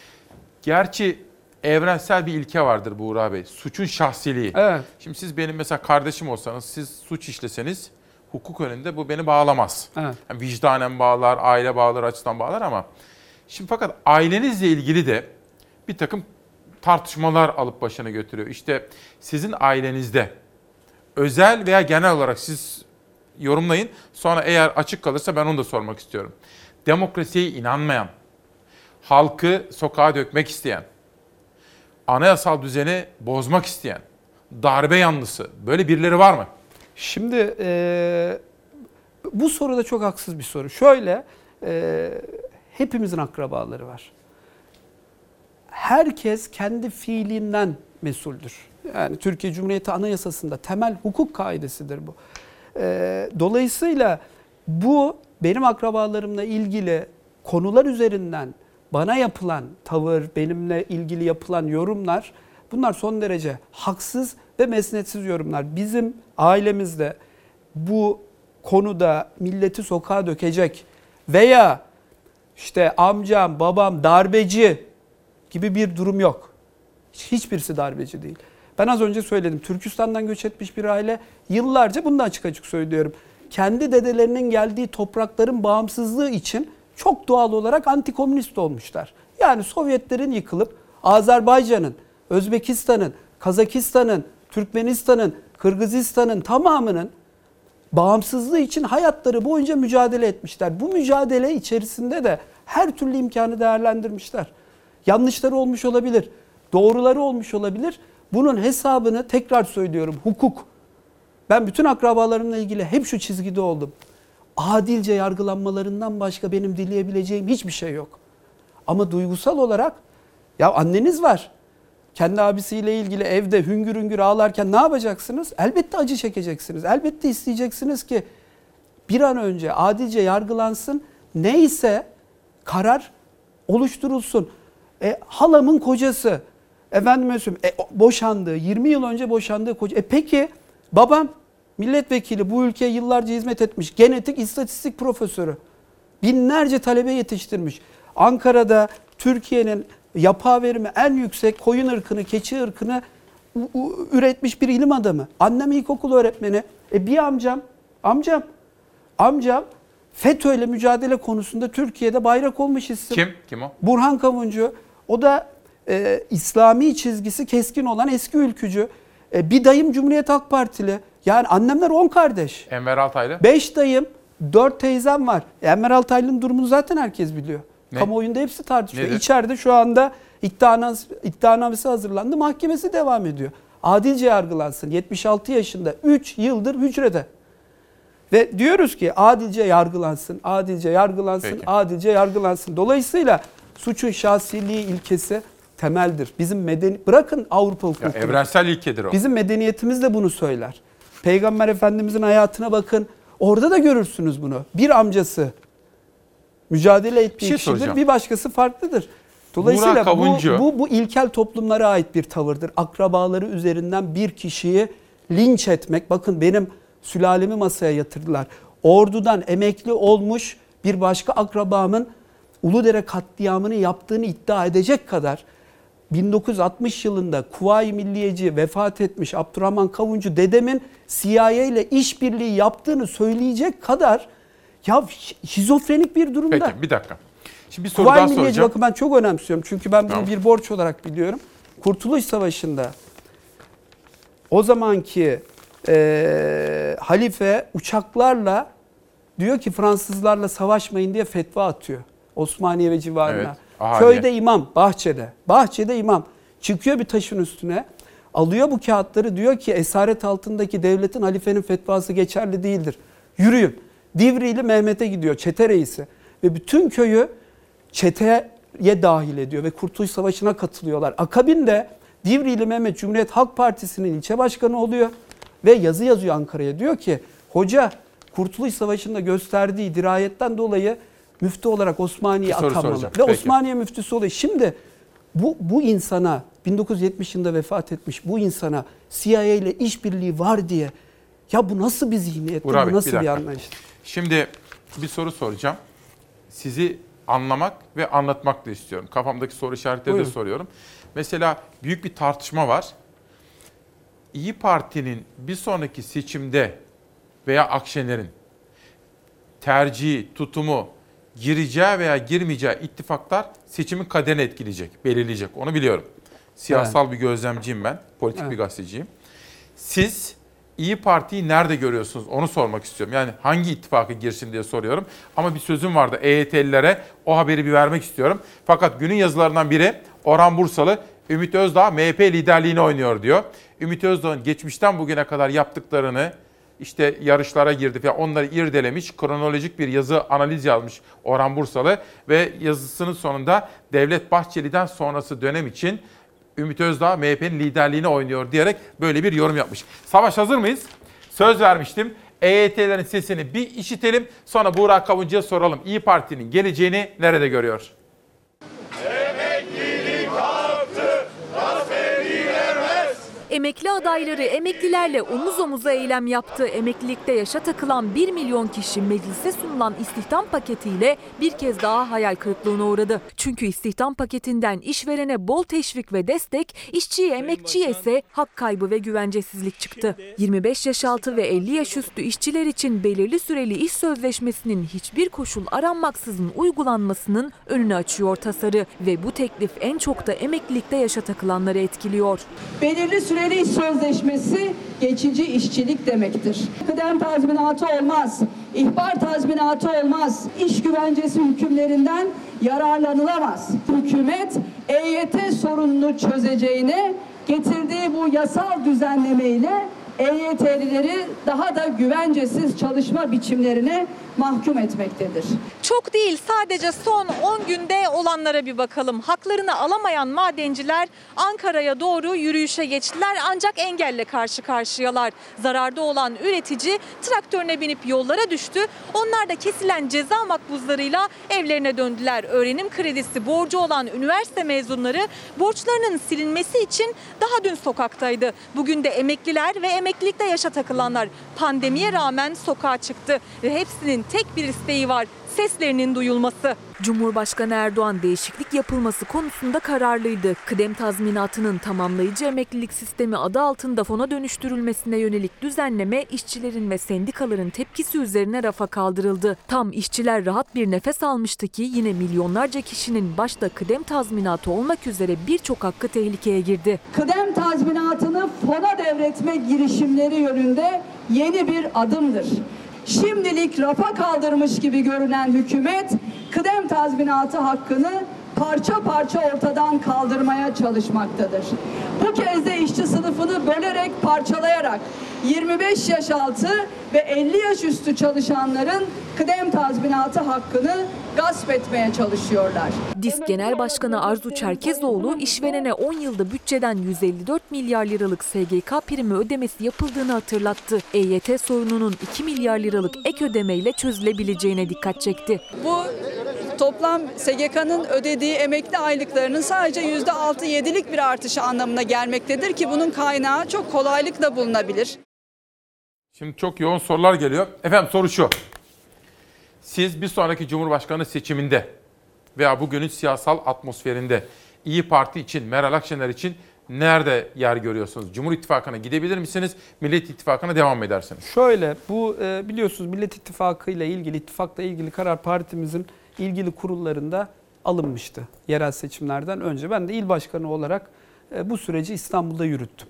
Gerçi evrensel bir ilke vardır Buğra Bey. Suçun şahsiliği. Evet. Şimdi siz benim mesela kardeşim olsanız, siz suç işleseniz hukuk önünde bu beni bağlamaz. Evet. Yani vicdanen bağlar, aile bağlar, açıdan bağlar ama şimdi fakat ailenizle ilgili de bir takım tartışmalar alıp başına götürüyor. İşte sizin ailenizde özel veya genel olarak siz yorumlayın. Sonra eğer açık kalırsa ben onu da sormak istiyorum. Demokrasiye inanmayan, halkı sokağa dökmek isteyen, anayasal düzeni bozmak isteyen, darbe yanlısı böyle birileri var mı? Şimdi e, bu soru da çok haksız bir soru. Şöyle, e, hepimizin akrabaları var. Herkes kendi fiilinden mesuldür. Yani Türkiye Cumhuriyeti Anayasası'nda temel hukuk kaidesidir bu. E, dolayısıyla bu benim akrabalarımla ilgili konular üzerinden bana yapılan tavır, benimle ilgili yapılan yorumlar, bunlar son derece haksız ve mesnetsiz yorumlar. Bizim ailemizde bu konuda milleti sokağa dökecek veya işte amcam, babam darbeci gibi bir durum yok. Hiçbirisi darbeci değil. Ben az önce söyledim. Türkistan'dan göç etmiş bir aile, yıllarca bunu da açık açık söylüyorum. Kendi dedelerinin geldiği toprakların bağımsızlığı için çok doğal olarak antikomünist olmuşlar. Yani Sovyetlerin yıkılıp Azerbaycan'ın, Özbekistan'ın, Kazakistan'ın, Türkmenistan'ın, Kırgızistan'ın tamamının bağımsızlığı için hayatları boyunca mücadele etmişler. Bu mücadele içerisinde de her türlü imkanı değerlendirmişler. Yanlışları olmuş olabilir, doğruları olmuş olabilir. Bunun hesabını tekrar söylüyorum, hukuk. Ben bütün akrabalarımla ilgili hep şu çizgide oldum. Adilce yargılanmalarından başka benim dileyebileceğim hiçbir şey yok. Ama duygusal olarak ya anneniz var. Kendi abisiyle ilgili evde hüngür hüngür ağlarken ne yapacaksınız? Elbette acı çekeceksiniz. Elbette isteyeceksiniz ki bir an önce adilce yargılansın. Neyse karar oluşturulsun. E, halamın kocası efendime söyleyeyim e, boşandığı, yirmi yıl önce boşandığı koca. E peki babam milletvekili, bu ülkeye yıllarca hizmet etmiş, genetik istatistik profesörü. Binlerce talebe yetiştirmiş. Ankara'da Türkiye'nin yapay verimi en yüksek koyun ırkını, keçi ırkını üretmiş bir ilim adamı. Annem ilkokul öğretmeni. E bir amcam, amcam, amcam FETÖ'yle mücadele konusunda Türkiye'de bayrak olmuş isim. Kim? Kim o? Burhan Kavuncu. O da e, İslami çizgisi keskin olan eski ülkücü. E, bir dayım Cumhuriyet Halk Partili. Yani annemler on kardeş. Enver Altaylı. Beş dayım, dört teyzem var. Enver Altaylı'nın durumunu zaten herkes biliyor. Ne? Kamuoyunda hepsi tartışıyor. Nedir? İçeride şu anda iddianamesi, iddianamesi hazırlandı. Mahkemesi devam ediyor. Adilce yargılansın. yetmiş altı yaşında üç yıldır hücrede. Ve diyoruz ki adilce yargılansın, adilce yargılansın, Peki. adilce yargılansın. Dolayısıyla suçun şahsiliği ilkesi temeldir. Bizim medeni bırakın Avrupa hukukunu. Ya evrensel ilkedir o. Bizim medeniyetimiz de bunu söyler. Peygamber Efendimizin hayatına bakın. Orada da görürsünüz bunu. Bir amcası mücadele ettiği Bir şey kişidir, soracağım. bir başkası farklıdır. Dolayısıyla bu, Kavuncu- bu, bu ilkel toplumlara ait bir tavırdır. Akrabaları üzerinden bir kişiyi linç etmek. Bakın benim sülalemi masaya yatırdılar. Ordudan emekli olmuş bir başka akrabamın Uludere katliamını yaptığını iddia edecek kadar bin dokuz yüz altmış yılında Kuvayi Milliyeci vefat etmiş Abdurrahman Kavuncu dedemin C I A ile işbirliği yaptığını söyleyecek kadar ya şizofrenik bir durumda. Peki bir dakika. Şimdi bir soru Kuvayi daha Milliyeci soracağım. bakın ben çok önemsiyorum. Çünkü ben bunu Tamam. bir borç olarak biliyorum. Kurtuluş Savaşı'nda o zamanki e, halife uçaklarla diyor ki Fransızlarla savaşmayın diye fetva atıyor. Osmaniye ve civarına. Evet, ahaliye. Köyde imam, bahçede. Bahçede imam. Çıkıyor bir taşın üstüne. Alıyor bu kağıtları, diyor ki esaret altındaki devletin halifenin fetvası geçerli değildir. Yürüyün. Divriğli Mehmet'e gidiyor, çete reisi. Ve bütün köyü çeteye dahil ediyor ve Kurtuluş Savaşı'na katılıyorlar. Akabinde Divriğli Mehmet Cumhuriyet Halk Partisi'nin ilçe başkanı oluyor ve yazı yazıyor Ankara'ya. Diyor ki hoca Kurtuluş Savaşı'nda gösterdiği dirayetten dolayı müftü olarak Osmaniye'ye Bir soru atanmalı. soracağım. Ve Peki. Osmaniye müftüsü oluyor. Şimdi bu, bu insana bin dokuz yüz yetmiş yılında vefat etmiş bu insana C I A ile işbirliği var diye ya bu nasıl bir zihniyettir, Uğur abi, bu nasıl bir bir, dakika. anlayış? Şimdi bir soru soracağım. Sizi anlamak ve anlatmak da istiyorum. Kafamdaki soru işaretleri de Buyurun. soruyorum. Mesela büyük bir tartışma var. İyi Parti'nin bir sonraki seçimde veya Akşener'in tercihi, tutumu, gireceği veya girmeyeceği ittifaklar seçimin kaderini etkileyecek, belirleyecek. Onu biliyorum. Siyasal bir gözlemciyim ben, politik Evet. bir gazeteciyim. Siz İyi Parti'yi nerede görüyorsunuz? Onu sormak istiyorum. Yani hangi ittifaka girsin diye soruyorum. Ama bir sözüm vardı E Y T'lilere, o haberi bir vermek istiyorum. Fakat günün yazılarından biri Orhan Bursalı, Ümit Özdağ M H P liderliğini oynuyor diyor. Ümit Özdağ'ın geçmişten bugüne kadar yaptıklarını, işte yarışlara girdi falan, onları irdelemiş, kronolojik bir yazı analiz yazmış Orhan Bursalı ve yazısının sonunda Devlet Bahçeli'den sonrası dönem için Ümit Özdağ M H P'nin liderliğini oynuyor diyerek böyle bir yorum yapmış. Savaş, hazır mıyız? Söz vermiştim. E Y T'lerin sesini bir işitelim, sonra Burak Kavuncu'ya soralım. İyi Parti'nin geleceğini nerede görüyor? Emekli adayları emeklilerle omuz omuza eylem yaptı. Emeklilikte yaşa takılan bir milyon kişi meclise sunulan istihdam paketiyle bir kez daha hayal kırıklığına uğradı. Çünkü istihdam paketinden işverene bol teşvik ve destek, işçiye, emekçiye ise hak kaybı ve güvencesizlik çıktı. yirmi beş yaş altı ve elli yaş üstü işçiler için belirli süreli iş sözleşmesinin hiçbir koşul aranmaksızın uygulanmasının önünü açıyor tasarı ve bu teklif en çok da emeklilikte yaşa takılanları etkiliyor. Belirli süreli iş sözleşmesi geçici işçilik demektir. Kıdem tazminatı olmaz, ihbar tazminatı olmaz, iş güvencesi hükümlerinden yararlanılamaz. Hükümet E Y T sorununu çözeceğine getirdiği bu yasal düzenlemeyle E Y T'lileri daha da güvencesiz çalışma biçimlerine mahkum etmektedir. Çok değil, sadece son on günde olanlara bir bakalım. Haklarını alamayan madenciler Ankara'ya doğru yürüyüşe geçtiler ancak engelle karşı karşıyalar. Zararda olan üretici traktörüne binip yollara düştü. Onlar da kesilen ceza makbuzlarıyla evlerine döndüler. Öğrenim kredisi borcu olan üniversite mezunları borçlarının silinmesi için daha dün sokaktaydı. Bugün de emekliler ve emeklilikte yaşa takılanlar pandemiye rağmen sokağa çıktı ve hepsinin tek bir isteği var: seslerinin duyulması. Cumhurbaşkanı Erdoğan değişiklik yapılması konusunda kararlıydı. Kıdem tazminatının tamamlayıcı emeklilik sistemi adı altında fona dönüştürülmesine yönelik düzenleme işçilerin ve sendikaların tepkisi üzerine rafa kaldırıldı. Tam işçiler rahat bir nefes almıştı ki yine milyonlarca kişinin başta kıdem tazminatı olmak üzere birçok hakkı tehlikeye girdi. Kıdem tazminatını fona devretme girişimleri yönünde yeni bir adımdır. Şimdilik rafa kaldırmış gibi görünen hükümet kıdem tazminatı hakkını parça parça ortadan kaldırmaya çalışmaktadır. Bu kez de işçi sınıfını bölerek, parçalayarak yirmi beş yaş altı ve elli yaş üstü çalışanların kıdem tazminatı hakkını gasp etmeye çalışıyorlar. DİSK Genel Başkanı Arzu Çerkezoğlu işverene on yılda bütçeden yüz elli dört milyar liralık S G K primi ödemesi yapıldığını hatırlattı. E Y T sorununun iki milyar liralık ek ödemeyle çözülebileceğine dikkat çekti. Bu toplam S G K'nın ödediği emekli aylıklarının sadece yüzde altı yedilik bir artışı anlamına gelmektedir ki bunun kaynağı çok kolaylıkla bulunabilir. Şimdi çok yoğun sorular geliyor. Efendim soru şu. Siz bir sonraki Cumhurbaşkanı seçiminde veya bugünün siyasal atmosferinde İyi Parti için, Meral Akşener için nerede yer görüyorsunuz? Cumhur İttifakı'na gidebilir misiniz? Millet İttifakı'na devam mı edersiniz? Şöyle, bu biliyorsunuz Millet İttifakı ile ilgili, ittifakla ilgili karar partimizin ilgili kurullarında alınmıştı yerel seçimlerden önce. Ben de il başkanı olarak bu süreci İstanbul'da yürüttüm.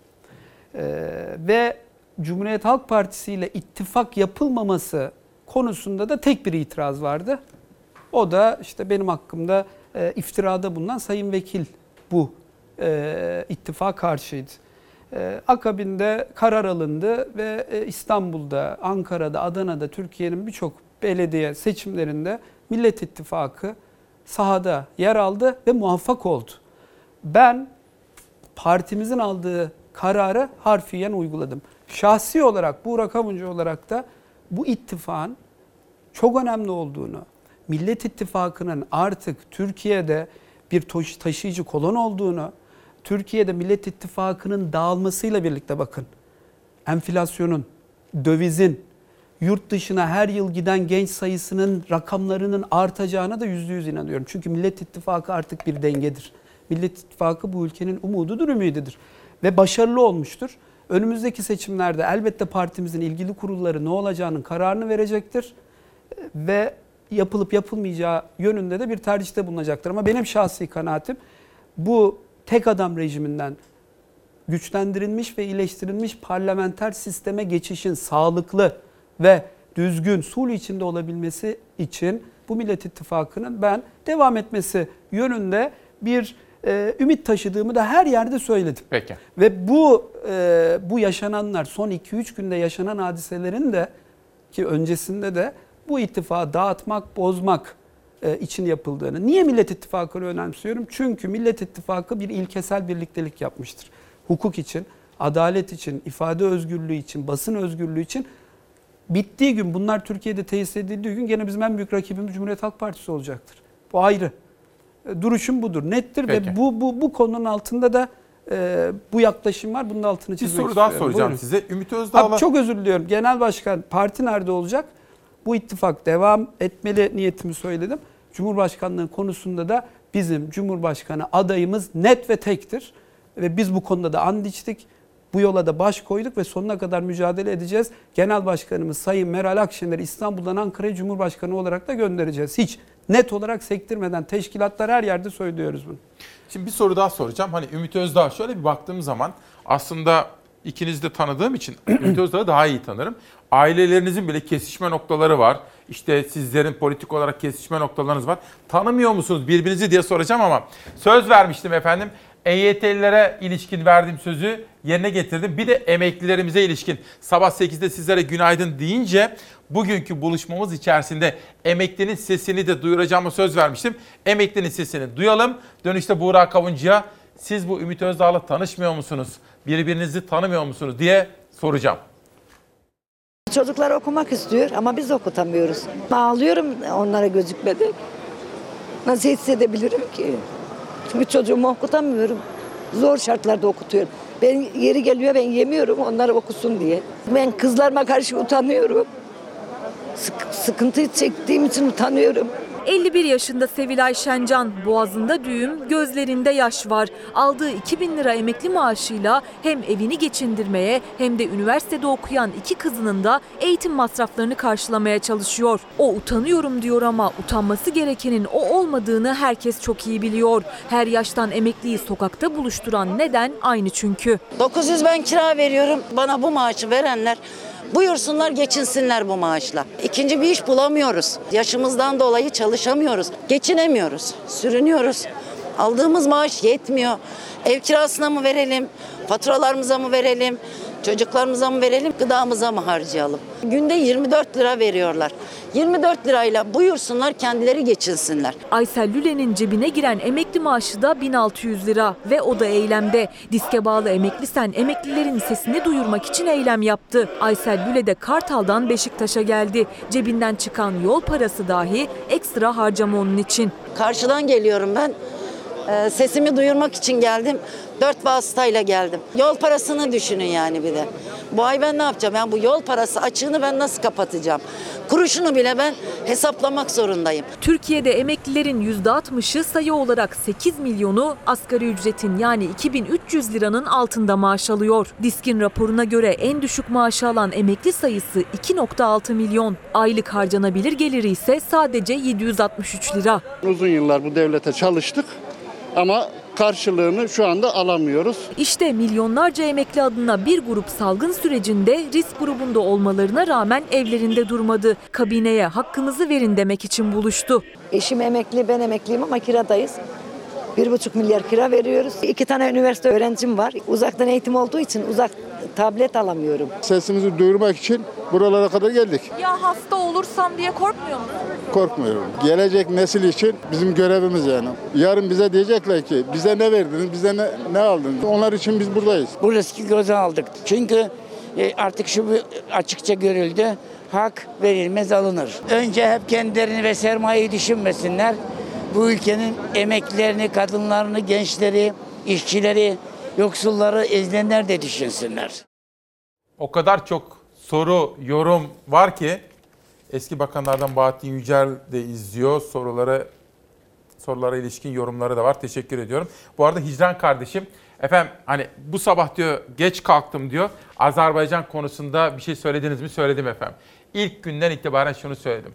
Ve Cumhuriyet Halk Partisi ile ittifak yapılmaması konusunda da tek bir itiraz vardı. O da işte benim hakkımda e, iftirada bulunan Sayın Vekil bu e, ittifa karşıydı. E, akabinde karar alındı ve e, İstanbul'da, Ankara'da, Adana'da, Türkiye'nin birçok belediye seçimlerinde Millet İttifakı sahada yer aldı ve muvaffak oldu. Ben partimizin aldığı kararı harfiyen uyguladım. Şahsi olarak, Burak Avuncu olarak da bu ittifakın çok önemli olduğunu, Millet İttifakı'nın artık Türkiye'de bir taşıyıcı kolon olduğunu, Türkiye'de Millet İttifakı'nın dağılmasıyla birlikte bakın, enflasyonun, dövizin, yurt dışına her yıl giden genç sayısının rakamlarının artacağına da yüzde yüz inanıyorum. Çünkü Millet İttifakı artık bir dengedir. Millet İttifakı bu ülkenin umududur, ümididir ve başarılı olmuştur. Önümüzdeki seçimlerde elbette partimizin ilgili kurulları ne olacağının kararını verecektir ve yapılıp yapılmayacağı yönünde de bir tercihte bulunacaktır. Ama benim şahsi kanaatim bu tek adam rejiminden güçlendirilmiş ve iyileştirilmiş parlamenter sisteme geçişin sağlıklı ve düzgün, sulh içinde olabilmesi için bu Millet İttifakı'nın ben devam etmesi yönünde bir e, ümit taşıdığımı da her yerde söyledim. Peki. Ve bu e, bu yaşananlar, son iki üç günde yaşanan hadiselerin de ki öncesinde de bu ittifakı dağıtmak, bozmak e, için yapıldığını. Niye Millet İttifakı'nı önemsiyorum? Çünkü Millet İttifakı bir ilkesel birliktelik yapmıştır. Hukuk için, adalet için, ifade özgürlüğü için, basın özgürlüğü için bittiği gün, bunlar Türkiye'de tesis edildiği gün gene bizim en büyük rakibimiz Cumhuriyet Halk Partisi olacaktır. Bu ayrı. Duruşum budur, nettir. Peki. Ve bu bu bu konunun altında da e, bu yaklaşım var. Bunun altını çizmek istiyorum. Bir soru daha soracağım Buyurun. size. Ümit Özdağ'la... Çok özür diliyorum. Genel Başkan, parti nerede olacak? Bu ittifak devam etmeli niyetimi söyledim. Cumhurbaşkanlığı konusunda da bizim Cumhurbaşkanı adayımız net ve tektir. Ve biz bu konuda da and içtik. Bu yola da baş koyduk ve sonuna kadar mücadele edeceğiz. Genel Başkanımız Sayın Meral Akşener'i İstanbul'dan Ankara'ya Cumhurbaşkanı olarak da göndereceğiz. Hiç net olarak sektirmeden, teşkilatlar her yerde söylüyoruz bunu. Şimdi bir soru daha soracağım. Hani Ümit Özdağ, şöyle bir baktığım zaman aslında ikinizi de tanıdığım için Ümit Özdağ'ı daha iyi tanırım. Ailelerinizin bile kesişme noktaları var. İşte sizlerin politik olarak kesişme noktalarınız var. Tanımıyor musunuz birbirinizi diye soracağım ama söz vermiştim efendim. E Y T'lilere ilişkin verdiğim sözü yerine getirdim. Bir de emeklilerimize ilişkin sabah sekizde sizlere günaydın deyince bugünkü buluşmamız içerisinde emeklinin sesini de duyuracağıma söz vermiştim. Emeklinin sesini duyalım. Dönüşte Buğra Kavuncu'ya siz bu Ümit Özdağ'la tanışmıyor musunuz? Birbirinizi tanımıyor musunuz diye soracağım. Çocuklar okumak istiyor ama biz okutamıyoruz. Ağlıyorum onlara gözükmedi. Nasıl hissedebilirim ki? Çünkü çocuğumu okutamıyorum. Zor şartlarda okutuyorum. Ben yeri geliyor ben yemiyorum onlar okusun diye. Ben kızlarıma karşı utanıyorum. Sık, sıkıntı çektiğim için utanıyorum. elli bir yaşında Sevilay Şencan, boğazında düğüm, gözlerinde yaş var. Aldığı iki bin lira emekli maaşıyla hem evini geçindirmeye hem de üniversitede okuyan iki kızının da eğitim masraflarını karşılamaya çalışıyor. O utanıyorum diyor ama utanması gerekenin o olmadığını herkes çok iyi biliyor. Her yaştan emekliyi sokakta buluşturan neden aynı çünkü. dokuz yüz ben kira veriyorum. Bana bu maaşı verenler buyursunlar geçinsinler bu maaşla. İkinci bir iş bulamıyoruz. Yaşımızdan dolayı çalışamıyoruz. Geçinemiyoruz. Sürünüyoruz. Aldığımız maaş yetmiyor. Ev kirasına mı verelim? Faturalarımıza mı verelim? Çocuklarımıza mı verelim? Gıdamıza mı harcayalım? Günde yirmi dört lira veriyorlar. yirmi dört lirayla buyursunlar kendileri geçinsinler. Aysel Lüle'nin cebine giren emekli maaşı da bin altı yüz lira ve o da eylemde. Diske bağlı Emekli Sen emeklilerin sesini duyurmak için eylem yaptı. Aysel Lüle de Kartal'dan Beşiktaş'a geldi. Cebinden çıkan yol parası dahi ekstra harcama onun için. Karşıdan geliyorum ben. Ee, sesimi duyurmak için geldim. Dört vasıtayla geldim. Yol parasını düşünün yani bir de. Bu ay ben ne yapacağım? Yani bu yol parası açığını ben nasıl kapatacağım? Kuruşunu bile ben hesaplamak zorundayım. Türkiye'de emeklilerin yüzde altmışı sayı olarak sekiz milyonu asgari ücretin yani iki bin üç yüz liranın altında maaş alıyor. Disk'in raporuna göre en düşük maaşı alan emekli sayısı iki virgül altı milyon. Aylık harcanabilir geliri ise sadece yedi yüz altmış üç lira. Uzun yıllar bu devlete çalıştık ama karşılığını şu anda alamıyoruz. İşte milyonlarca emekli adına bir grup salgın sürecinde risk grubunda olmalarına rağmen evlerinde durmadı. Kabineye hakkınızı verin demek için buluştu. Eşim emekli ben emekliyim ama kiradayız. Bir buçuk milyar kira veriyoruz. İki tane üniversite öğrencim var. Uzaktan eğitim olduğu için uzak tablet alamıyorum. Sesimizi duyurmak için buralara kadar geldik. Ya hasta olursam diye korkmuyor musun? Korkmuyorum. Gelecek nesil için bizim görevimiz yani. Yarın bize diyecekler ki bize ne verdiniz, bize ne, ne aldınız? Onlar için biz buradayız. Bu riski göze aldık. Çünkü artık şu açıkça görüldü. Hak verilmez alınır. Önce hep kendilerini ve sermayeyi düşünmesinler. Bu ülkenin emeklilerini, kadınlarını, gençleri, işçileri, yoksulları, ezilenler de düşünsünler. O kadar çok soru, yorum var ki eski bakanlardan Bahattin Yücel de izliyor. Sorulara sorulara ilişkin yorumları da var. Teşekkür ediyorum. Bu arada Hicran kardeşim, efendim hani bu sabah diyor geç kalktım diyor. Azerbaycan konusunda bir şey söylediniz mi? Söyledim efendim. İlk günden itibaren şunu söyledim.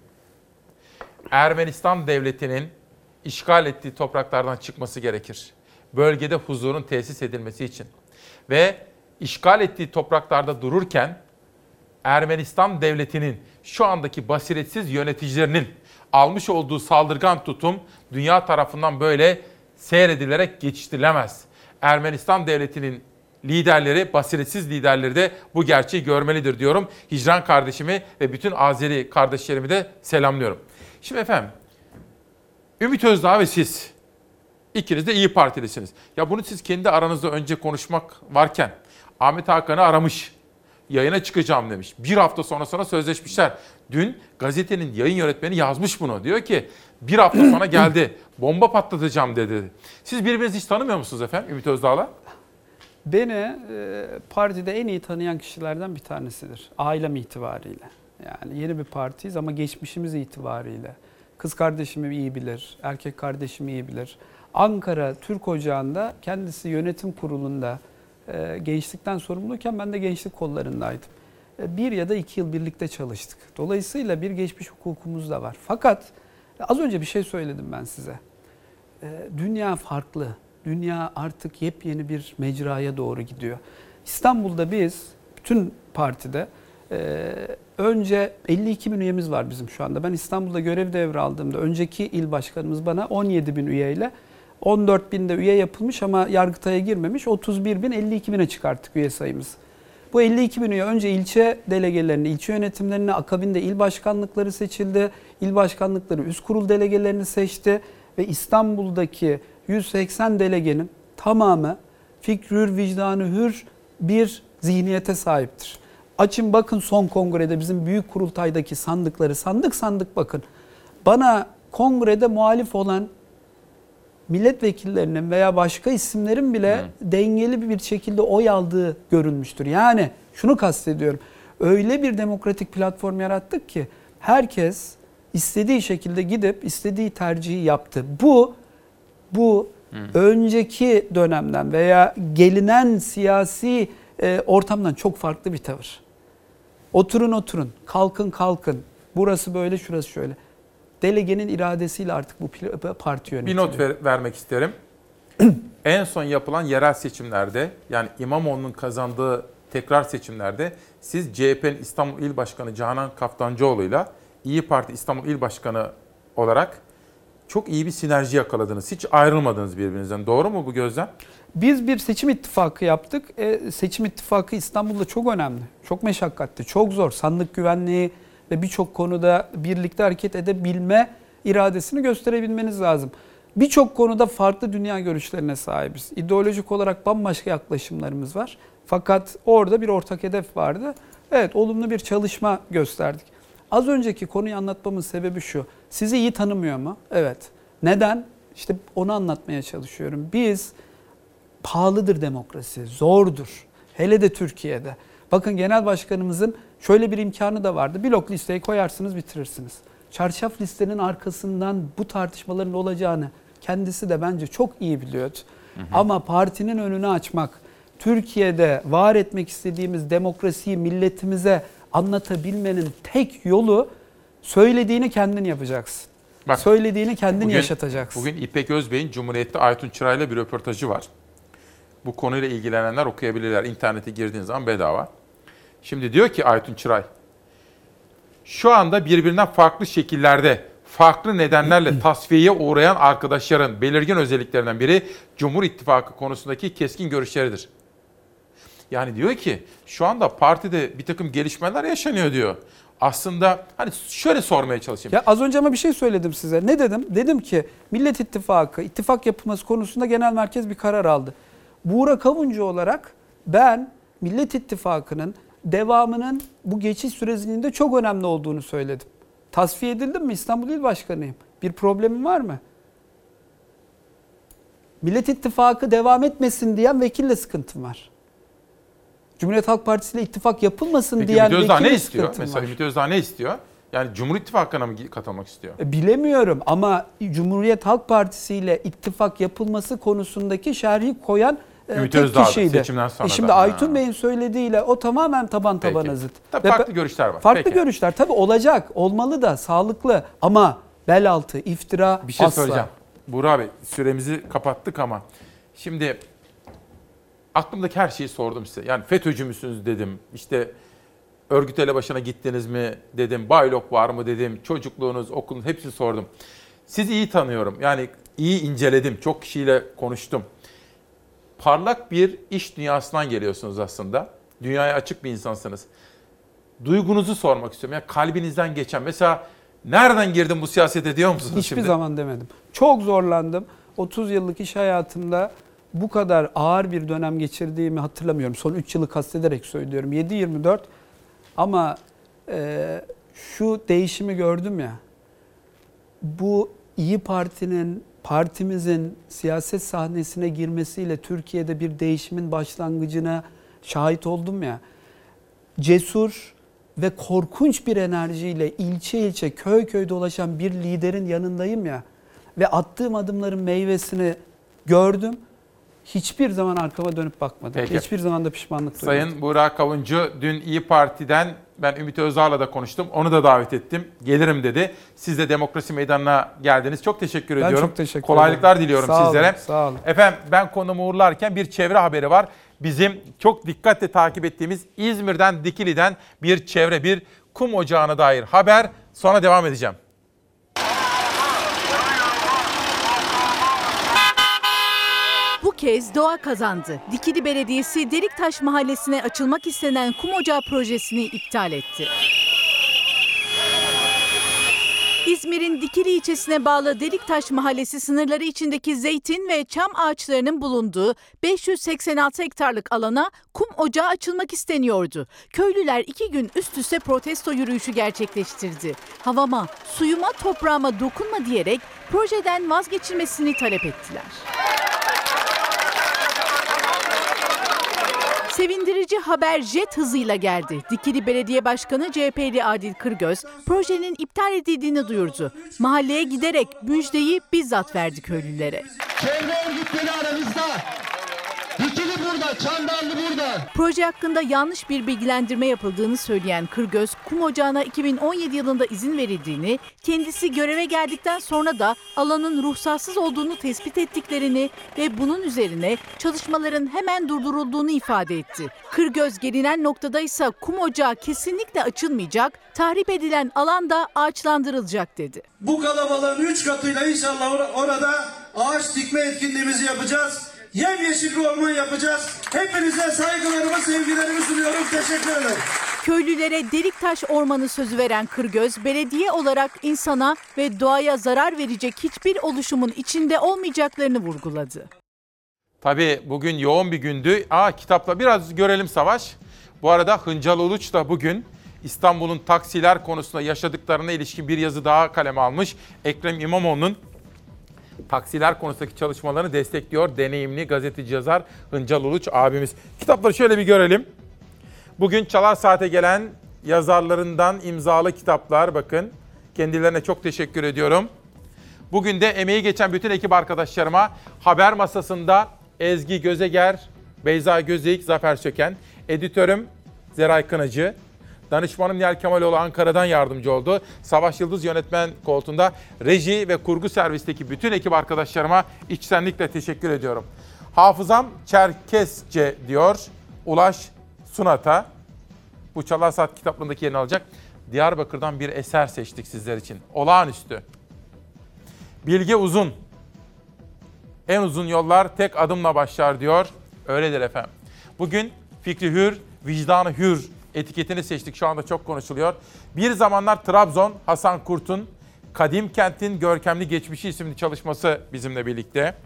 Ermenistan devletinin işgal ettiği topraklardan çıkması gerekir. Bölgede huzurun tesis edilmesi için. Ve işgal ettiği topraklarda dururken Ermenistan devletinin şu andaki basiretsiz yöneticilerinin almış olduğu saldırgan tutum dünya tarafından böyle seyredilerek geçiştirilemez. Ermenistan devletinin liderleri, basiretsiz liderleri de bu gerçeği görmelidir diyorum. Hicran kardeşimi ve bütün Azeri kardeşlerimi de selamlıyorum. Şimdi efendim, Ümit Özdağ ve siz ikiniz de İYİ Partilisiniz. Ya bunu siz kendi aranızda önce konuşmak varken Ahmet Hakan'ı aramış. Yayına çıkacağım demiş. Bir hafta sonrasına sözleşmişler. Dün gazetenin yayın yönetmeni yazmış bunu. Diyor ki bir hafta sonra geldi. Bomba patlatacağım dedi. Siz birbirinizi hiç tanımıyor musunuz efendim Ümit Özdağ'la? Beni e, partide en iyi tanıyan kişilerden bir tanesidir. Ailem itibariyle. Yani yeni bir partiyiz ama geçmişimiz itibariyle. Kız kardeşimi iyi bilir, erkek kardeşimi iyi bilir. Ankara Türk Ocağı'nda kendisi yönetim kurulunda e, gençlikten sorumluyken ben de gençlik kollarındaydım. E, bir ya da iki yıl birlikte çalıştık. Dolayısıyla bir geçmiş hukukumuz da var. Fakat az önce bir şey söyledim ben size. E, dünya farklı. Dünya artık yepyeni bir mecraya doğru gidiyor. İstanbul'da biz bütün partide e, önce elli iki bin üyemiz var bizim şu anda. Ben İstanbul'da görev devraldığımda önceki il başkanımız bana on yedi bin üyeyle on dört binde üye yapılmış ama Yargıtay'a girmemiş. otuz bir bin elli iki bine çıkarttık üye sayımız. Bu elli iki bin üye önce ilçe delegelerini, ilçe yönetimlerini, akabinde il başkanlıkları seçildi. İl başkanlıkları üst kurul delegelerini seçti ve İstanbul'daki yüz seksen delegenin tamamı fikri hür, vicdanı hür bir zihniyete sahiptir. Açın bakın son kongrede bizim büyük kurultaydaki sandıkları sandık sandık bakın. Bana kongrede muhalif olan milletvekillerinin veya başka isimlerin bile Hı. dengeli bir şekilde oy aldığı görülmüştür. Yani şunu kastediyorum. Öyle bir demokratik platform yarattık ki herkes istediği şekilde gidip istediği tercihi yaptı. Bu bu Hı. önceki dönemden veya gelinen siyasi e, ortamdan çok farklı bir tavır. Oturun oturun, kalkın kalkın. Burası böyle, şurası şöyle. Delegenin iradesiyle artık bu parti yönetiliyor. Bir not ver, vermek isterim. En son yapılan yerel seçimlerde, yani İmamoğlu'nun kazandığı tekrar seçimlerde siz C H P'nin İstanbul İl Başkanı Canan Kaftancıoğlu'yla İyi Parti İstanbul İl Başkanı olarak çok iyi bir sinerji yakaladınız. Hiç ayrılmadınız birbirinizden. Doğru mu bu gözlem? Biz bir seçim ittifakı yaptık. E, seçim ittifakı İstanbul'da çok önemli. Çok meşakkatli, çok zor. Sandık güvenliği ve birçok konuda birlikte hareket edebilme iradesini gösterebilmeniz lazım. Birçok konuda farklı dünya görüşlerine sahibiz. İdeolojik olarak bambaşka yaklaşımlarımız var. Fakat orada bir ortak hedef vardı. Evet, olumlu bir çalışma gösterdik. Az önceki konuyu anlatmamın sebebi şu. Sizi iyi tanımıyor mu? Evet. Neden? İşte onu anlatmaya çalışıyorum. Biz, pahalıdır demokrasi, zordur. Hele de Türkiye'de. Bakın genel başkanımızın şöyle bir imkanı da vardı. Blok listeyi koyarsınız, bitirirsiniz. Çarşaf listenin arkasından bu tartışmaların olacağını kendisi de bence çok iyi biliyordu. Hı hı. Ama partinin önünü açmak, Türkiye'de var etmek istediğimiz demokrasiyi milletimize anlatabilmenin tek yolu söylediğini kendin yapacaksın. Bak, söylediğini kendin bugün, yaşatacaksın. Bugün İpek Özbey'in Cumhuriyet'te Aytun Çıray'la bir röportajı var. Bu konuyla ilgilenenler okuyabilirler. İnternete girdiğiniz zaman bedava. Şimdi diyor ki Aytun Çıray, şu anda birbirinden farklı şekillerde, farklı nedenlerle tasfiyeye uğrayan arkadaşların belirgin özelliklerinden biri Cumhur İttifakı konusundaki keskin görüşleridir. Yani diyor ki şu anda partide bir takım gelişmeler yaşanıyor diyor. Aslında hani şöyle sormaya çalışayım. Ya az önce ama bir şey söyledim size. Ne dedim? Dedim ki Millet İttifakı, ittifak yapılması konusunda genel merkez bir karar aldı. Buğra Kavuncu olarak ben Millet İttifakı'nın devamının bu geçiş sürecinde çok önemli olduğunu söyledim. Tasfiye edildim mi? İstanbul İl Başkanıyım. Bir problemim var mı? Millet İttifakı devam etmesin diyen vekille sıkıntım var. Cumhuriyet Halk Partisi ile ittifak yapılmasın Peki, diyen vekille ne istiyor? Mesela Ümit Özdağ ne istiyor? Yani Cumhur İttifakı'na mı katılmak istiyor? E, bilemiyorum ama Cumhuriyet Halk Partisi ile ittifak yapılması konusundaki şerhi koyan Ümit tek Özdağ kişiydi. Seçimden sonra e şimdi da. Aytun ha. Bey'in söylediğiyle o tamamen taban Peki. tabana zıt. Tabii farklı görüşler var. Farklı Peki. görüşler tabii olacak, olmalı da, sağlıklı ama bel altı, iftira bir şey asla. söyleyeceğim. Buğra Bey, süremizi kapattık ama şimdi aklımdaki her şeyi sordum size. Yani FETÖ'cü müsünüz dedim. İşte örgüt elebaşına gittiniz mi dedim. Baylok var mı dedim. Çocukluğunuz, okulunuz hepsini sordum. Sizi iyi tanıyorum. Yani iyi inceledim. Çok kişiyle konuştum. Parlak bir iş dünyasından geliyorsunuz aslında. Dünyaya açık bir insansınız. Duygunuzu sormak istiyorum. Yani kalbinizden geçen. Mesela nereden girdim bu siyasete diyor musunuz Hiçbir şimdi? Hiçbir zaman demedim. Çok zorlandım. otuz yıllık iş hayatımda bu kadar ağır bir dönem geçirdiğimi hatırlamıyorum. Son üç yılı kastederek söylüyorum. yedi yirmi dört ama e, şu değişimi gördüm ya. Bu İyi Parti'nin, partimizin siyaset sahnesine girmesiyle Türkiye'de bir değişimin başlangıcına şahit oldum ya. Cesur ve korkunç bir enerjiyle ilçe ilçe, köy köy dolaşan bir liderin yanındayım ya. Ve attığım adımların meyvesini gördüm. Hiçbir zaman arkama dönüp bakmadım. Peki. Hiçbir zaman da pişmanlık duymadım. Sayın Buğra Kavuncu dün İyi Parti'den ben Ümit Özdağ'la da konuştum. Onu da davet ettim. Gelirim dedi. Siz de Demokrasi Meydanı'na geldiniz. Çok teşekkür ben ediyorum. Çok teşekkür Kolaylıklar ederim. diliyorum sağ sizlere. Olun, sağ olun. Efendim ben konumu uğurlarken bir çevre haberi var. Bizim çok dikkatle takip ettiğimiz İzmir'den, Dikili'den bir çevre, bir kum ocağına dair haber. Sonra devam edeceğim. kez doğa kazandı. Dikili Belediyesi Deliktaş Mahallesi'ne açılmak istenen kum ocağı projesini iptal etti. İzmir'in Dikili ilçesine bağlı Deliktaş Mahallesi sınırları içindeki zeytin ve çam ağaçlarının bulunduğu beş yüz seksen altı hektarlık alana kum ocağı açılmak isteniyordu. Köylüler iki gün üst üste protesto yürüyüşü gerçekleştirdi. Havama, suyuma, toprağıma dokunma diyerek projeden vazgeçilmesini talep ettiler. Sevindirici haber jet hızıyla geldi. Dikili Belediye Başkanı C H P'li Adil Kırgöz projenin iptal edildiğini duyurdu. Mahalleye giderek müjdeyi bizzat verdi köylülere. Çevre örgütleri aramızda. Dikili burada, Çandarlı burada. Proje hakkında yanlış bir bilgilendirme yapıldığını söyleyen Kırgöz, kum ocağına iki bin on yedi yılında izin verildiğini, kendisi göreve geldikten sonra da alanın ruhsatsız olduğunu tespit ettiklerini ve bunun üzerine çalışmaların hemen durdurulduğunu ifade etti. Kırgöz gelinen noktada ise kum ocağı kesinlikle açılmayacak, tahrip edilen alan da ağaçlandırılacak dedi. Bu kalabalığın üç katıyla inşallah or- orada ağaç dikme etkinliğimizi yapacağız. Yemyeşil bir orman yapacağız. Hepinize saygılarımı, sevgilerimi sunuyorum. Teşekkür ederim. Köylülere Deliktaş Ormanı sözü veren Kırgöz, belediye olarak insana ve doğaya zarar verecek hiçbir oluşumun içinde olmayacaklarını vurguladı. Tabii bugün yoğun bir gündü. Aa, kitapla biraz görelim Savaş. Bu arada Hıncal Uluç da bugün İstanbul'un taksiler konusunda yaşadıklarına ilişkin bir yazı daha kaleme almış. Ekrem İmamoğlu'nun taksiler konusundaki çalışmalarını destekliyor deneyimli gazeteci yazar Hıncal Uluç abimiz. Kitapları şöyle bir görelim. Bugün Çalar Saat'e gelen yazarlarından imzalı kitaplar, bakın. Kendilerine çok teşekkür ediyorum. Bugün de emeği geçen bütün ekip arkadaşlarıma, haber masasında Ezgi Gözeger, Beyza Gözeyik, Zafer Söken, editörüm Zeray Kınacı, danışmanım Nihal Kemaloğlu Ankara'dan yardımcı oldu. Savaş Yıldız yönetmen koltuğunda, reji ve kurgu servisteki bütün ekip arkadaşlarıma içtenlikle teşekkür ediyorum. Hafızam Çerkesçe diyor Ulaş Sunat'a. Bu Çalar Saat kitaplığındaki yerini alacak. Diyarbakır'dan bir eser seçtik sizler için. Olağanüstü. Bilge Uzun. En uzun yollar tek adımla başlar diyor. Öyledir efendim. Bugün fikri hür, vicdanı hür etiketini seçtik. Şu anda çok konuşuluyor. Bir zamanlar Trabzon, Hasan Kurt'un Kadim Kent'in Görkemli Geçmişi isimli çalışması bizimle birlikte.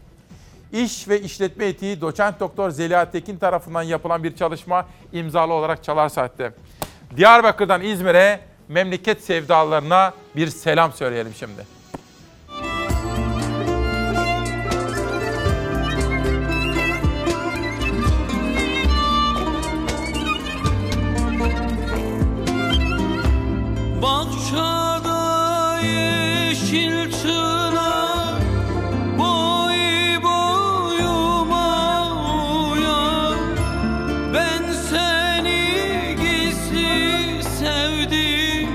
İş ve işletme etiği doçent doktor Zeliha Tekin tarafından yapılan bir çalışma imzalı olarak Çalar Saat'te. Diyarbakır'dan İzmir'e memleket sevdalarına bir selam söyleyelim şimdi. Bahçada yeşil çınar, boy boyuma uyar. Ben seni gizli sevdim,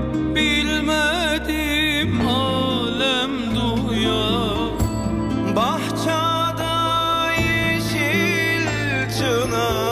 bilmedim alem duyar. Bahçada yeşil çınar,